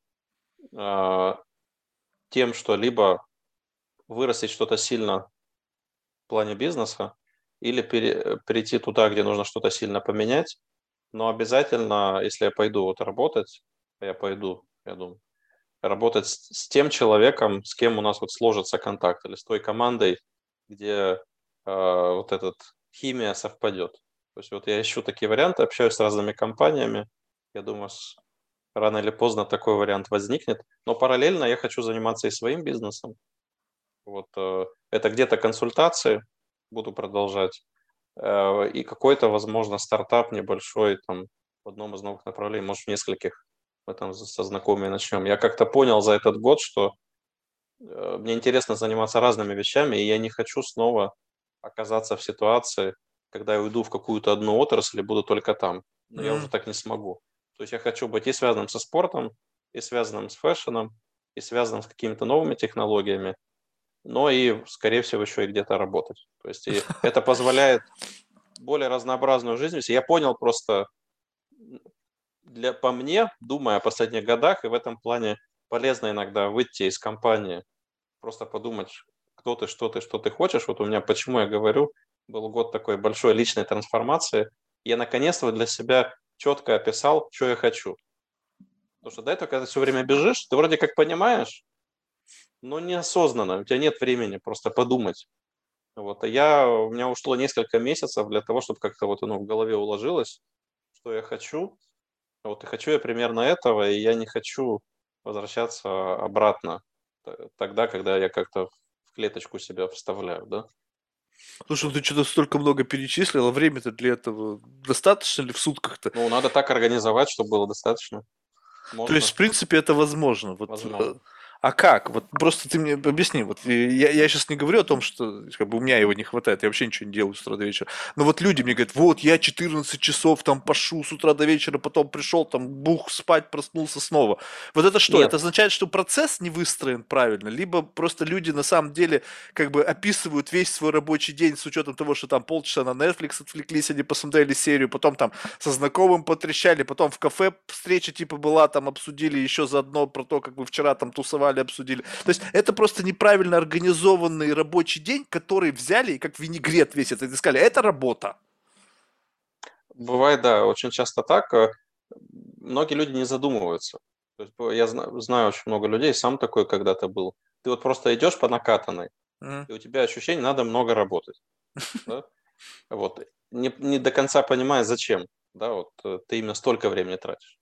тем, что либо вырастить что-то сильно в плане бизнеса, или перейти туда, где нужно что-то сильно поменять. Но обязательно, если я пойду вот работать, я пойду, я думаю, работать с тем человеком, с кем у нас вот сложится контакт, или с той командой, где вот этот химия совпадет. То есть вот я ищу такие варианты, общаюсь с разными компаниями. Я думаю, рано или поздно такой вариант возникнет. Но параллельно я хочу заниматься и своим бизнесом. Вот это где-то консультации буду продолжать. И какой-то, возможно, стартап небольшой там в одном из новых направлений, может, в нескольких. Мы там со знакомыми начнем. Я как-то понял за этот год, что мне интересно заниматься разными вещами, и я не хочу снова оказаться в ситуации, когда я уйду в какую-то одну отрасль и буду только там. Но я уже так не смогу. То есть я хочу быть и связанным со спортом, и связанным с фэшном, и связанным с какими-то новыми технологиями, но и, скорее всего, еще и где-то работать. То есть и это позволяет более разнообразную жизнь вести. Я понял просто, по мне, думая о последних годах, и в этом плане полезно иногда выйти из компании, просто подумать, кто ты, что ты хочешь. Вот у меня, почему я говорю, был год такой большой личной трансформации. Я наконец-то для себя четко описал, что я хочу. Потому что до этого, когда ты все время бежишь, ты вроде как понимаешь, но неосознанно, у тебя нет времени просто подумать. Вот, у меня ушло несколько месяцев для того, чтобы как-то вот оно в голове уложилось, что я хочу. Вот и хочу я примерно этого, и я не хочу возвращаться обратно тогда, когда я как-то в клеточку себя вставляю, да. Слушай, ну Вот. ты что-то столько много перечислил, а время-то для этого достаточно ли в сутках-то? Ну, надо так организовать, чтобы было достаточно. То есть, Можно, в принципе, это возможно. Вот, возможно. а как? Вот просто ты мне объясни. Вот я сейчас не говорю о том, что как бы у меня его не хватает, я вообще ничего не делаю с утра до вечера. Но вот люди мне говорят, вот я 14 часов там пашу с утра до вечера, потом пришел, там бух, спать, проснулся снова. Вот это что? Это Нет, означает, что процесс не выстроен правильно, либо просто люди на самом деле как бы описывают весь свой рабочий день с учетом того, что там полчаса на Netflix отвлеклись, они посмотрели серию, потом там со знакомым потрещали, потом в кафе встреча типа была, там обсудили еще заодно про то, как вы вчера там тусовали, обсудили. То есть это просто неправильно организованный рабочий день, который взяли и как винегрет весь это и сказали, это работа. бывает, да, очень часто так. Многие люди не задумываются. То есть я знаю очень много людей, сам такой когда-то был. Ты вот просто идешь по накатанной, Мгм. и у тебя ощущение, надо много работать. Да? Вот. Не до конца понимая, зачем. Да, вот ты именно столько времени тратишь.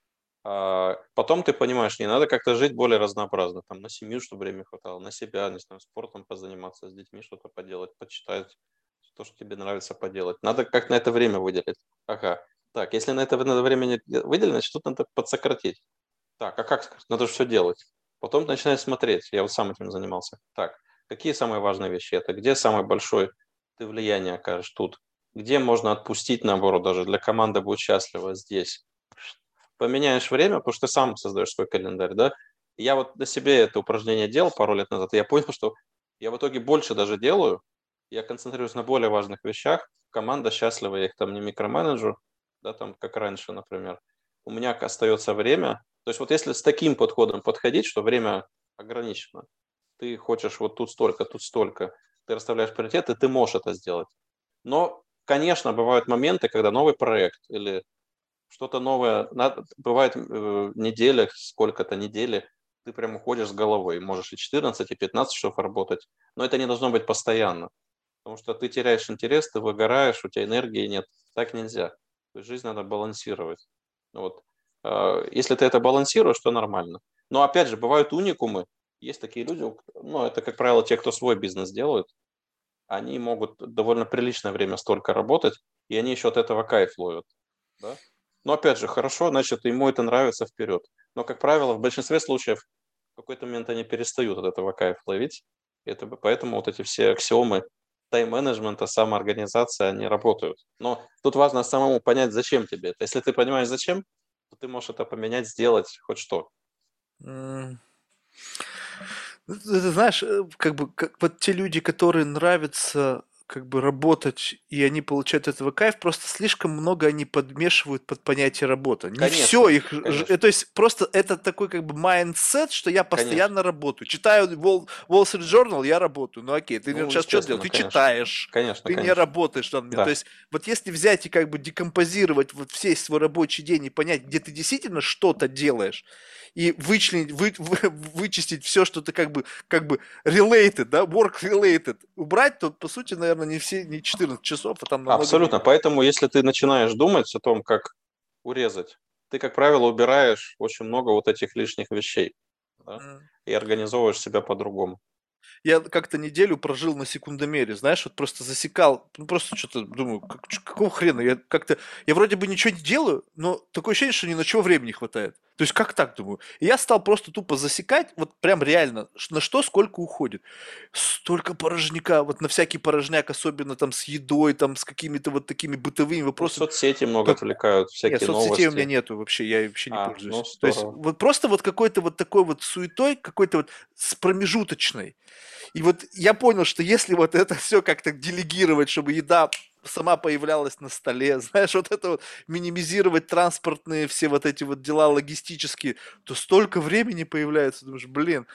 А потом ты понимаешь, не надо как-то жить более разнообразно. Там на семью, чтобы времени хватало, на себя, не знаю, спортом позаниматься, с детьми что-то поделать, почитать, то, что тебе нравится поделать. Надо как на это время выделить. Ага. Так, если на это надо время выделить, значит, тут надо подсократить. Так, а как? Надо же все делать. Потом ты начинаешь смотреть. Я вот сам этим занимался. Так, какие самые важные вещи? Это где самое большое ты влияние окажешь тут? Где можно отпустить, наоборот, даже для команды будет счастлива здесь? Поменяешь время, потому что ты сам создаешь свой календарь, да? Я вот на себе это упражнение делал пару лет назад, и я понял, что я в итоге больше даже делаю, я концентрируюсь на более важных вещах, команда счастлива, я их там не микроменеджу, да, там, как раньше, например. У меня остается время, то есть вот если с таким подходом подходить, что время ограничено, ты хочешь вот тут столько, ты расставляешь приоритеты, ты можешь это сделать. Но, конечно, бывают моменты, когда новый проект или что-то новое. Бывает неделя, сколько-то недели, ты прям уходишь с головой. Можешь и 14, и 15 часов работать. Но это не должно быть постоянно. Потому что ты теряешь интерес, ты выгораешь, у тебя энергии нет. Так нельзя. То есть жизнь надо балансировать. Вот. Если ты это балансируешь, то нормально. Но опять же, бывают уникумы. Есть такие люди, ну, это, как правило, те, кто свой бизнес делают. Они могут довольно приличное время столько работать, и они еще от этого кайф ловят. Да? Но опять же, хорошо, значит, ему это нравится вперед. Но, как правило, в большинстве случаев в какой-то момент они перестают от этого кайф ловить. Поэтому вот эти все аксиомы тайм-менеджмента, самоорганизация, они работают. Но тут важно самому понять, зачем тебе это. Если ты понимаешь, зачем, то ты можешь это поменять, сделать хоть что. М. Ну, ты знаешь, как бы как вот те люди, которые нравится как бы работать, и они получают от этого кайф, просто слишком много они подмешивают под понятие работа. Не все Конечно, их, конечно, то есть просто это такой как бы майндсет, что я конечно. постоянно работаю. Читаю Wall Street Journal, я работаю. Ну окей, ты Ну, сейчас что делаешь? естественно, Ты конечно. читаешь, Конечно, ты не конечно. работаешь в данный момент. То Да. есть вот если взять и как бы декомпозировать вот весь свой рабочий день и понять, где ты действительно что-то делаешь, и вычленить, вычистить все, что ты как бы related, да, work related, убрать, то, по сути, наверное, не 14 часов, а там намного Абсолютно. меньше. Поэтому, если ты начинаешь думать о том, как урезать, ты, как правило, убираешь очень много вот этих лишних вещей, да, Мгм. и организовываешь себя по-другому. Я как-то неделю прожил на секундомере, знаешь, вот просто засекал, ну просто что-то думаю, какого хрена, я вроде бы ничего не делаю, но такое ощущение, что ни на чего времени не хватает. То есть как так, думаю? И я стал просто тупо засекать, вот прям реально, на что сколько уходит. Столько порожняка, вот на всякий порожняк, особенно там с едой, там с какими-то вот такими бытовыми Ну, вопросами. соцсети много Как отвлекают, Нет, всякие соцсетей у меня новости. нету вообще, я вообще не Ну, пользуюсь. То есть здорово. вот просто вот какой-то вот такой вот суетой, какой-то вот с промежуточной. И вот я понял, что если вот это все как-то делегировать, чтобы еда сама появлялась на столе, знаешь, вот это вот минимизировать транспортные все вот эти вот дела логистические, то столько времени появляется, думаешь, блин,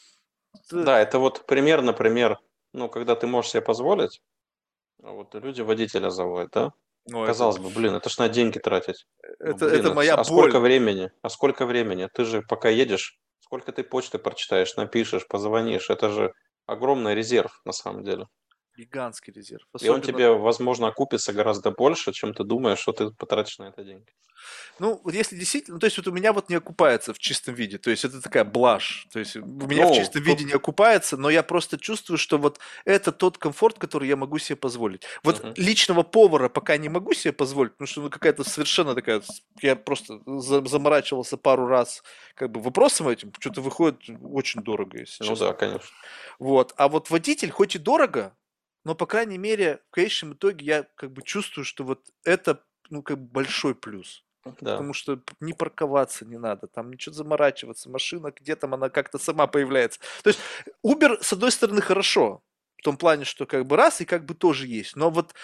это- Да, это вот пример, например, ну, когда ты можешь себе позволить, а вот люди водителя заводят, да? ну, Казалось бы, блин, это ж на деньги тратить. Ну, блин, это моя а сколько боль. времени? А сколько времени? Ты же пока едешь, сколько ты почты прочитаешь, напишешь, позвонишь. Это же огромный резерв на самом деле. Гигантский резерв. И он Особенно тебе, возможно, окупится гораздо больше, чем ты думаешь, что ты потратишь на это деньги. Ну, вот если действительно, то есть вот у меня вот не окупается в чистом виде, то есть это такая блажь, то есть у меня в Ну, чистом виде тут... не окупается, но я просто чувствую, что вот это тот комфорт, который я могу себе позволить. Вот Мгм. личного повара пока не могу себе позволить, потому что ну, какая-то совершенно такая, я просто заморачивался пару раз как бы вопросом этим, что-то выходит очень дорого, если Ну да, честно. конечно. Вот, а вот водитель хоть и дорого, но по крайней мере в конечном итоге я как бы чувствую, что вот это ну как бы большой плюс. Да, Потому что не парковаться не надо, там ничего заморачиваться, машина где там, она как-то сама появляется. То есть Uber, с одной стороны, хорошо, в том плане, что как бы раз и как бы тоже есть, но вот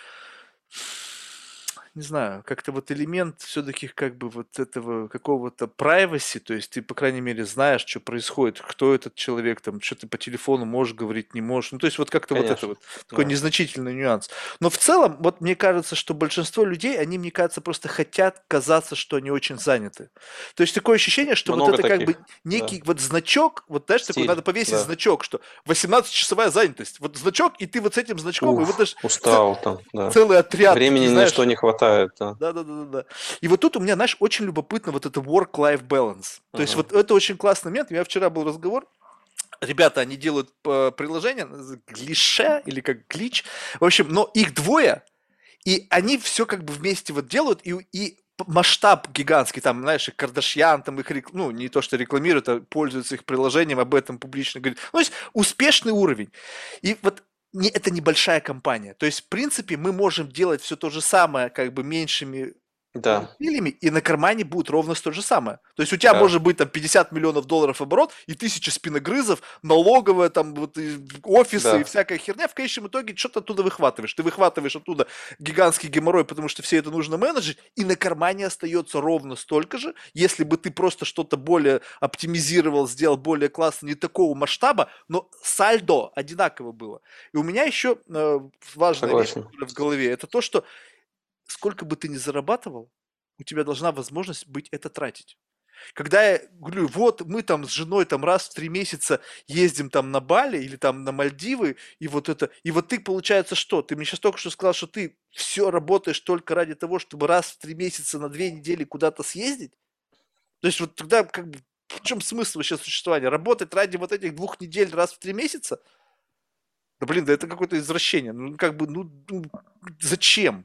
не знаю, как-то вот элемент все-таки как бы вот этого какого-то privacy, то есть ты, по крайней мере, знаешь, что происходит, кто этот человек, там, что ты по телефону можешь говорить, не можешь. Ну, то есть вот как-то вот это конечно. вот такой Да. незначительный нюанс. Но в целом, вот мне кажется, что большинство людей, они, мне кажется, просто хотят казаться, что они очень заняты. То есть такое ощущение, что вот Много это как бы таких, да. некий вот значок, вот знаешь, такой надо Стиль, повесить да. значок, что 18-часовая занятость. Вот значок, и ты вот с этим значком, и вот даже Устал там, да. целый отряд Времени такие, ни на что знаешь, не хватает, да. да-да-да-да. И вот тут у меня, знаешь, очень любопытно вот это work-life balance. То есть Мгм. вот это очень классный момент. У меня вчера был разговор. Ребята, они делают приложение, глише или как глич. В общем, но их двое, и они все как бы вместе вот делают, и масштаб гигантский, там, знаешь, и Кардашьян, там их, ну, не то, что рекламируют, а пользуются их приложением, об этом публично говорит. Ну, то есть успешный уровень. И вот это небольшая компания. То есть, в принципе, мы можем делать все то же самое, как бы меньшими Да, усилиями, и на кармане будет ровно то же самое. То есть у тебя да, может быть там 50 миллионов долларов оборот и 1000 спиногрызов, налоговая, там вот и офисы и да. всякая херня. В конечном итоге что ты оттуда выхватываешь? Ты выхватываешь оттуда гигантский геморрой, потому что все это нужно менеджить, и на кармане остается ровно столько же, если бы ты просто что-то более оптимизировал, сделал более классно, не такого масштаба, но сальдо одинаково было. И у меня еще важная вещь, Согласен. которая в голове, это то, что сколько бы ты ни зарабатывал, у тебя должна возможность быть это тратить. Когда я говорю, вот мы там с женой там раз в 3 месяца ездим там на Бали или там на Мальдивы, и вот это, и вот ты, получается, что? Ты мне сейчас только что сказал, что ты все работаешь только ради того, чтобы раз в 3 месяца на 2 недели куда-то съездить? То есть вот тогда как бы в чем смысл вообще существования? Работать ради вот этих 2 недель раз в 3 месяца? Да блин, да это какое-то извращение. Ну как бы, ну зачем?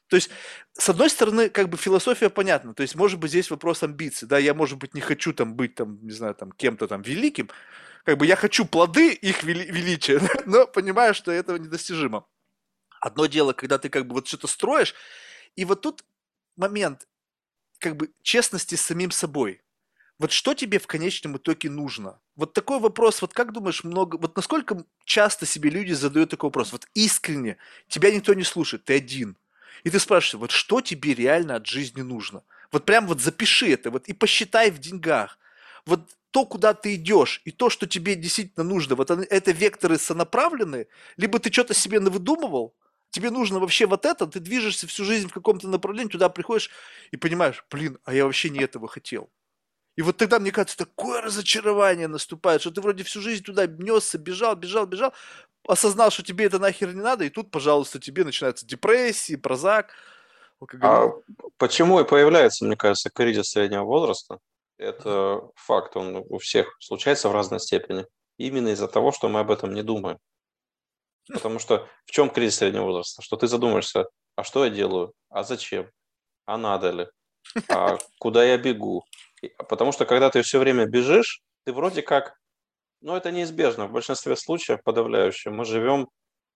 То есть, с одной стороны, как бы философия понятна, то есть, может быть, здесь вопрос амбиций, да, я, может быть, не хочу там быть, там, не знаю, там, кем-то там великим, как бы я хочу плоды их величия, но понимаю, что этого недостижимо. Одно дело, когда ты как бы вот что-то строишь, и вот тут момент как бы честности с самим собой. Вот что тебе в конечном итоге нужно? Вот такой вопрос, вот как думаешь, вот насколько часто себе люди задают такой вопрос, вот искренне, тебя никто не слушает, ты один, и ты спрашиваешь, вот что тебе реально от жизни нужно? Вот прям вот запиши это, вот и посчитай в деньгах. Вот то, куда ты идешь, и то, что тебе действительно нужно, вот это векторы сонаправлены, либо ты что-то себе навыдумывал, тебе нужно вообще вот это, ты движешься всю жизнь в каком-то направлении, туда приходишь и понимаешь, блин, а я вообще не этого хотел. И вот тогда, мне кажется, такое разочарование наступает, что ты вроде всю жизнь туда несся, бежал, бежал, бежал, осознал, что тебе это нахер не надо, и тут, пожалуйста, тебе начинаются депрессии, прозак, алкоголизм. А почему и появляется, мне кажется, кризис среднего возраста? Это факт, он у всех случается в разной степени. Именно из-за того, что мы об этом не думаем. Потому что в чем кризис среднего возраста? Что ты задумаешься, а что я делаю? А зачем? А надо ли? А куда я бегу? Потому что когда ты все время бежишь, ты вроде как, ну это неизбежно, в большинстве случаев подавляющем мы живем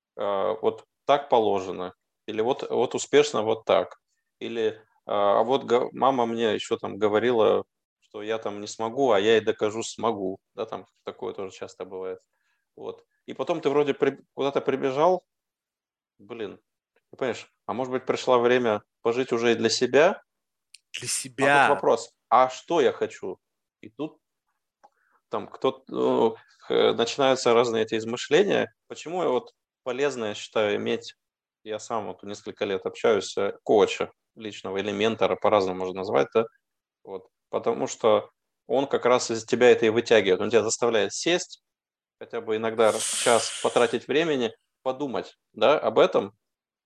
вот так положено, или вот успешно вот так, или вот мама мне еще там говорила, что я там не смогу, а я ей докажу смогу, да, там такое тоже часто бывает, вот. И потом ты вроде куда-то прибежал, блин, ты понимаешь, а может быть пришло время пожить уже и для себя, Для а тут себя. вопрос, а что я хочу? И тут там кто-то, начинаются разные эти измышления. Почему вот полезно, я считаю, иметь, я сам вот несколько лет общаюсь, коуча личного или ментора, по-разному можно назвать, да, вот, потому что он как раз из тебя это и вытягивает, он тебя заставляет сесть, хотя бы иногда час потратить времени, подумать, да, об этом,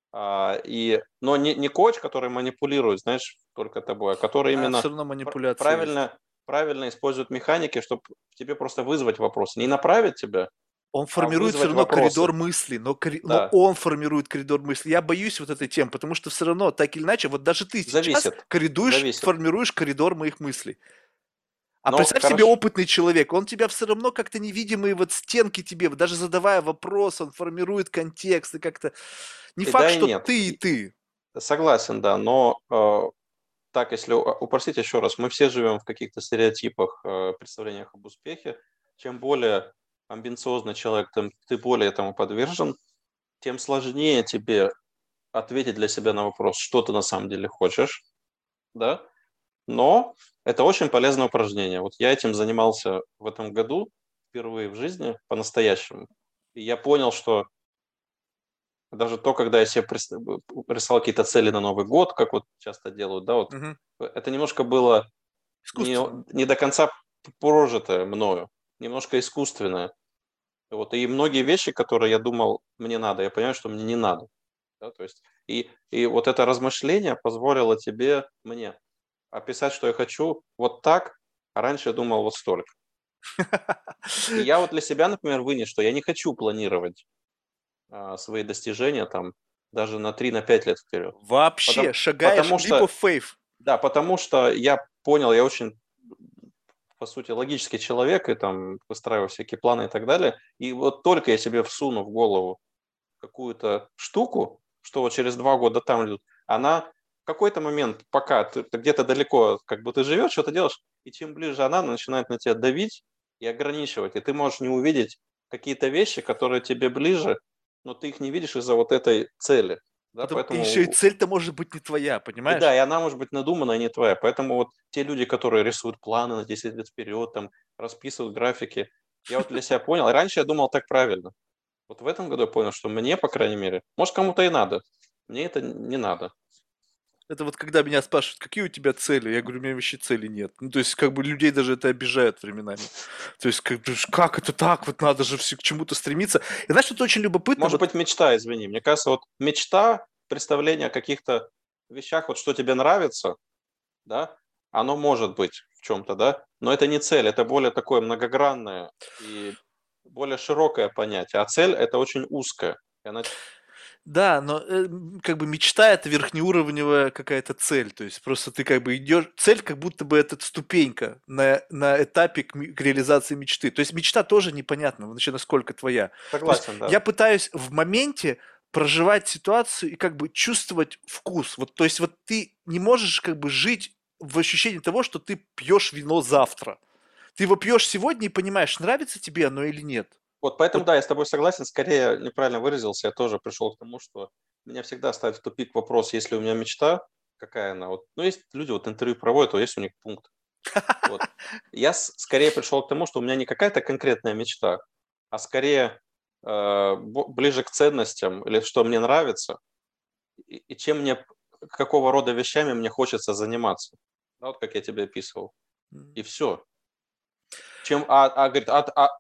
но не коуч, который манипулирует, знаешь, только тобой, а который А, все именно равно манипуляция есть. правильно использует механики, чтобы в тебе просто вызвать вопросы. Не направить тебя, Он а формирует все вызвать равно вопросы. коридор мысли, но Да, он формирует коридор мысли. Я боюсь вот этой темы, потому что все равно, так или иначе, вот даже ты сейчас зависит, зависит. формируешь коридор моих мыслей. А Но представь себе хорошо, опытный человек, он тебя все равно как-то невидимые вот стенки тебе, вот даже задавая вопрос, он формирует контекст и как-то... Не и факт, да, и что нет. ты и ты. Согласен, да, но так, если упростить еще раз, мы все живем в каких-то стереотипах, представлениях об успехе. Чем более амбициозный человек, тем ты более этому подвержен, тем сложнее тебе ответить для себя на вопрос, что ты на самом деле хочешь, да, но это очень полезное упражнение. Вот я этим занимался в этом году впервые в жизни по-настоящему. И я понял, что даже то, когда я себе рисовал какие-то цели на Новый год, как вот часто делают, да, вот Мгм. это немножко было Искусственно. не до конца прожитое мною, немножко искусственное. Вот, и многие вещи, которые я думал, мне надо, я понимаю, что мне не надо. Да, то есть, и вот это размышление позволило тебе, мне, описать, что я хочу вот так, а раньше я думал вот столько. И я вот для себя, например, вынес, что я не хочу планировать свои достижения там даже на 3-5 лет вперед. Вообще, Потому, шагаешь потому leap что, of faith. да, потому что я понял, я очень, по сути, логический человек, и там выстраиваю всякие планы и так далее. И вот только я себе всуну в голову какую-то штуку, что вот через 2 года там идут, она в какой-то момент, пока ты где-то далеко, как бы ты живешь, что-то делаешь, и чем ближе она начинает на тебя давить и ограничивать, и ты можешь не увидеть какие-то вещи, которые тебе ближе, но ты их не видишь из-за вот этой цели. Да, Потом еще и поэтому цель-то может быть не твоя, и да, понимаешь? и она может быть надумана, а не твоя. Поэтому вот те люди, которые рисуют планы на 10 лет вперед, там, расписывают графики, я вот для себя понял. Раньше я думал так правильно. Вот в этом году я понял, что мне, по крайней мере, может, кому-то и надо. Мне это не надо. Это вот когда меня спрашивают, какие у тебя цели? Я говорю, у меня вообще цели нет. Ну, то есть, как бы людей даже это обижает временами. То есть, как это так? Вот надо же все к чему-то стремиться. И знаешь, что очень любопытно, Может вот быть, мечта, извини. Мне кажется, вот мечта, представление о каких-то вещах, вот что тебе нравится, да, оно может быть в чем-то, да, но это не цель, это более такое многогранное и более широкое понятие. А цель – это очень узкое. И она Да, но как бы мечта это верхнеуровневая какая-то цель. То есть просто ты как бы идешь. Цель как будто бы это ступенька на этапе к реализации мечты. То есть мечта тоже непонятна, вообще насколько твоя. То есть Согласен, да. я пытаюсь в моменте проживать ситуацию и как бы чувствовать вкус. Вот, то есть вот ты не можешь как бы жить в ощущении того, что ты пьешь вино завтра. Ты его пьешь сегодня и понимаешь, нравится тебе оно или нет. Вот поэтому, Вот, да, я с тобой согласен, скорее неправильно выразился, я тоже пришел к тому, что меня всегда ставит в тупик вопрос, если у меня мечта, какая она, вот, ну, есть люди, вот интервью проводят, то есть у них пункт, вот. Я скорее пришел к тому, что у меня не какая-то конкретная мечта, а скорее ближе к ценностям или что мне нравится, и чем мне, какого рода вещами мне хочется заниматься. Да, вот как я тебе описывал. И все. Чем, говорит,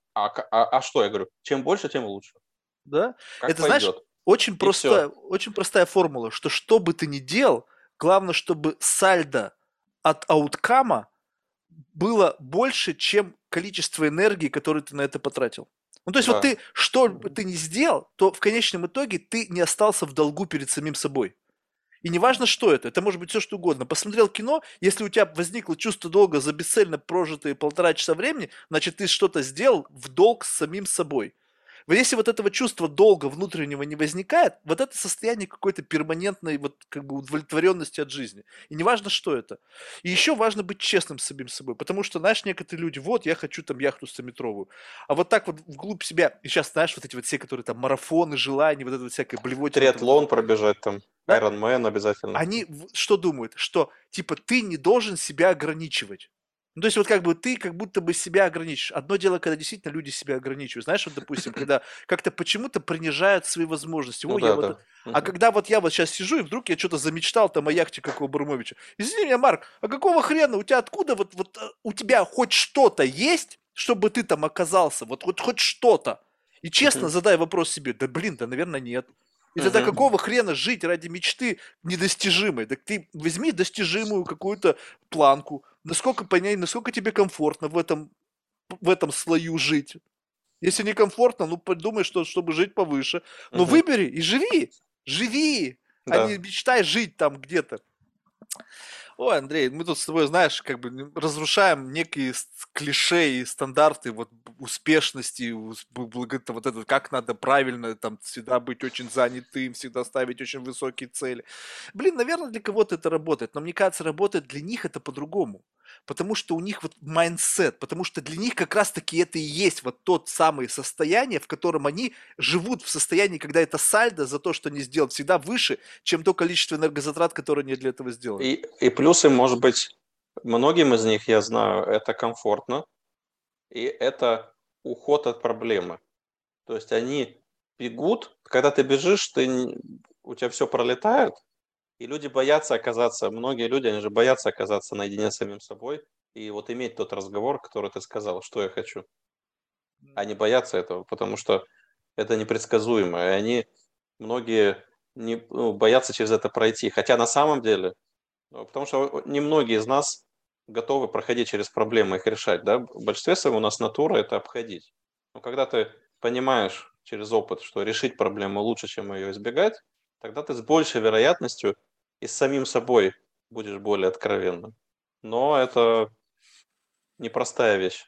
а что? Я говорю, чем больше, тем лучше. да? Как Это, знаешь, пойдет. очень И все. очень простая формула, что бы ты ни делал, главное, чтобы сальдо от ауткама было больше, чем количество энергии, которую ты на это потратил. Ну, то есть вот Да. ты, что бы ты ни сделал, то в конечном итоге ты не остался в долгу перед самим собой. И неважно, что это может быть все что угодно. Посмотрел кино, если у тебя возникло чувство долга за бесцельно прожитые 1,5 часа времени, значит, ты что-то сделал в долг с самим собой. Вот если вот этого чувства долга внутреннего не возникает, вот это состояние какой-то перманентной вот как бы удовлетворенности от жизни. И неважно, что это. И еще важно быть честным с самим собой, потому что, знаешь, некоторые люди, вот, я хочу там яхту 100-метровую, а вот так вот вглубь себя, и сейчас, знаешь, вот эти вот все, которые там марафоны, желания, вот это вот всякое блевотина там, Триатлон пробежать там, да, Iron Man обязательно. они что думают? Что типа ты не должен себя ограничивать. Ну, то есть вот как бы ты как будто бы себя ограничишь. Одно дело, когда действительно люди себя ограничивают. Знаешь, вот, допустим, когда как-то почему-то принижают свои возможности. Ну О, я да, вот... да. А Мгм. когда вот я вот сейчас сижу, и вдруг я что-то замечтал там о яхте, как у Абрамовича. Извини меня, Марк, а какого хрена? У тебя откуда у тебя хоть что-то есть, чтобы ты там оказался? Вот хоть что-то. И честно Мгм. задай вопрос себе. Да блин, да, наверное, нет. И тогда Мгм. какого хрена жить ради мечты недостижимой? Так ты возьми достижимую какую-то планку. Насколько понять, насколько тебе комфортно в этом слою жить. Если некомфортно, ну подумай, что чтобы жить повыше. Но Мгм. выбери и живи. Живи, а не Да. мечтай жить там где-то. Ой, Андрей, мы тут с тобой, знаешь, как бы разрушаем некие клише и стандарты вот успешности, вот это, как надо правильно там всегда быть очень занятым, всегда ставить очень высокие цели. Блин, наверное, для кого-то это работает, но мне кажется, работает для них это по-другому. Потому что у них вот майндсет, потому что для них как раз-таки это и есть вот тот самое состояние, в котором они живут в состоянии, когда это сальдо за то, что они сделали, всегда выше, чем то количество энергозатрат, которые они для этого сделали. И плюсы, может быть, многим из них, я знаю, это комфортно, и это уход от проблемы. То есть они бегут, когда ты бежишь, у тебя все пролетает, и люди боятся оказаться, многие люди, они же боятся оказаться наедине с самим собой и вот иметь тот разговор, который ты сказал, что я хочу. Они боятся этого, потому что это непредсказуемо, и многие боятся через это пройти. Хотя на самом деле, потому что немногие из нас готовы проходить через проблемы, их решать. Да? В большинстве своем у нас натура – это обходить. Но когда ты понимаешь через опыт, что решить проблему лучше, чем ее избегать, тогда ты с большей вероятностью и с самим собой будешь более откровенным. Но это непростая вещь.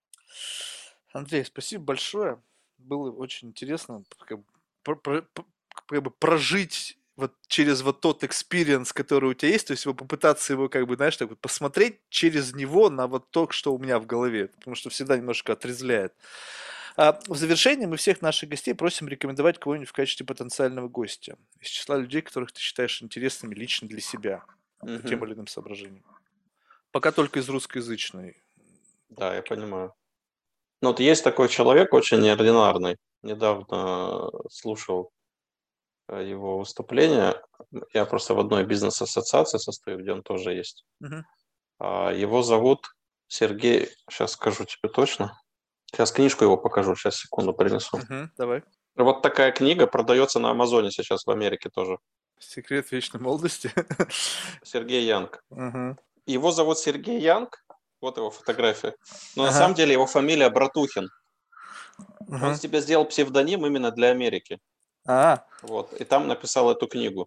Андрей, спасибо большое. Было очень интересно как бы, как бы прожить вот через вот тот экспириенс, который у тебя есть, то есть его попытаться его как бы, знаешь, так вот посмотреть через него на вот то, что у меня в голове, потому что всегда немножко отрезвляет. А в завершение мы всех наших гостей просим рекомендовать кого-нибудь в качестве потенциального гостя из числа людей, которых ты считаешь интересными лично для себя по тем Мгм. или иным соображениям. Пока только из русскоязычной. Да, я понимаю. Ну, вот есть такой человек очень неординарный. Недавно слушал его выступление. Я просто в одной бизнес-ассоциации состою, где он тоже есть. Мгм. Его зовут Сергей, сейчас скажу тебе точно. Сейчас книжку его покажу, сейчас секунду принесу. Мгм. Давай. Вот такая книга продается на Амазоне сейчас в Америке тоже. Секрет вечной молодости. Сергей Янг. Мгм. Его зовут Сергей Янг, вот его фотография. Но на самом Ага. деле его фамилия Братухин. Он Мгм. себе сделал псевдоним именно для Америки. А, Вот, и там написал эту книгу.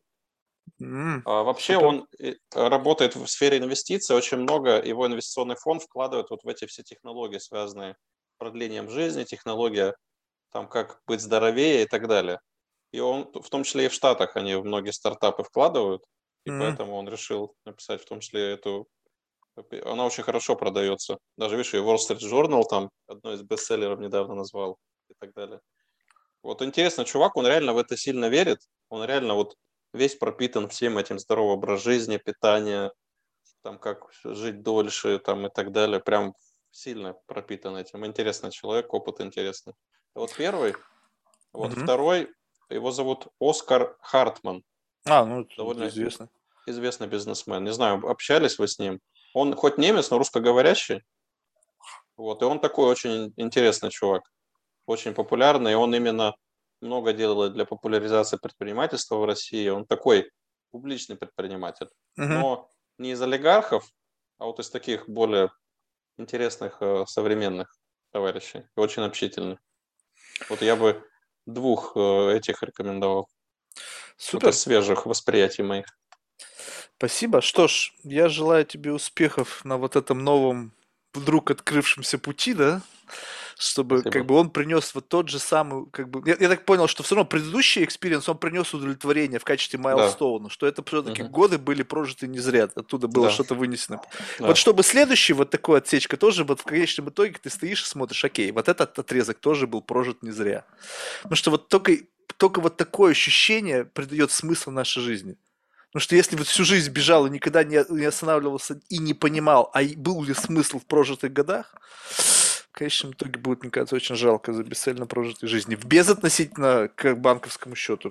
Вообще супер. он работает в сфере инвестиций, очень много его инвестиционный фонд вкладывает вот в эти все технологии, связанные с продлением жизни, технология, там, как быть здоровее и так далее. И он, в том числе и в Штатах, они в многие стартапы вкладывают, и М, поэтому он решил написать в том числе эту. Она очень хорошо продается. Даже, видишь, и Wall Street Journal там одно из бестселлеров недавно назвал и так далее. Вот интересно, чувак, он реально в это сильно верит, он реально вот весь пропитан всем этим здоровый образ жизни, питание, там как жить дольше, там и так далее, прям сильно пропитан этим. Интересный человек, опыт интересный. Вот первый, вот мгм. второй, его зовут Оскар Хартман, Ну, это довольно известно. известный бизнесмен. Не знаю, общались вы с ним? Он хоть немец, но русскоговорящий, вот, и он такой очень интересный чувак, очень популярный, и он именно много делает для популяризации предпринимательства в России. Он такой публичный предприниматель, Мгм. но не из олигархов, а вот из таких более интересных современных товарищей. И очень общительный. Вот я бы двух этих рекомендовал. Вот Супер. из свежих восприятий моих. Спасибо. Что ж, я желаю тебе успехов на вот этом новом вдруг открывшемся пути, да, чтобы как Спасибо. бы он принес вот тот же самый, как бы, я так понял, что все равно предыдущий экспириенс, он принес удовлетворение в качестве Да. майлстоуна, что это все-таки Мгм. годы были прожиты не зря, оттуда было Да. что-то вынесено. Вот Да. чтобы следующий вот такой отсечка тоже, вот в конечном итоге ты стоишь и смотришь, окей, вот этот отрезок тоже был прожит не зря. Потому что вот только вот такое ощущение придает смысл нашей жизни. Потому что если вот всю жизнь бежал и никогда не останавливался и не понимал, был ли смысл в прожитых годах, в конечном итоге будет, мне кажется, очень жалко за бесцельно прожитой жизни. Безотносительно к банковскому счету.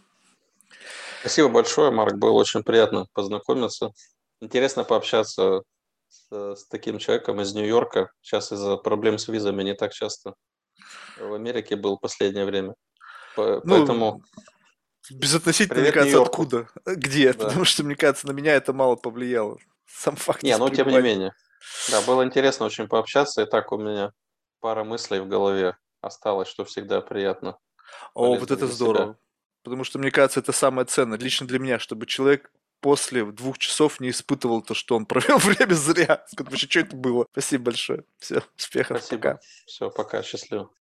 Спасибо большое, Марк. Было очень приятно познакомиться. Интересно пообщаться с таким человеком из Нью-Йорка. Сейчас из-за проблем с визами не так часто в Америке был в последнее время. Ну, Поэтому безотносительно, мне привет кажется, Нью-Йорку. откуда, где. Да. Потому что, мне кажется, на меня это мало повлияло. Сам факт Не, здесь ну тем не пребывания. менее. Да, было интересно очень пообщаться. И так у меня пара мыслей в голове осталось, что всегда приятно, О, вот полезно это для себя. здорово. Потому что, мне кажется, это самое ценное. Лично для меня, чтобы человек после 2 часов не испытывал то, что он провел время зря. Потому что что это было? Спасибо большое. Все, успехов, Спасибо. пока. Все, пока, счастливо.